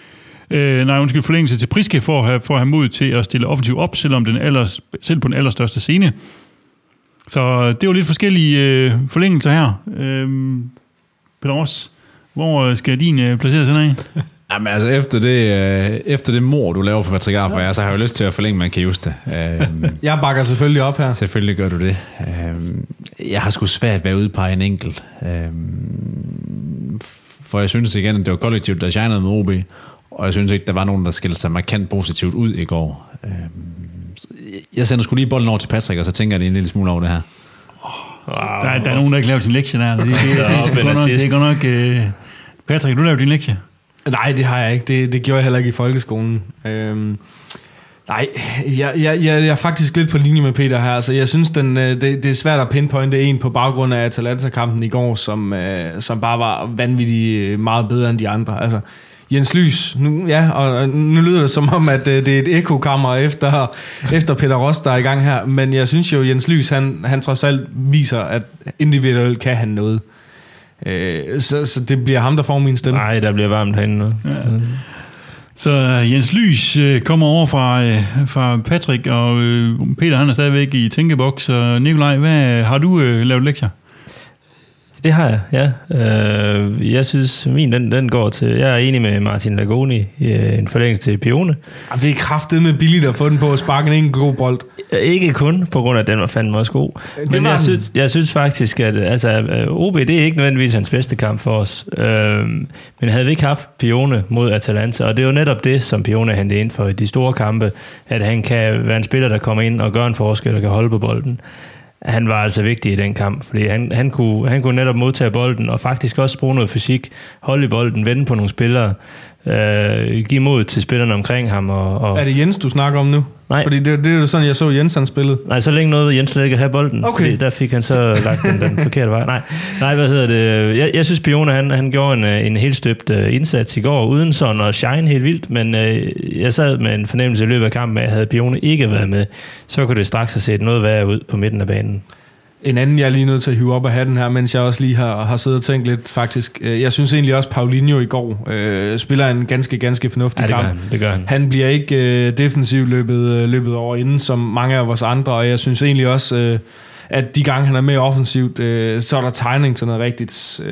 til Priske for at have mod til at stille offensivt op, selv på den allerstørste scene. Så det var lidt forskellige forlængelser her. Peter Ross, hvor skal din placeres hen af? Jamen altså, efter det mord, du laver på Patrick Aver, så har jeg jo lyst til at forlænge med Giuste. Jeg bakker selvfølgelig op her. Selvfølgelig gør du det. Jeg har sgu svært ved at udpege en enkelt. For jeg synes igen, at det var kollektivt, der shinede med OB, og jeg synes ikke, der var nogen, der skilte sig markant positivt ud i går. Jeg sender sgu lige bolden over til Patrick, og så tænker jeg det en lille smule over det her. Der er nogen, der ikke lavet sin lektie der. Det er godt nok... Patrick, du lavede din lektie? Nej, det har jeg ikke. Det gjorde jeg heller ikke i folkeskolen. Nej, jeg er faktisk lidt på linje med Peter her. Altså, jeg synes, det er svært at pinpointe en på baggrund af Atalanta-kampen i går, som bare var vanvittigt meget bedre end de andre. Altså, Jens Lys, nu lyder det som om, at det er et ekokammer efter Peter Ross, der er i gang her. Men jeg synes jo, Jens Lys, han trods alt viser, at individuelt kan han noget. Så det bliver ham, der får min stemme. Nej, der bliver varmt herinde. Ja. Så Jens Lys kommer over fra Patrick, og Peter han er stadigvæk i tænkeboks. Så Nikolaj, hvad har du lavet lektier? Det har jeg, ja. Jeg synes, den går til... Jeg er enig med Martin Legoni i en forlængelse til Pione. Jamen, det er kraftedeme billigt at få den på at sparke en god bold. Ikke kun på grund af, at den var fandme også god. Men jeg synes faktisk, at OB, det er ikke nødvendigvis hans bedste kamp for os. Men havde vi ikke haft Pione mod Atalanta, og det er jo netop det, som Pione hentede ind for de store kampe, at han kan være en spiller, der kommer ind og gør en forskel og kan holde på bolden. han var altså vigtig i den kamp, fordi han kunne netop modtage bolden, og faktisk også bruge noget fysik, holde i bolden, vende på nogle spillere, give mod til spillerne omkring ham. Og er det Jens, du snakker om nu? Nej. Fordi det er jo sådan, jeg så Jens han spillede. Nej, så længe noget ved Jens slet ikke at have bolden, fordi der fik han så lagt den forkerte vej. Nej, hvad hedder det? Jeg synes, Pione, han gjorde en helt støbt indsats i går, uden sådan at shine helt vildt, men jeg sad med en fornemmelse i løbet af kampen, at havde Pione ikke været med, så kunne det straks have set noget værre ud på midten af banen. En anden, jeg er lige nødt til at hive op af hatten her, mens jeg også lige har siddet og tænkt lidt, faktisk. Jeg synes egentlig også, Paulinho i går spiller en ganske fornuftig kamp. Det gør han. Han bliver ikke defensivt løbet over inden, som mange af vores andre, og jeg synes egentlig også, at de gange, han er med offensivt, så er der tegning til noget rigtigt.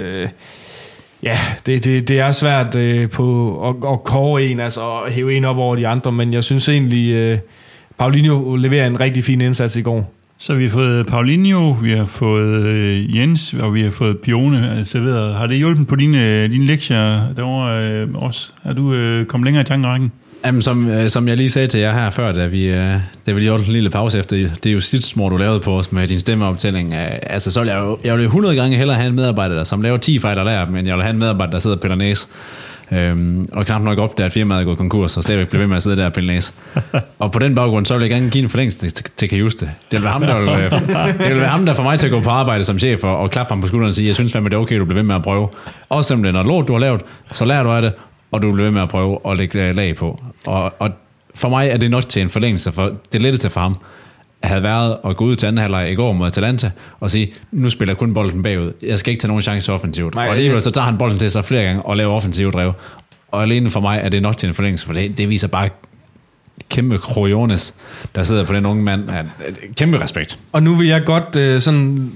Det er svært at kåre en, altså at hæve en op over de andre, men jeg synes egentlig, Paulinho leverer en rigtig fin indsats i går. Så vi har fået Paulinho, vi har fået Jens, og vi har fået Pione serveret. Har det hjulpet på dine lektier derovre også? Er du kommet længere i tankerækken? Jamen, som jeg lige sagde til jer her før, da vi lige holdt en lille pause efter det justitsmord, du lavede på os med din stemmeoptælling, altså så jeg vil 100 gange hellere have en medarbejder, der som laver 10 fejl og lærer, men jeg vil have en medarbejder, der sidder og piller næse. Og knap nok op, at firmaet er gået konkurs, og stadigvæk bliver ved med at sidde der og pille næse. Og på den baggrund, så vil jeg gerne give en forlængelse til Kajuste. Det vil være ham, der får mig til at gå på arbejde som chef og klappe ham på skulderen og sige, jeg synes fandme, det er okay, du bliver ved med at prøve. Også selvom det er noget lort, du har lavet, så lærer du af det, og du bliver ved med at prøve at lægge lag på. Og for mig er det nok til en forlængelse, for det letteste for ham havde været at gå ud til anden halvleg i går mod Atalanta og sige, nu spiller jeg kun bolden bagud. Jeg skal ikke tage nogen chance offensivt. Og alligevel så tager han bolden til sig flere gange og laver offensivt drev. Og alene for mig er det nok til en forlængelse, for det viser bare kæmpe krojones, der sidder på den unge mand. Kæmpe respekt. Og nu vil jeg godt sådan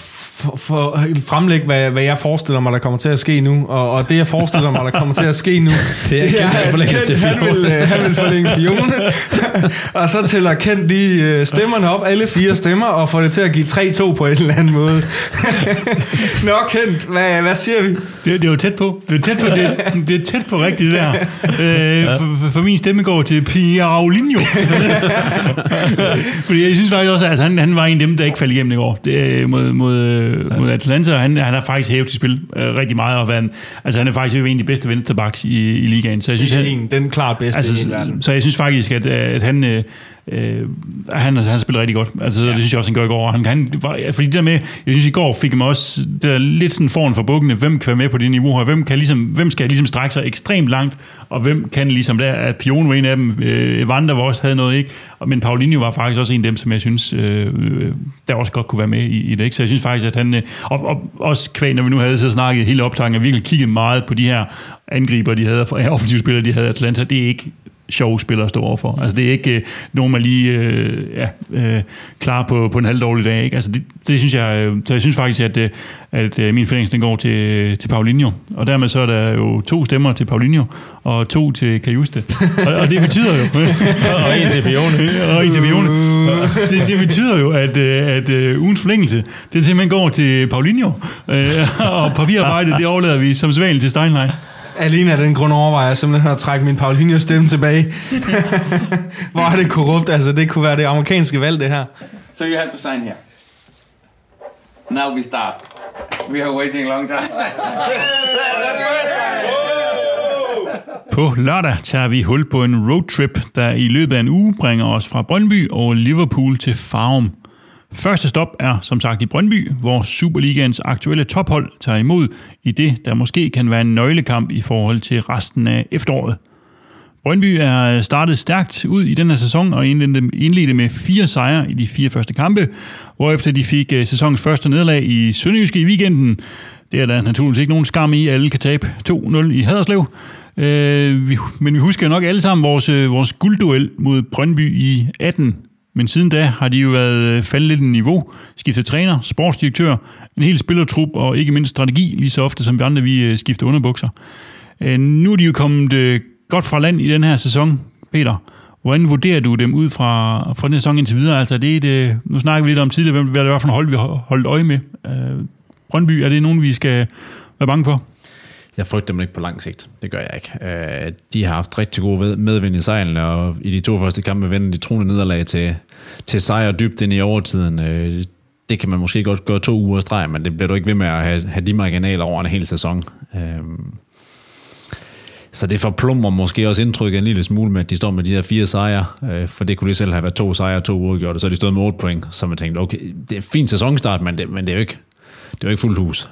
fremlægge, hvad jeg forestiller mig, der kommer til at ske nu. Og det, jeg forestiller mig, der kommer til at ske nu, det er at han vil forlænge Pione. Og så tæller Kent de stemmerne op, alle 4 stemmer, og får det til at give 3-2 på en eller anden måde. Nå, Kent, hvad siger vi? Det er jo tæt på. Det er tæt på rigtigt der. For min stemme går til Paulinho. Fordi jeg synes faktisk også, at han var en af dem, der ikke faldt igennem i år. Mod Atalanta, og han har faktisk hævet til spil rigtig meget, og han er faktisk en af de bedste venstrebacks i ligaen. Så jeg synes, den klart bedste i verden. Så jeg synes faktisk, at han spiller rigtig godt. Altså, det synes jeg også, han gør i går. Fordi det der med, jeg synes i går fik man også lidt sådan foran for bukkene, hvem kan være med på det niveau her, hvem skal ligesom strække sig ekstremt langt, og hvem kan ligesom der, at Pione var en af dem, Evander var også havde noget, ikke? Men Paulinho var faktisk også en af dem, som jeg synes, der også godt kunne være med i det, ikke? Så jeg synes faktisk, at han, og også kvæg, når vi nu havde så snakket hele optagen, og virkelig kigget meget på de her angriber, de havde, offensive spillere, de havde Atalanta, det er ikke sjove spillere at stå overfor. Altså, det er ikke nogen, man lige klar på en halvdårlig dag, ikke? Altså, det synes jeg, så jeg synes faktisk, at min forlængelse den går til Paulinho. Og dermed så er der jo 2 stemmer til Paulinho, og 2 til Kajuste. Og det betyder jo... og 1 til Pione. Det betyder jo, at ugens forlængelse, det simpelthen går til Paulinho. Og papirarbejdet, det overlader vi som sædvanligt til Steinlein. Alene af den grund overvejer jeg simpelthen at trække min Paulinho-stemme tilbage. Hvor er det korrupt? Altså, det kunne være det amerikanske valg, det her. So you have to sign here. Now we start. We are waiting a long time. På lørdag tager vi hul på en roadtrip, der i løbet af en uge bringer os fra Brøndby og Liverpool til Farum. Første stop er som sagt i Brøndby, hvor Superligaens aktuelle tophold tager imod i det, der måske kan være en nøglekamp i forhold til resten af efteråret. Brøndby er startet stærkt ud i den her sæson og indledte med 4 sejre i de 4 første kampe, hvorefter de fik sæsonens første nederlag i Sønderjyske i weekenden. Det er der naturligvis ikke nogen skam i, alle kan tabe 2-0 i Haderslev. Men vi husker nok alle sammen vores guldduel mod Brøndby i 18. Men siden da har de jo været faldet lidt i niveau, skiftet træner, sportsdirektør, en hel spillertrup og ikke mindst strategi, lige så ofte som vi andre vi skifter underbukser. Nu er de jo kommet godt fra land i den her sæson, Peter. Hvordan vurderer du dem ud fra den sæson indtil videre? Altså, nu snakker vi lidt om tidligere, hvad det var for en hold, vi har holdt øje med. Brøndby, er det nogen, vi skal være bange for? Jeg frygter dem ikke på lang sigt. Det gør jeg ikke. De har haft rigtig gode medvind i sejlen, og i de 2 første kampe vender de truende nederlag til sejr dybt ind i overtiden. det kan man måske godt gøre 2 uger streg, men det bliver du ikke ved med at have de marginaler over en hel sæson. Så det forplummer måske også indtrykket en lille smule med, at de står med de her 4 sejre, for det kunne de selv have været 2 sejre og 2 uafgjorte, og så er de stået med 8 point, så man tænkte, okay, det er en fin sæsonstart, men det er jo ikke fuldt hus.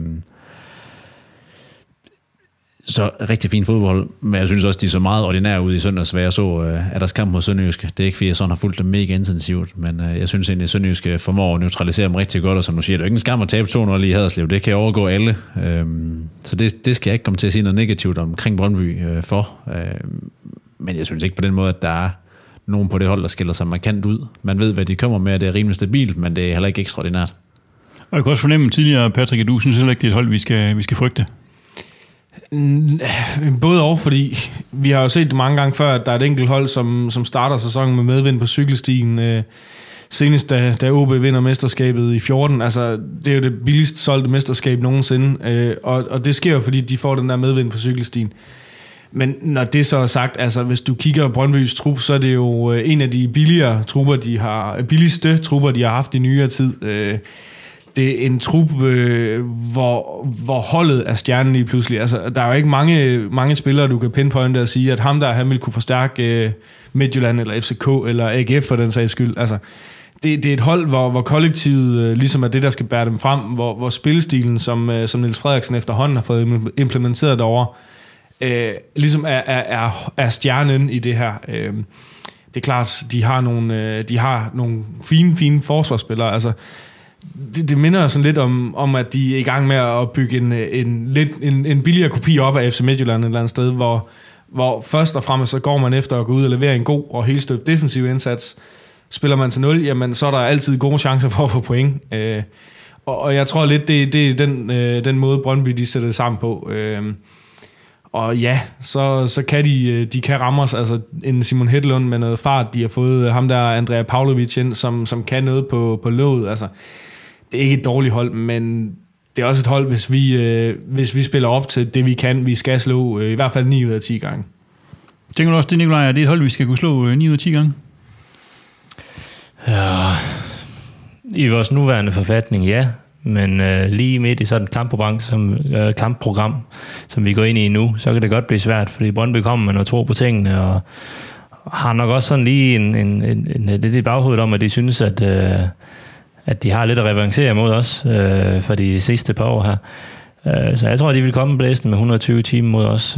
Så rigtig fin fodbold, men jeg synes også, de er så meget ordinære ud i søndags, hvad jeg så af deres kamp mod Sønderjyske. Det er ikke, fordi jeg sådan har fulgt dem mega intensivt, men jeg synes egentlig, at Sønderjyske formår at neutralisere dem rigtig godt, og som du siger, det er jo ikke en skam at tabe 2-0 i Haderslev, det kan overgå alle. Så det skal jeg ikke komme til at sige noget negativt omkring Brøndby for. Men jeg synes ikke på den måde, at der er nogen på det hold, der skiller sig markant ud. Man ved, hvad de kommer med, og det er rimelig stabilt, men det er heller ikke ekstraordinært. Og jeg kan også fornemme tidligere, Patrick, at du synes heller ikke, det er et hold, vi skal frygte. Både og, fordi vi har jo set det mange gange før, at der er et enkelt hold, som starter sæsonen med medvind på cykelstien. Senest da OB vinder mesterskabet i 14. Altså, det er jo det billigst solgte mesterskab nogensinde. Og det sker jo, fordi de får den der medvind på cykelstien. Men når det så er sagt, altså hvis du kigger på Brøndbys trup, så er det jo en af de billigste trupper, de har haft i nyere tid. Det er en trup, hvor holdet er stjernen lige pludselig. Altså, der er jo ikke mange spillere, du kan pinpointe og sige, at han vil kunne forstærke Midtjylland eller FCK eller AGF for den sags skyld. Altså, det er et hold, hvor kollektivet ligesom er det, der skal bære dem frem, hvor spillestilen, som Niels Frederiksen efterhånden har fået implementeret derovre, ligesom er stjernen i det her. Det er klart, de har nogle fine forsvarsspillere. Altså, det minder sådan lidt om, at de er i gang med at bygge en billigere kopi op af FC Midtjylland et eller andet sted, hvor først og fremmest så går man efter at gå ud og levere en god og helt støbt defensiv indsats. Spiller man til 0, jamen så er der altid gode chancer for at få point. Og jeg tror lidt, det er den måde, Brøndby de sætter det sammen på. Og ja, så kan de kan ramme os, altså en Simon Hedlund med noget fart, de har fået ham der Andrea Pavlovic ind, som kan noget på låget. Altså, det er ikke et dårligt hold, men det er også et hold, hvis vi spiller op til det, vi skal slå i hvert fald 9 ud af 10 gange. Tænker du også det, Nikolaj, er det et hold, vi skal kunne slå 9 ud af 10 gange? Ja, i vores nuværende forfatning, ja. Men lige midt i sådan et kampprogram, som vi går ind i nu, så kan det godt blive svært, fordi Brøndby kommer med noget tro på tingene, og har nok også sådan lige det i baghovedet om, at de synes, at de har lidt at revancere mod os for de sidste par år her. Så jeg tror, at de vil komme blæsende med 120 timer mod os.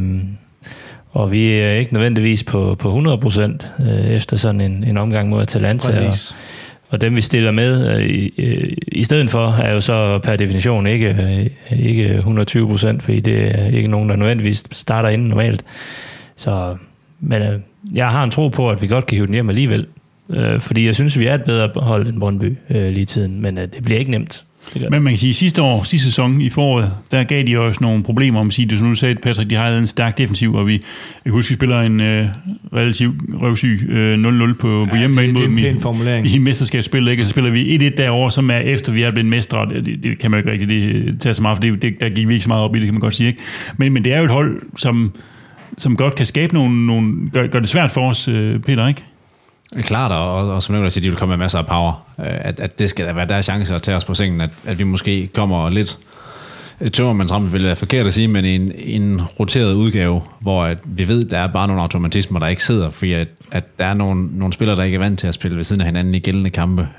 Og vi er ikke nødvendigvis på 100% efter sådan en omgang mod Atalanta. Præcis. Og dem, vi stiller med i stedet for, er jo så per definition ikke 120%, fordi det er ikke nogen, der nødvendigvis starter inden normalt. Så, men jeg har en tro på, at vi godt kan hive den hjem alligevel, fordi jeg synes, vi er et bedre hold end Brøndby lige i tiden, men det bliver ikke nemt. Men man kan sige, sidste sæson i foråret, der gav de også nogle problemer om at sige, som du sagde, Patrick, de har en stærk defensiv, og jeg kan huske, vi spiller en relativt røvsyg 0-0 på hjemmebane mod dem i mesterskabsspillet, ikke? Og så spiller vi 1-1 derovre, som er efter vi er blevet mestre, og det kan man jo ikke rigtig tage så meget, for der gik vi ikke så meget op i det, kan man godt sige, ikke? Men det er jo et hold, som godt kan skabe gør det svært for os, Peter, ikke? Klart, og som jeg siger, de vil komme med masser af power. At det skal da være deres chance at tage os på sengen, at vi måske kommer lidt tømmermandsramt, vil være forkert at sige, men en roteret udgave, hvor at vi ved, der er bare nogle automatismer, der ikke sidder, fordi at der er nogle spillere, der ikke er vant til at spille ved siden af hinanden i gældende kampe.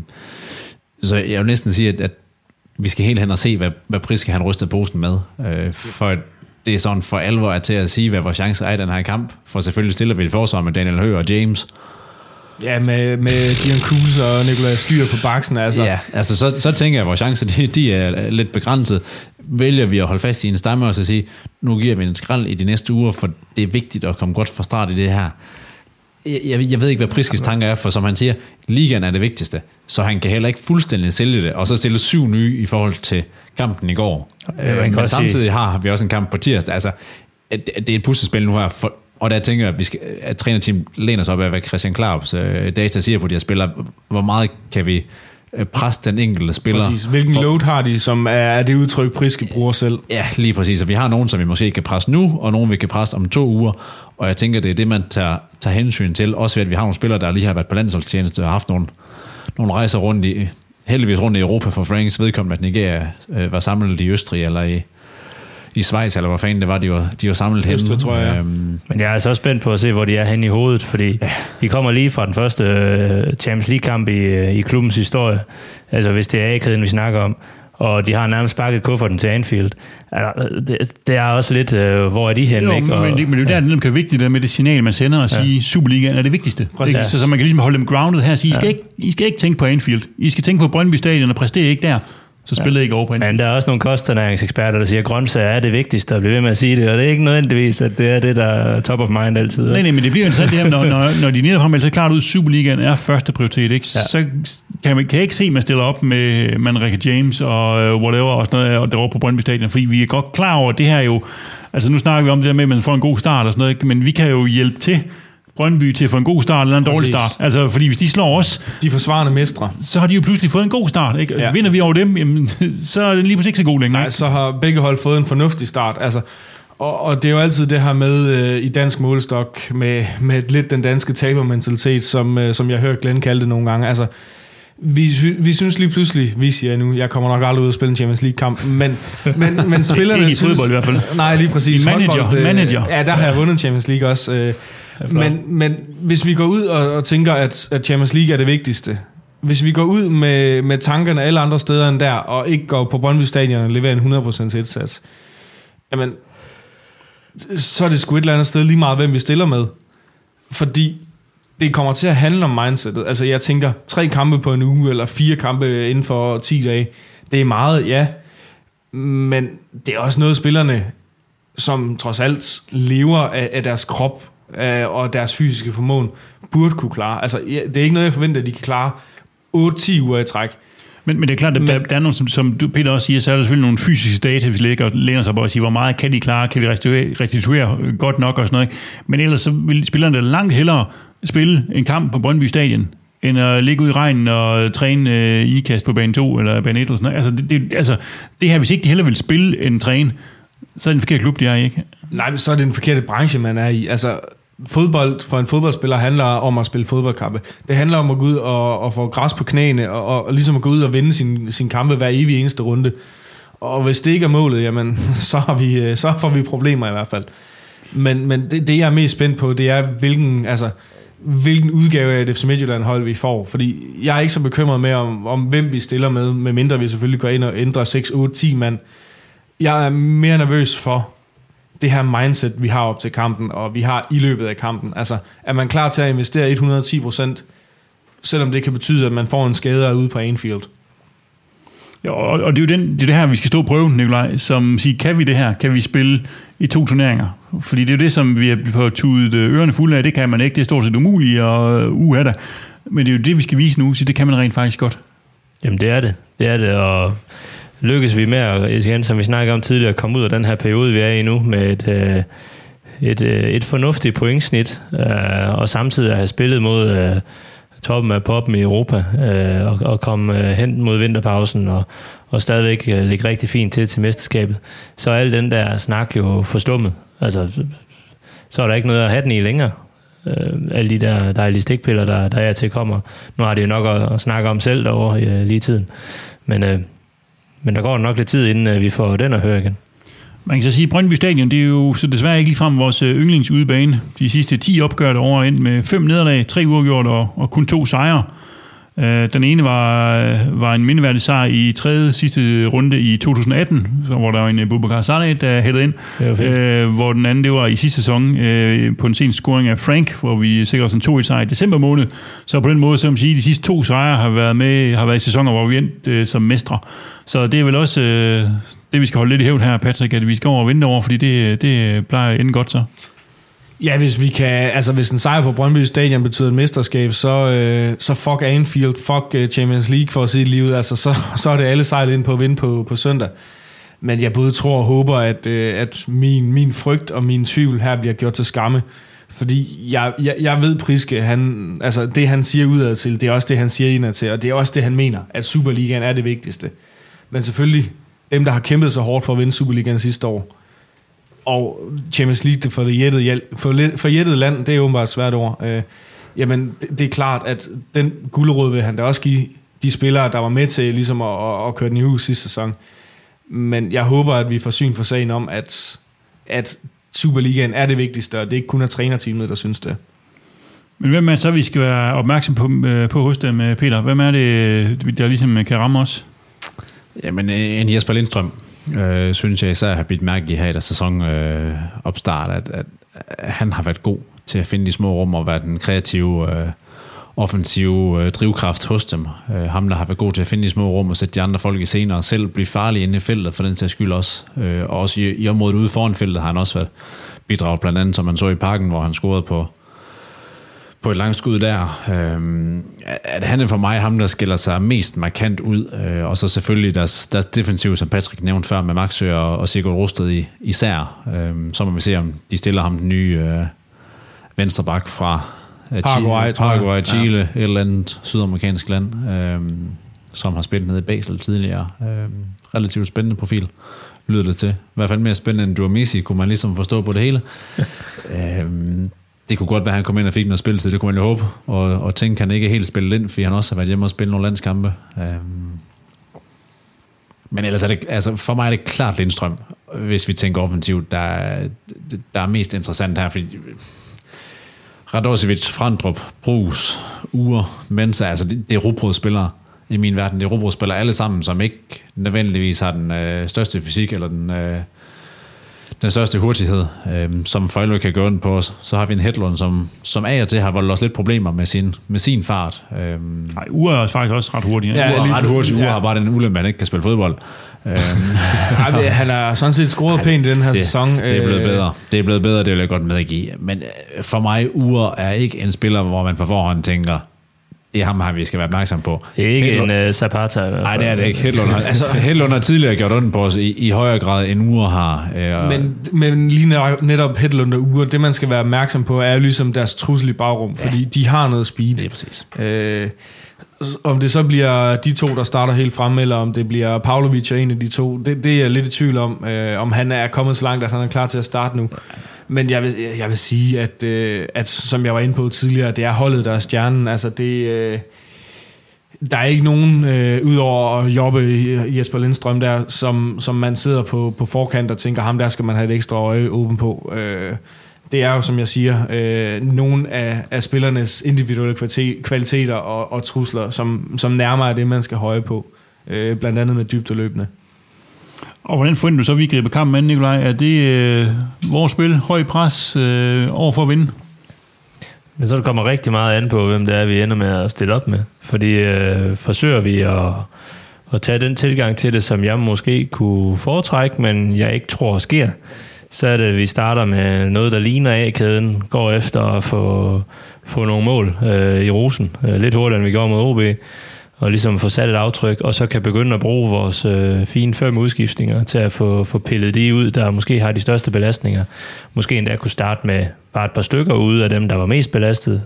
Så jeg vil næsten sige, at vi skal helt hen og se, hvad Priske han rystede posen med, for det er sådan for alvor at til at sige, hvad vores chancer er i den her kamp, for selvfølgelig stiller vi et forsvar med Daniel Høgh og James. Ja, med Dion Kuhls og Nikolaj Skyer på baksen. Altså. Ja, altså så tænker jeg, at vores chancer de er lidt begrænset. Vælger vi at holde fast i en stamme og så sige, nu giver vi en skrald i de næste uger, for det er vigtigt at komme godt fra start i det her. Jeg ved ikke, hvad Priskes tanker er, for som han siger, ligaen er det vigtigste, så han kan heller ikke fuldstændig sælge det, og så stille 7 nye i forhold til kampen i går. Men samtidig har vi også en kamp på tirsdag. Altså, det er et puslespil nu her, og der tænker jeg, at trænerteamet læner sig op af, hvad Christian Klarups data siger på de her spillere. Hvor meget kan vi presse den enkelte spiller? Præcis. Hvilken load har de, som er det udtryk, Priske bruger selv? Ja, lige præcis. Og vi har nogen, som vi måske kan presse nu, og nogen, vi kan presse om 2 uger. Og jeg tænker, det er det, man tager hensyn til. Også ved, at vi har nogle spillere, der lige har været på landsholdstjeneste og har haft nogle rejser rundt heldigvis rundt i Europa for Franks vedkommende, at Nigeria var samlet i Østrig eller i Schweiz, eller hvor fanden det var, de var samlet henne. Østrig, tror jeg. Men jeg er så spændt på at se, hvor de er henne i hovedet, fordi de kommer lige fra den første Champions League-kamp i klubbens historie. Altså hvis det er A-kæden, vi snakker om. Og de har nærmest sparket kufferten til Anfield. Altså, det er også lidt, hvor er de henne? Jo, men det er jo der, det er vigtigt der med det signal, man sender og sige, Superligaen er det vigtigste. Så man kan ligesom holde dem grounded her og sige, I skal ikke tænke på Anfield. I skal tænke på Brøndby Stadion og præstere ikke der. Så spiller ikke over på Anfield. Men der er også nogle kosternæringseksperter, der siger, at grøntsager er det vigtigste, og bliver ved med at sige det, og det er ikke nødvendigvis, at det er det, der er top of mind altid. Nej, men det bliver jo interessant det her, når de nede har meldt så klart ud, Superligaen er første prioritet, ikke? Ja. Så kan jeg ikke se, at man stiller op med Manrique James og whatever, og sådan noget, og derovre på Brøndby Stadion, fordi vi er godt klar over, at det her jo, altså nu snakker vi om det der med, at man får en god start og sådan noget, men vi kan jo hjælpe til Brøndby til at få en god start eller en dårlig start. Altså, fordi hvis de slår os... De forsvarende mestre. Så har de jo pludselig fået en god start, ikke? Ja. Vinder vi over dem, jamen, så er det lige pludselig ikke så god længere. Nej, så har begge hold fået en fornuftig start. Altså, og det er jo altid det her med i dansk målestok, med lidt den danske tabermentalitet, som jeg hørte Glenn kalde det nogle gange. Altså, vi synes lige pludselig, vi siger nu, jeg kommer nok aldrig ud og spille en Champions League-kamp, men spillerne synes... Ikke i fodbold i hvert fald. Nej, lige præcis. Manager. Ja, der har jeg vundet Champions League også. Men hvis vi går ud og tænker, at Champions League er det vigtigste, hvis vi går ud med tankerne alle andre steder end der, og ikke går på Brøndby Stadion og leverer en 100% indsats, jamen, så er det sgu et eller andet sted lige meget, hvem vi stiller med. Fordi det kommer til at handle om mindsetet. Altså, jeg tænker, 3 kampe på en uge, eller 4 kampe inden for 10 dage, det er meget, ja. Men det er også noget, spillerne, som trods alt lever af deres krop, og deres fysiske formåen, burde kunne klare. Altså, det er ikke noget, jeg forventer, at de kan klare 8-10 uger i træk. Men det er klart, at der er nogle, som Peter også siger, så er der selvfølgelig nogle fysiske data, hvis vi læner sig på og siger, hvor meget kan de klare, kan vi restituere godt nok og sådan noget. Men ellers så vil spillerne langt hellere spille en kamp på Brøndby Stadion, end at ligge ud i regnen og træne ikast på bane 2 eller bane 1 eller sådan noget. Altså, det her, hvis ikke de hellere vil spille end træne, så er det en forkert klub, de er i, ikke? Nej, men så er det en forkert branche, man er i. Altså, fodbold for en fodboldspiller handler om at spille fodboldkampe. Det handler om at gå ud og få græs på knæene, og ligesom at gå ud og vinde sin kampe hver evig eneste runde. Og hvis det ikke er målet, jamen, så får vi problemer i hvert fald. Men det jeg er mest spændt på, det er, hvilken udgave af det FC Midtjylland hold vi får. Fordi jeg er ikke så bekymret med, om hvem vi stiller med mindre vi selvfølgelig går ind og ændrer 6, 8, 10 mand. Jeg er mere nervøs for det her mindset, vi har op til kampen, og vi har i løbet af kampen. Altså, er man klar til at investere 110%, selvom det kan betyde, at man får en skade ude på Anfield? Ja, og det er jo det her, vi skal stå og prøve, Nikolaj, som siger, kan vi det her? Kan vi spille i 2 turneringer? Fordi det er jo det, som vi har fået tudet ørerne fulde af. Det kan man ikke. Det er stort set umuligt og uha. Men det er jo det, vi skal vise nu, så det kan man rent faktisk godt. Jamen, det er det. Det er det, og lykkes vi med at, igen, som vi snakkede om tidligere, at komme ud af den her periode, vi er i nu, med et fornuftigt pointsnit, og samtidig at have spillet mod toppen af poppen i Europa, og komme hen mod vinterpausen, og stadigvæk ligge rigtig fint til mesterskabet, så er al den der snak jo forstummet. Altså, så er der ikke noget at have den i længere. Alle de der dejlige stikpiller, der er til kommer. Nu har de jo nok at snakke om selv derovre lige tiden. Men der går nok lidt tid, inden vi får den at høre igen. Man kan så sige, at Brøndby Stadion, det er jo så desværre ikke ligefrem vores yndlingsudebane. De sidste 10 opgør derovre ind med 5 nederlag, 3 uafgjort og kun 2 sejre. Den ene var en mindeværdig sejr i 3. sidste runde i 2018, hvor der var en Boubacar Saleh, der hættede ind. Hvor den anden, det var i sidste sæson på en sen scoring af Frank, hvor vi sikrede os en 2-1-sejr i december måned. Så på den måde, så man sige, de sidste 2 sejre har været i sæsoner, hvor vi endte som mestre. Så det er vel også det, vi skal holde lidt i hævd her, Patrick, at vi skal over og vinde over, fordi det plejer at ende godt så. Ja, hvis en sejr på Brøndby Stadion betyder et mesterskab, så fuck Anfield, fuck Champions League for at sige livet. Altså, så er det alle sejlet ind på at vinde på søndag. Men jeg både tror og håber, at min frygt og min tvivl her bliver gjort til skamme. Fordi jeg ved Priske, det han siger udad til, det er også det, han siger indad til, og det er også det, han mener, at Superligaen er det vigtigste. Men selvfølgelig, dem, der har kæmpet så hårdt for at vinde Superligaen sidste år, og Champions League for jættet land, det er åbenbart et svært ord. Jamen, det er klart, at den gulerod vil han da også give de spillere, der var med til ligesom at køre den i hus sidste sæson. Men jeg håber, at vi får syn for sagen om, at Superligaen er det vigtigste, og det ikke kun er trænerteamet, der synes det. Men hvem er så, vi skal være opmærksom på hos dem, Peter? Hvem er det, der ligesom kan ramme os? Jamen, en Jesper Lindstrøm, synes jeg især har bidt mærke i her i sæson opstart, at han har været god til at finde de små rum og være den kreative, offensive drivkraft hos dem. Ham, der har været god til at finde de små rum og sætte de andre folk i scenen og selv blive farlig inde i feltet, for den sags skyld også. Og også i området ude foran feltet har han også været bidraget, blandt andet, som man så i Parken, hvor han scorede på et langt skud der. At han er for mig ham, der skiller sig mest markant ud. Og så selvfølgelig deres defensiv, som Patrick nævnte før, med Maxø og Sigurd Rosted især. Så må vi se, om de stiller ham den nye venstreback fra Paraguay, Chile, et eller andet sydamerikansk land, som har spillet nede i Basel tidligere. Relativt spændende profil, lyder det til. I hvert fald mere spændende end Duamisi, kunne man ligesom forstå på det hele. Det kunne godt være, at han kom ind og fik noget spilletid, det kunne man jo håbe, og tænke, han ikke helt spille ind, fordi han også har været hjemme og spille nogle landskampe. Men ellers er det, altså for mig er det klart Lindstrøm, hvis vi tænker offensivt, der er mest interessant her, fordi Radosevic, Frandrup, Brugs, Ure, Mensa, altså det er rugbrødsspillere i min verden. Det er rugbrødsspillere alle sammen, som ikke nødvendigvis har den største fysik eller den største hurtighed, som Føjlø kan gøre den på os. Så har vi en Hedlund, som af og til har voldt os lidt problemer med sin fart. Nej, Ure er faktisk også ret hurtig. Ja, Ure er ret hurtig. Ure har bare den ulempe, han ikke kan spille fodbold. Han har sådan set scoret pænt i den her sæson. Det er blevet bedre. Det er blevet bedre, det vil jeg godt medgive. Men for mig, Ure er ikke en spiller, hvor man på forhånd tænker, det er ham her, vi skal være opmærksom på. Ikke en Zapata. Nej, det er det ikke. Hedlund har tidligere gjort ondt på os i højere grad, end Ure har. Men lige netop Hedlund og Ure, det man skal være opmærksom på, er jo ligesom deres trussel i bagrum, fordi de har noget speed. Det er præcis. Om det så bliver de to, der starter helt fremme, eller om det bliver Pavlovic og en af de to, det er jeg lidt i tvivl om han er kommet så langt, at han er klar til at starte nu. Men jeg vil sige, at som jeg var inde på tidligere, det er holdet, der er stjernen. Altså der er ikke nogen, udover at jobbe Jesper Lindstrøm der, som man sidder på forkant og tænker, ham der skal man have et ekstra øje åben på. Det er jo, som jeg siger, nogle af spillernes individuelle kvaliteter og trusler, som nærmere er det, man skal høje på. Blandt andet med dybdeløbende. Og hvordan forventer du så, at vi griber kampen an, Nikolaj? Er det vores spil, høj pres over for at vinde? Men så det kommer rigtig meget an på, hvem det er, vi ender med at stille op med. Fordi forsøger vi at tage den tilgang til det, som jeg måske kunne foretrække, men jeg ikke tror sker, så er det, at vi starter med noget, der ligner A-kæden, går efter at få nogle mål i Rosen, lidt hurtigere, end vi gjorde mod OB, og ligesom få sat et aftryk, og så kan begynde at bruge vores fine 5 udskiftninger til at få pillet de ud, der måske har de største belastninger. Måske endda kunne starte med bare et par stykker ude af dem, der var mest belastet.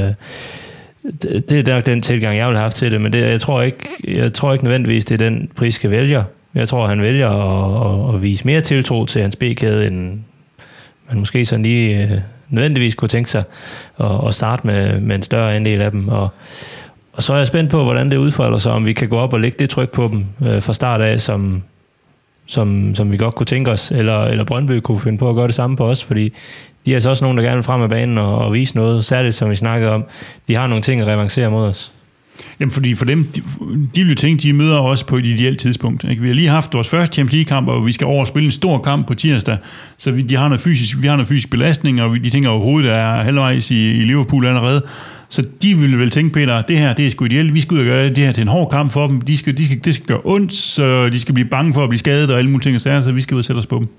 Det er nok den tilgang, jeg vil have haft til det, men jeg tror ikke nødvendigvis, det er den Priske vælger. Jeg tror, han vælger at vise mere tiltro til hans B-kæde, end man måske sådan lige nødvendigvis kunne tænke sig at starte med en større andel af dem. Og så er jeg spændt på, hvordan det udfolder sig, om vi kan gå op og lægge det tryk på dem fra start af, som vi godt kunne tænke os, eller Brøndby kunne finde på at gøre det samme på os, fordi de er altså også nogen, der gerne vil frem af banen og vise noget, særligt som vi snakkede om. De har nogle ting at revancere mod os. Jamen, fordi for dem, de vil tænke, de møder os på et ideelt tidspunkt. Ikke? Vi har lige haft vores første Champions League-kamp, og vi skal over og spille en stor kamp på tirsdag, så vi har noget fysisk belastning, og de tænker overhovedet, der er halvvejs i Liverpool allerede. Så de vil vel tænke, Peter, det her det er sgu ideelt, vi skal ud og gøre det her til en hård kamp for dem, det skal gøre ondt, så de skal blive bange for at blive skadet og alle mulige ting, så vi skal ud og sætte os på dem.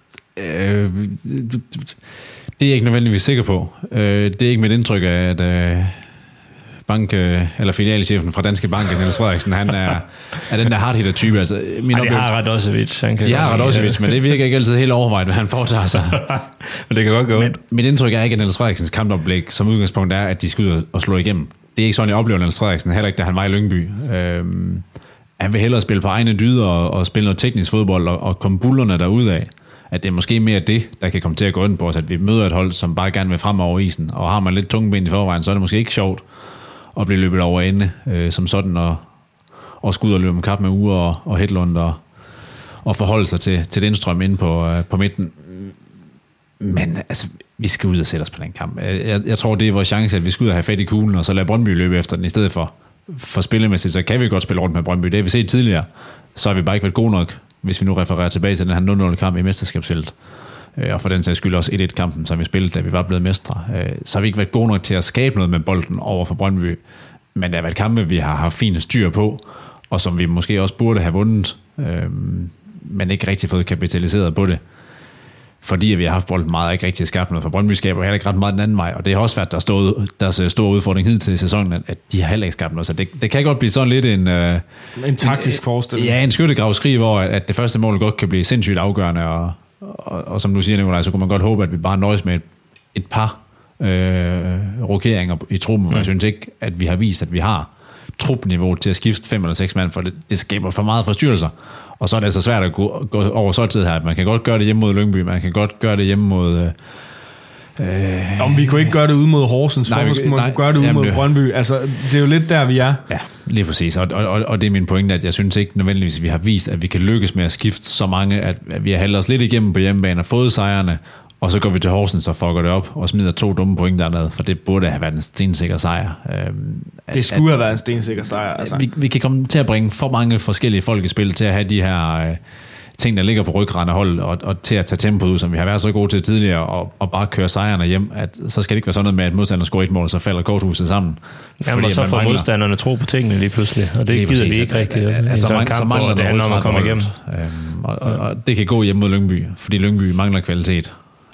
Det er jeg ikke nødvendigvis sikker på. Det er ikke mit indtryk af, at eller filialchefen fra Danske Bank, Niels Frederiksen, han er den der hardhitter-type. Altså, de har Radosevic. De har Radosevic, men det virker ikke altid helt overvejet, hvad han foretager sig. Men det kan godt gå. Mit indtryk er ikke, at Niels Frederiksens kampoplæg som udgangspunkt er, at de skal ud og slå igennem. Det er ikke sådan, jeg oplever Niels Frederiksen, heller ikke, da han var i Lyngby. Han vil hellere spille på egne dyder og spille noget teknisk fodbold og komme bullerne derudad. At det er måske mere det, der kan komme til at gå ind på os, at vi møder et hold, som bare gerne vil frem over isen, og har man lidt tunge ben i forvejen, så er det måske ikke sjovt at blive løbet over ende som sådan, og skulle ud og løbe med kap med Ure og Hedlund og forholde sig til den strøm inde på midten. Men altså, vi skal ud og sætte os på den kamp. Jeg tror, det er vores chance, at vi skal ud og have fat i kuglen, og så lade Brøndby løbe efter den, i stedet for spillemæssigt, så kan vi godt spille rundt med Brøndby. Det har vi set tidligere, så har vi bare ikke været gode nok, hvis vi nu refererer tilbage til den her 0-0 kamp i mesterskabsfeltet. Og for den sags skyld også 1-1-kampen, som vi spillede, da vi var blevet mestre. Så har vi ikke været gode nok til at skabe noget med bolden over for Brøndby. Men det har været kampe, vi har haft fine styr på, og som vi måske også burde have vundet, men ikke rigtig fået kapitaliseret på det. Fordi vi har haft bolden meget, ikke rigtig skabt noget. For Brøndby skaber heller ikke ret meget den anden vej, og det har også været deres store udfordring hidtil i sæsonen, at de har heller ikke skabt noget. Så det kan godt blive sådan lidt en taktisk forestilling. Ja, en skyttegravskrig, hvor at det første mål godt kan blive sindssygt afgørende, og som du siger, Nicolaj, så kunne man godt håbe, at vi bare nøjes med et par rokeringer i truppen. Jeg synes ikke, at vi har vist, at vi har trupniveau til at skifte 5 eller 6 mand, for det skaber for meget forstyrrelser. Og så er det altså svært at gå over så tid her. Man kan godt gøre det hjemme mod Lyngby, man kan godt gøre det hjemme mod... Om vi kunne ikke gøre det ude mod Horsens. Hvorfor skulle man gøre det ude mod Brøndby? Altså, det er jo lidt der, vi er. Ja, lige præcis. Og det er min pointe, at jeg synes ikke nødvendigvis, at vi har vist, at vi kan lykkes med at skifte så mange, at vi har haltet os lidt igennem på hjemmebane og fået sejrene, og så går vi til Horsens og fucker det op og smider 2 dumme point dernede, for det burde have været en stensikker sejr. Det skulle have været en stensikker sejr. Altså. Vi kan komme til at bringe for mange forskellige folk i spil til at have de her ting, der ligger på ryggraden af holdet, og til at tage tempoet ud, som vi har været så gode til tidligere, og bare køre sejrene hjem. At, så skal det ikke være sådan noget med, at modstanderen scorer 1 mål, så falder korthuset sammen. Jamen, og så får modstanderne tro på tingene lige pludselig, og det gider vi ikke rigtigt. Så mangler det andet om at komme igennem. Og det kan gå hjem mod Lyngby, fordi Lyngby mangler kvalitet.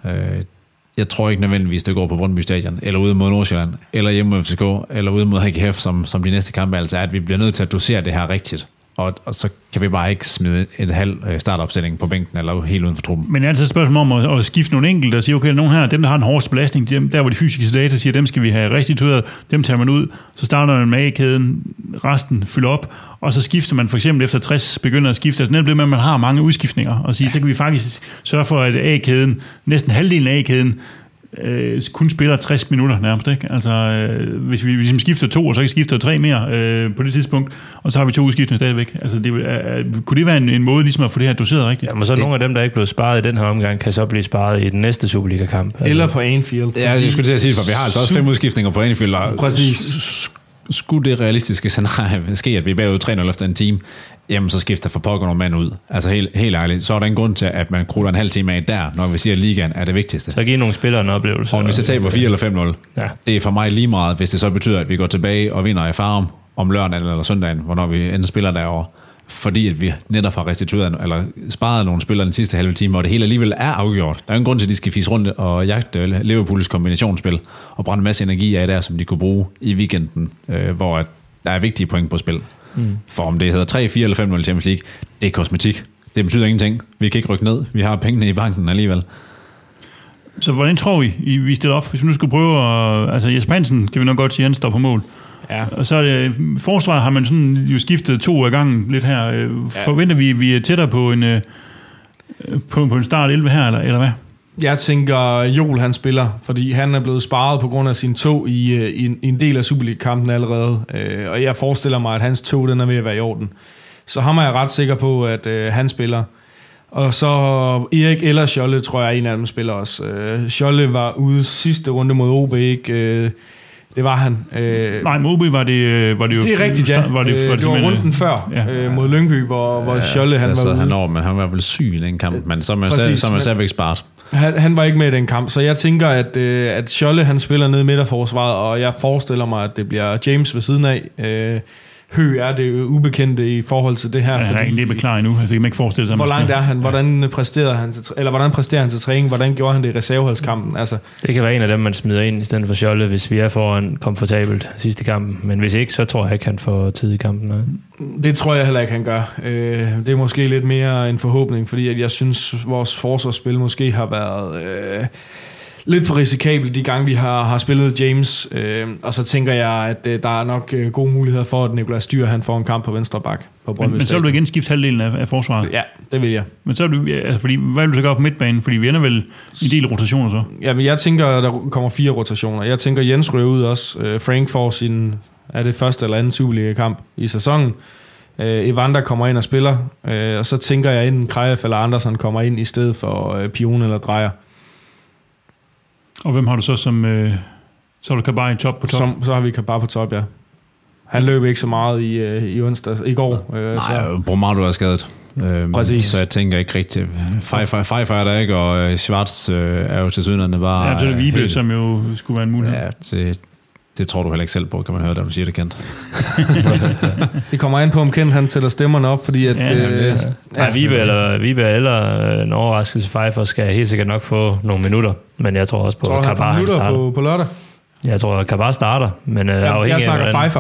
Jeg tror ikke nødvendigvis, det går på Brøndby Stadion, eller ude mod Nordsjælland, eller hjemme mod FCK, eller ude mod AGF, som de næste kampe, altså at vi bliver nødt til at dosere det her rigtigt. Og så kan vi bare ikke smide et halv startopstilling på bænken, eller helt uden for truppen. Men det er altid et spørgsmål om at skifte nogle enkelte, og sige, okay, nogen her, dem der har den hårdeste belastning, der hvor de fysiske data siger, dem skal vi have restitueret, dem tager man ud, så starter man med A-kæden, resten fylder op, og så skifter man for eksempel efter 60 begynder at skifte. Altså netop det med, at man har mange udskiftninger, og sige, så kan vi faktisk sørge for, at A-kæden, næsten halvdelen af A-kæden, kun spiller 60 minutter nærmest, ikke? Altså, hvis vi skifter 2, og så kan vi skifte 3 mere på det tidspunkt, og så har vi 2 udskiftninger stadigvæk. Altså, kunne det være en måde ligesom at få det her doseret rigtigt? Ja, men så nogle af dem, der ikke blev sparet i den her omgang, kan så blive sparet i den næste Superliga-kamp. Altså. Eller på Anfield. Ja, jeg skulle til at sige, for vi har altså også 5 udskiftninger på Anfield. Præcis. Skulle det realistiske scenarie ske, at vi er bagud 3-0 efter en time, jamen så skifter for pokker nogle mand ud. Altså helt ærligt, så er der en grund til, at man kruller en halv time af der, når vi siger, at ligaen er det vigtigste. Så giver nogle spillere en oplevelse. Og hvis vi taber 4 eller 5-0, det er for mig lige meget, hvis det så betyder, at vi går tilbage og vinder i Farum om lørdagen eller søndagen, hvornår vi ender spiller derovre. Fordi at vi netop har restitueret eller sparet nogle spillere den sidste halve time, og det hele alligevel er afgjort. Der er en grund til, at de skal fise rundt og jagte Liverpools kombinationsspil og brænde en masse energi af der, som de kunne bruge i weekenden, hvor der er vigtige point på spil. For om det hedder 3, 4 eller 5-0 i Champions League, det er kosmetik. Det betyder ingenting. Vi kan ikke rykke ned. Vi har pengene i banken alligevel. Så hvordan tror vi stiller op? Hvis vi nu skulle prøve at... Altså Jesper Hansen kan vi nok godt sige, at han står på mål. Ja. Og så forsvaret har man sådan jo skiftet 2 af gangen lidt her. Forventer vi er tættere på en start 11 her, eller hvad? Jeg tænker, Joel han spiller, fordi han er blevet sparet på grund af sin tog i en del af Superliga-kampen allerede. Og jeg forestiller mig, at hans tog den er ved at være i orden. Så ham er jeg ret sikker på, at han spiller. Og så Erik eller Scholle, tror jeg, en af dem spiller også. Scholle var ude sidste runde mod OB, ikke? Det var han. Nej, mod OB var det jo... Det er rigtigt, ja. Det var runden før mod Lyngby, hvor Scholle han var ude. Men han var vel syg i den kamp, men så er man stadigvæk sparet. Han var ikke med i den kamp, så jeg tænker, at Scholle han spiller nede i midterforsvaret, og jeg forestiller mig, at det bliver James ved siden af. Høgh er det ubekendte i forhold til det her. Han er egentlig ikke klar endnu, altså jeg kan ikke forestille sig. Hvor langt er han? Hvordan præsterer han til træning? Hvordan gjorde han det i reserveholdskampen? Altså, det kan være en af dem, man smider ind i stedet for Scholle, hvis vi er foran komfortabelt sidste kampen. Men hvis ikke, så tror jeg ikke, han får tid i kampen. Nej. Det tror jeg heller ikke, han gør. Det er måske lidt mere en forhåbning, fordi at jeg synes, vores forsvarsspil måske har været... lidt for risikabelt de gange, vi har spillet James. Og så tænker jeg, at der er nok gode muligheder for, at Nicolai Stühr han får en kamp på venstre bak. Men så vil du igen skifte halvdelen af forsvaret? Ja, det vil jeg. Men så vil du, fordi, hvad vil du så gøre på midtbanen? Fordi vi ender vel en del rotationer så? Jamen, jeg tænker, der kommer 4 rotationer. Jeg tænker, Jens ryger ud også. Frank får sin, er det første eller anden Superliga-kamp i sæsonen. Evander kommer ind og spiller, og så tænker jeg enten Krejf eller Andersen kommer ind i stedet for Pion eller Drejer. Og hvem har du så som... så har du Kabar i top på top? Så har vi Kabar på top, ja. Han løb ikke så meget i onsdag, i går. Nej, Bromado er skadet. Præcis. Så jeg tænker ikke rigtigt. Pfeiffer er der ikke, og Schwarz er jo til synligheden bare... Ja, så er det Vibe, som jo skulle være en mulighed. Ja, det tror du heller ikke selv på, kan man høre, da du siger det, Kent. Det kommer an på, om Kent han tæller stemmerne op, fordi at... Vibe eller en overraskelse Pfeiffer skal helt sikkert nok få nogle minutter, men jeg tror også på, at Kabar han starter. På lørdag? Jeg tror, at Kabar starter, men jeg snakker Pfeiffer.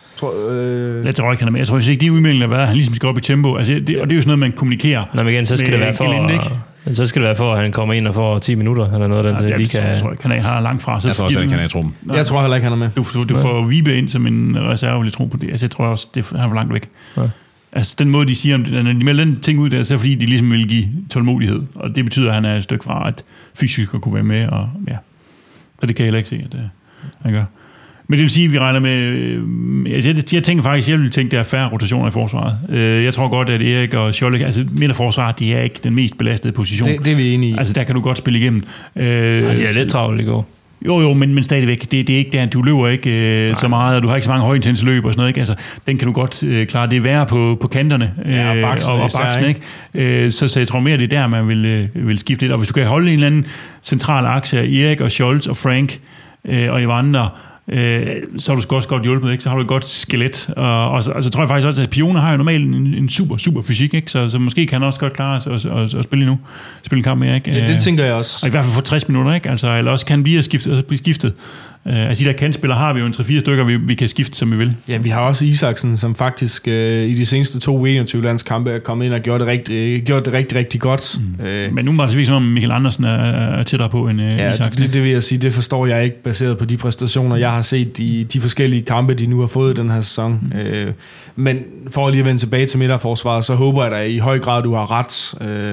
Jeg tror ikke, han er med. Jeg tror ikke, de udmeldinger, der har været, han ligesom skal op i tempo. Altså, og det er jo sådan noget, man kommunikerer. Nå, men igen, så skal det være så skal det være for, at han kommer ind og får 10 minutter, eller noget af den. Jeg tror ikke, han har langt fra. Så jeg tror også ikke, han er i truppen. Jeg tror heller ikke, han er med. Du får Vibe ind som en reserve, vil jeg tro på det. Altså, jeg tror også, han er for langt væk. Ja. Altså, den måde, de siger om det, når de melder den ting ud der, så er fordi, de ligesom vil give tålmodighed. Og det betyder, at han er et stykke fra, at fysikere kunne være med. Og, ja. Så det kan jeg heller ikke se, at han gør. Men det vil sige, at vi regner med... Jeg tænker faktisk, jeg vil tænke, at der er færre rotationer i forsvaret. Jeg tror godt, at Erik og Scholle... Altså, midterforsvaret, de er ikke den mest belastede position. Det er vi enige i. Altså, der kan du godt spille igennem. De er lidt travlt i går. Jo, men stadigvæk. Det er ikke der, du løber ikke så meget, og du har ikke så mange højintense løb og sådan noget. Ikke? Altså, den kan du godt klare. Det er værre på kanterne og baksen. Ikke? Så jeg tror mere, det er der, man vil skifte lidt. Og hvis du kan holde en eller anden central akse af Erik og Scholz og Frank og Evander, så har du også godt hjulpet, ikke? Så har du et godt skelet. Og så tror jeg faktisk også, at Pione har jo normalt en super fysik, ikke? Så måske kan han også godt klare at spille nu. Spille en kamp mere, ikke? Ja, det tænker jeg også. Og i hvert fald for 60 minutter, ikke? Altså, eller også kan blive skiftet. Altså de der kantspillere har vi jo en 3-4 stykker, vi kan skifte, som vi vil. Ja, vi har også Isaksen, som faktisk i de seneste 2 U21-landskampe er kommet ind og gjort det rigtig godt. Men nu må det virke som om Michael Andersen er tættere på end Isaksen. Det vil jeg sige, det forstår jeg ikke, baseret på de præstationer, jeg har set i de forskellige kampe, de nu har fået i den her sæson. Men for lige at vende tilbage til midterforsvaret, så håber jeg da i høj grad, du har ret.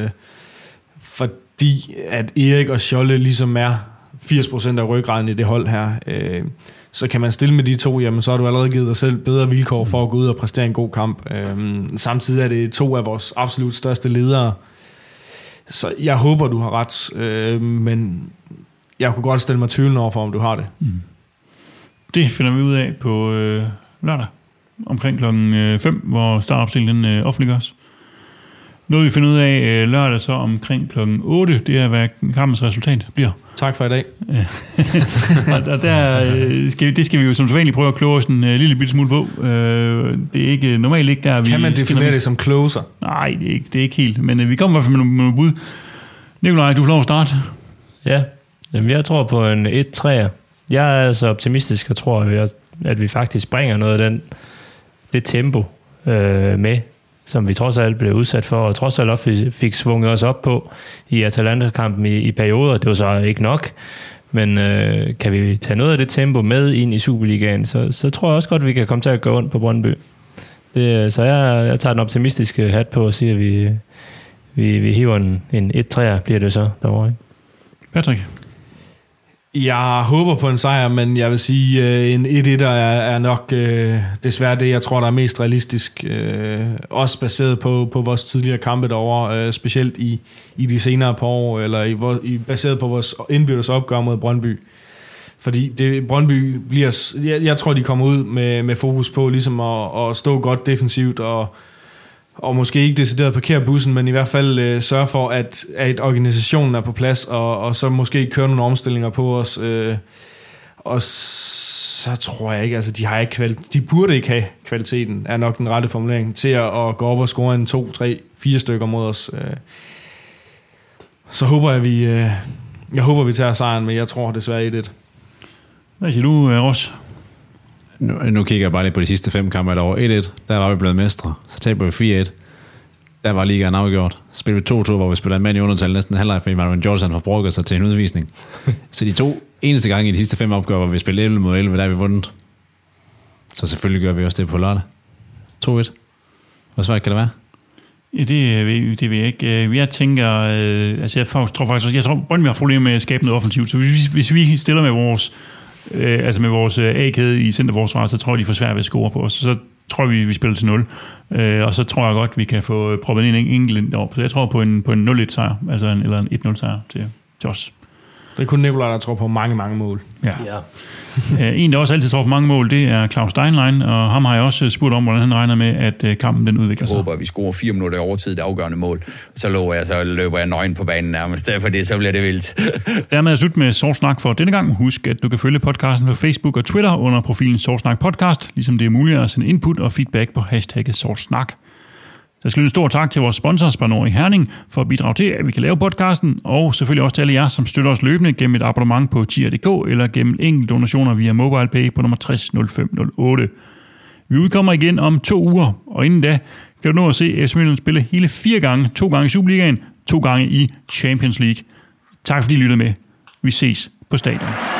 Fordi at Erik og Scholle ligesom er 80% af ryggraden i det hold her, så kan man stille med de to, jamen så har du allerede givet dig selv bedre vilkår for at gå ud og præstere en god kamp. Samtidig er det 2 af vores absolut største ledere, så jeg håber, du har ret, men jeg kunne godt stille mig tvivlende over for, om du har det. Det finder vi ud af på lørdag, omkring klokken 5, hvor startopstillingen offentliggøres. Noget vi finder ud af lørdag så omkring klokken 8, det er, hvad kampens resultat bliver. Tak for i dag. Og det skal vi jo som sædvanligt prøve at kloge os en lille bitte smule på. Det er ikke normalt ikke der, vi... Kan man definere det som closer? Nej, det er ikke helt. Men vi kommer i hvert fald med nogle bud. Nikolaj, du får lov at starte. Ja, jamen, jeg tror på en 1-3'er. Jeg er så optimistisk og tror, at vi faktisk bringer noget af det tempo med, som vi trods alt blev udsat for, og trods alt også fik svunget os op på i Atalanta-kampen i perioder. Det var så ikke nok, men kan vi tage noget af det tempo med ind i Superligaen, så tror jeg også godt, at vi kan komme til at gå rundt på Brøndby. Så jeg tager den optimistiske hat på og siger, at vi hiver en 1-3'er, bliver det så derovre. Ikke? Patrick? Jeg håber på en sejr, men jeg vil sige, en 1-1 er nok desværre det, jeg tror, der er mest realistisk. Også baseret på vores tidligere kampe derovre, specielt i de senere par år, eller baseret på vores indbyrdes opgør mod Brøndby. Fordi Brøndby bliver... Jeg tror, de kommer ud med fokus på ligesom at stå godt defensivt, og måske ikke decideret parkere bussen, men i hvert fald sørge for, at organisationen er på plads, og så måske køre nogle omstillinger på os. Og så tror jeg ikke, altså de burde ikke have kvaliteten, er nok den rette formulering, til at gå op og score en 2, 3, 4 stykker mod os. Så håber jeg, vi tager sejren, men jeg tror desværre 1-1. Hvad siger du, Ross? Nu kigger jeg bare lidt på de sidste 5 kampe over 1-1. Der var vi blevet mestre. Så taber vi 4-1. Der var ligaen afgjort. Så spillede vi 2-2, hvor vi spillede en mand i undertal næsten halvleg, fordi Marvin Jordan har brugt sig til en udvisning. Så de 2 eneste gange i de sidste 5 opgør, hvor vi spillede 11 mod 11, der har vi vundet. Så selvfølgelig gør vi også det på lørdag. 2-1. Hvor svært kan det være? Ja, det ved jeg ikke. Jeg tænker, jeg tror Brøndby har problemer med at skabe noget offensivt. Så hvis vi stiller med vores A-kæde i centerforsvaret, så tror jeg, de får svært ved at score på os. Så tror vi spiller til 0. Og så tror jeg godt, vi kan få proppet en enkelt deroppe. Så jeg tror på en 0-1 sejr, altså eller en 1-0 sejr til os. Det er kun Nikolaj, der tror på mange, mange mål. Ja. En, der også altid tror på mange mål, det er Claus Steinlein, og ham har jeg også spurgt om, hvordan han regner med, at kampen den udvikler sig. Jeg håber, at vi scorer 4 minutter i overtid, det afgørende mål. Så løber jeg nøgen på banen nærmest, for det, så bliver det vildt. Dermed er slut med Sort Snak for denne gang. Husk, at du kan følge podcasten på Facebook og Twitter under profilen Sort Snak Podcast, ligesom det er muligt at sende input og feedback på hashtagget Sort Snak. Der skal lyde en stor tak til vores sponsor, Spar Nord i Herning, for at bidrage til, at vi kan lave podcasten, og selvfølgelig også til alle jer, som støtter os løbende gennem et abonnement på tier.dk eller gennem enkelte donationer via MobilePay på nummer 600508. Vi udkommer igen om 2 uger, og inden da kan du nå at se FC Midtjylland spille hele 4 gange, 2 gange i Superligaen, 2 gange i Champions League. Tak fordi I lyttede med. Vi ses på stadion.